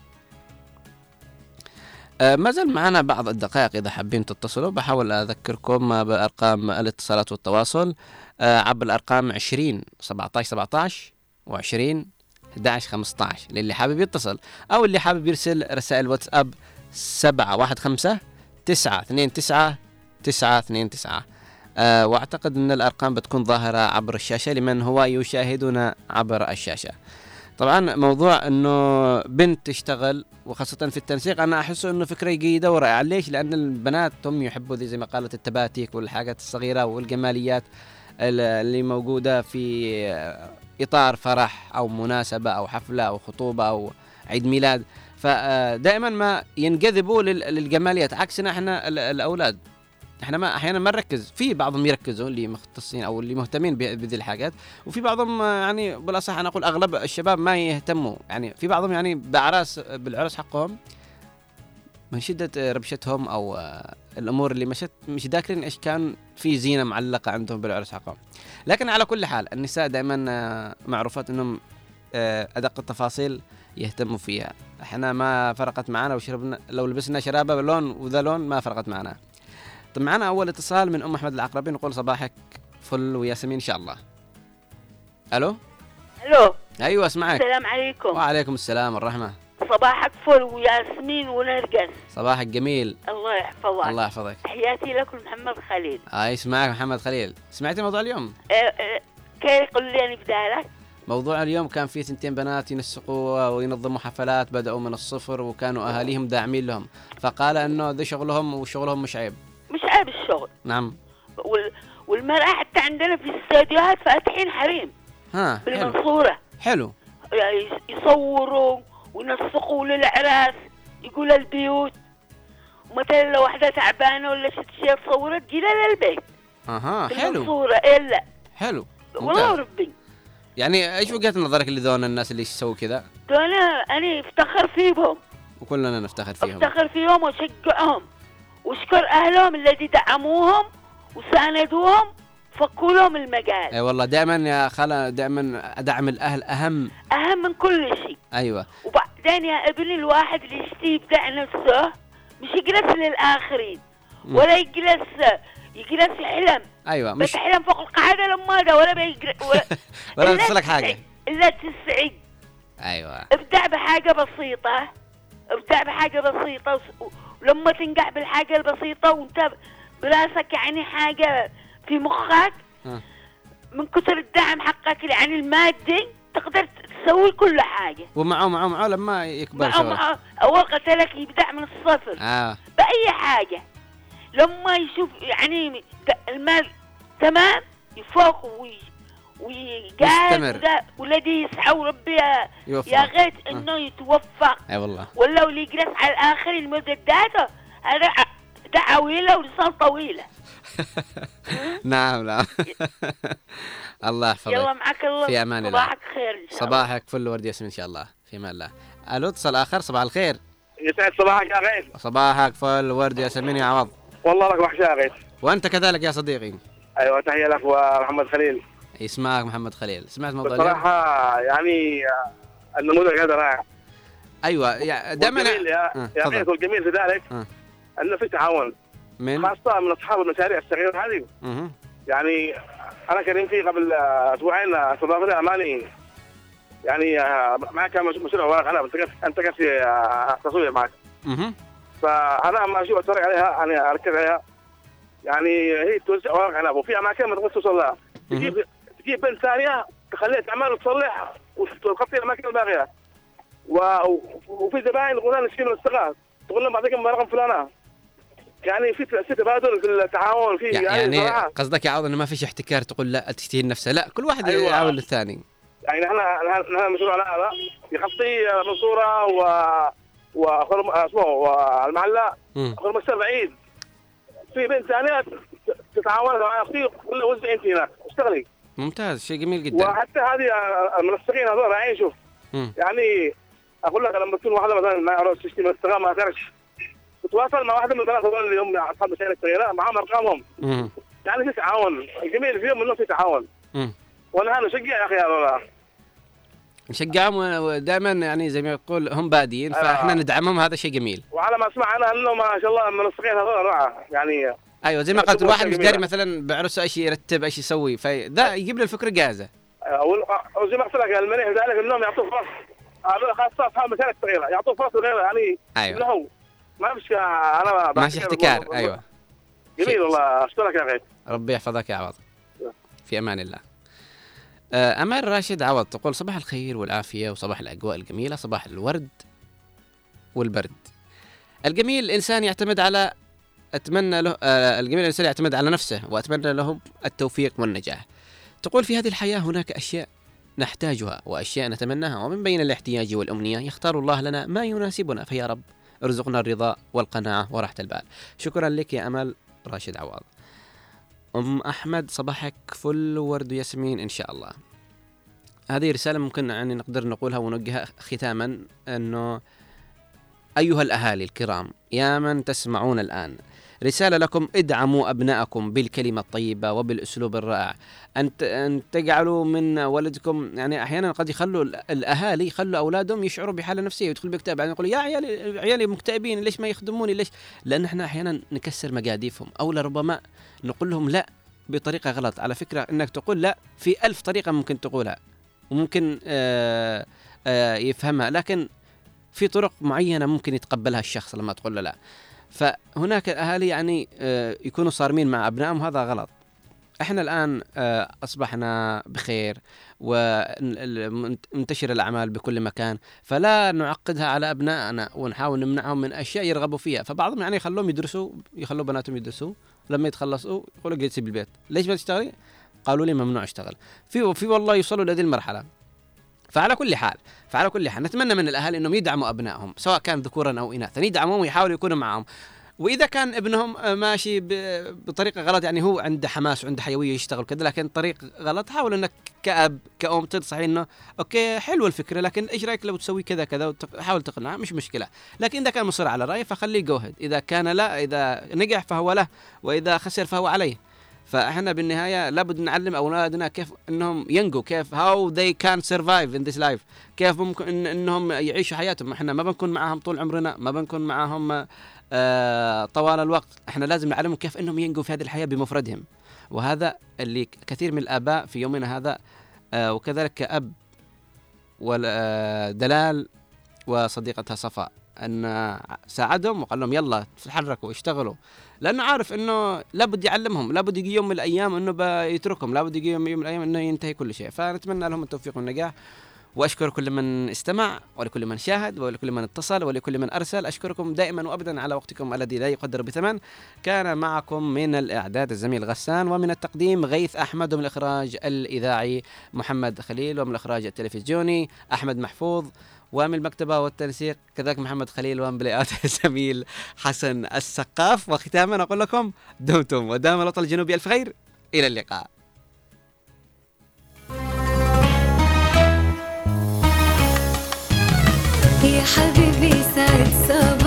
ما زال معنا بعض الدقائق إذا حابين تتصلوا، بحاول أذكركم بأرقام الاتصالات والتواصل عبر الأرقام 20 17 17 و20 11 15 للي حابب يتصل، أو اللي حابب يرسل رسائل واتساب 715 929 929. وأعتقد أن الأرقام بتكون ظاهرة عبر الشاشة لمن هو يشاهدنا عبر الشاشة. طبعا موضوع أنه بنت تشتغل وخاصة في التنسيق أنا أحس أنه فكرة جيدة ورائعة. ليش؟ لأن البنات هم يحبوا زي ما قالت التباتيك والحاجات الصغيرة والجماليات اللي موجودة في إطار فرح أو مناسبة أو حفلة أو خطوبة أو عيد ميلاد، فدائما ما ينجذبوا للجماليات. عكسنا احنا الأولاد، احنا ما احيانا ما نركز، في بعضهم يركزوا اللي مختصين او اللي مهتمين بهذه الحاجات، وفي بعضهم يعني بالاصح انا اقول اغلب الشباب ما يهتموا. يعني في بعضهم يعني بالعرس حقهم من شدة ربشتهم او الامور اللي مش ذاكرين ايش كان في زينة معلقة عندهم بالعرس حقهم. لكن على كل حال النساء دائما معروفات انهم ادق التفاصيل يهتموا فيها. احنا ما فرقت معنا لو لبسنا شرابة بلون وذا لون ما فرقت معنا. طب معنا أول اتصال من أم أحمد العقربي، نقول صباحك فل وياسمين إن شاء الله. ألو. أيوة أسمعك. السلام عليكم. وعليكم السلام والرحمة. صباحك فل وياسمين ونرقص. صباحك جميل. الله يحفظك. الله يحفظك. تحياتي لكم محمد خليل. اسمعك محمد خليل. سمعتي موضوع اليوم؟ كيف قل لي بدالك؟ موضوع اليوم كان في 2 بنات ينسقوا وينظموا حفلات، بدأوا من الصفر وكانوا أهاليهم داعمين لهم، فقال إنه ده شغلهم وشغلهم مش عيب. مش عيب الشغل. نعم. والمرأة حتى عندنا في الاستديوهات فاتحين حريم. بالمنصورة. حلو. يصوروا وينسقوا للأعراس، يقول البيوت، ومثلا لو واحدة تعبانة ولا شيء تصورت جيلها للبيت. حلو. بالمنصورة إلا. حلو. والله ربي. يعني ايش وجهة نظرك لذون الناس اللي يسووا كذا؟ أنا افتخر فيهم. وكلنا نفتخر فيهم. افتخر فيهم وشجعهم واشكر أهلهم الذي دعموهم وساندوهم فكوا لهم المجال. اي والله دائما يا خالة، دائما دعم الأهل أهم من كل شيء. أيوة. وبعدين يا ابني الواحد اللي يبدع نفسه مش يجلس للآخرين ولا يجلس يحلم. أيوة مش بتحلم فوق القاعدة لما ده ولا بيجري ولا تصلك حاجة إلا تسعد. أيوة. ابدع بحاجة بسيطة، ولما تنجح بالحاجة البسيطة وانت براسك يعني حاجة في مخك من كثر الدعم حقك يعني المادي تقدر تسوي كل حاجة. ومعه لما يكبر شغله أول قتلك يبدع من الصفر بأي حاجة. لما يشوف يعني المال تمام يفوق ويقال والذي يسعى وربي يا غيث انه يتوفق. اي والله. ولا اللي يجلس على الاخر المدداته هذا دعويله ولسان طويله. نعم. الله يحفظك. يلا معك الله. في امان الله. صباحك خير ان شاء الله. صباحك فل ورد ياسمين ان شاء الله. في امان الله. الو اتصال اخر. صباح الخير. يسعد صباحك يا غيث. صباحك فل ورد ياسمين يا عوض. والله لك وحشه يا غيث. وانت كذلك يا صديقي. ايوه تحيه لك ومحمد خليل. اسمعك محمد خليل. سمعت موضوع بصراحه يعني النموذج هذا رائع. ايوه دائما يا غيث والجميل في ذلك انه في تعاون خاصه من اصحاب المشاريع الصغيره هذه. يعني انا كريم فيه قبل اسبوعين استضافنا اماني يعني معك مشروع ورق عنب، انت كيف تصوير معك. فانا لما اشوف اتفرج عليها يعني اركز عليها، يعني هي توزع ورق عنب وفي اماكن ما تقدر توصل لها، تجيب بنت ثانيه تخليها تعمل وتصلح وتغطي الاماكن الباقيه. وفي زباين يقولون نشتري من الصغار، تقول لهم بعطيكم رقم فلانه. يعني في تبادل في التعاون في يعني قصدك يا عوض انه ما فيش احتكار، تقول لا تشتهي نفسه، لا كل واحد يعاون للثاني. يعني احنا مشروعنا هذا يغطي منصوره والمعلة والمكسر بعيد. في بنت ثانيه تتعاون مع اختي كل وزع انت هناك اشتغلي. ممتاز، شيء جميل جدا. وحتى هذه المنسقين هذول رايحين شوف يعني اقول لك لما تكون واحده مثلا ما يعرف تشتري من الصغار ما تعرفش، تتواصل مع واحده من البنات هذول اللي هم اصحاب مشاريع صغيره معهم ارقامهم. يعني في تعاون، الجميل فيهم انه في تعاون. وانا نشجع يا اخي هذول، نشجعهم ودائما يعني زي ما يقول هم بادين فاحنا ندعمهم، هذا شيء جميل. وعلى ما اسمع انا انه ما شاء الله المنسقين هذول روعه يعني. ايوه زي ما قلت، الواحد مش داري مثلا بعرسه ايش يرتب ايش يسوي، فده يجيب له الفكره جاهزه. او زي ما قلت لك المليح ذلك انهم يعطوه فرص، هذول خاصه اصحاب مشاريع صغيره يعطوه فرص غير يعني. ايوه له ما فيش انا ماشي احتكار. ايوه جميل والله، اشكرك يا اخي. ربي يحفظك يا عوض، في امان الله. امال راشد عوض تقول صباح الخير والعافيه وصباح الاجواء الجميله، صباح الورد والبرد. الجميل الانسان يعتمد على الجميل الانسان يعتمد على نفسه، واتمنى لهم التوفيق والنجاح. تقول في هذه الحياه هناك اشياء نحتاجها واشياء نتمناها، ومن بين الاحتياج والامنيه يختار الله لنا ما يناسبنا، فيا رب ارزقنا الرضا والقناعه وراحه البال. شكرا لك يا امل راشد عوض. أحمد صباحك فل ورد وياسمين إن شاء الله. هذه رسالة ممكن يعني نقدر نقولها ونوجهها ختاما، أنه أيها الأهالي الكرام يا من تسمعون الآن، رسالة لكم: ادعموا أبنائكم بالكلمة الطيبة وبالأسلوب الرائع. أن تجعلوا من ولدكم، يعني أحيانا قد يخلوا الأهالي يخلوا أولادهم يشعروا بحالة نفسية، يدخل باكتئاب، بعدين يقول يا عيالي مكتئبين ليش ما يخدموني ليش؟ لأن احنا أحيانا نكسر مقاديفهم، أو لربما نقول لهم لا بطريقة غلط. على فكرة إنك تقول لا في 1000 طريقة ممكن تقولها وممكن يفهمها، لكن في طرق معينة ممكن يتقبلها الشخص لما تقول له لا. فهناك الأهالي يعني يكونوا صارمين مع أبنائهم، هذا غلط. احنا الآن أصبحنا بخير ومنتشر الأعمال بكل مكان، فلا نعقدها على أبنائنا ونحاول نمنعهم من أشياء يرغبوا فيها. فبعضهم يعني يخلوهم يدرسوا، يخلوا بناتهم يدرسوا، لما يتخلصوا يقولوا جلسي بالبيت، ليش ما تشتغلي؟ قالوا لي ممنوع اشتغل. في والله يوصلوا لهذه المرحلة. فعلى كل حال نتمنى من الأهالي أنهم يدعموا أبنائهم سواء كان ذكورا أو إناثا، يدعموهم ويحاولوا يكونوا معهم. وإذا كان ابنهم ماشي بطريقة غلط، يعني هو عنده حماس وعنده حيوية يشتغل كذا لكن طريق غلط، حاول أنك كأب كأم تنصحي أنه أوكي حلوة الفكرة لكن إيش رأيك لو تسوي كذا كذا، وحاول تقنعه مش مشكلة. لكن إذا كان مصر على رأيه فخليه جوهد، إذا كان لا، إذا نجح فهو له وإذا خسر فهو عليه. فإحنا بالنهاية لابد نعلم أولادنا كيف إنهم ينجو، كيف how they can survive in this life، كيف ممكن إنهم يعيشوا حياتهم. إحنا ما بنكون معاهم طول عمرنا، ما بنكون معاهم طوال الوقت. إحنا لازم نعلمهم كيف إنهم ينجوا في هذه الحياة بمفردهم، وهذا اللي كثير من الآباء في يومنا هذا وكذلك كأب ودلال وصديقتها صفاء أن ساعدهم وقال لهم يلا تحركوا اشتغلوا، لأنه عارف أنه لابد يعلمهم، لابد يجي يوم من الأيام أنه بيتركهم، لابد يجي يوم من الأيام أنه ينتهي كل شيء. فنتمنى لهم التوفيق والنجاح، وأشكر كل من استمع ولكل من شاهد ولكل من اتصل ولكل من أرسل. أشكركم دائما وأبدا على وقتكم الذي لا يقدر بثمن. كان معكم من الإعداد الزميل غسان، ومن التقديم غيث أحمد، ومن الإخراج الإذاعي محمد خليل، ومن الإخراج التلفزيوني أحمد محفوظ، ومن المكتبة والتنسيق كذلك محمد خليل، ومن بلايات الزميل حسن السقاف. وختاما أقول لكم دمتم ودام الوطن الجنوبي ألف خير، إلى اللقاء. يا حبيبي سعد صباح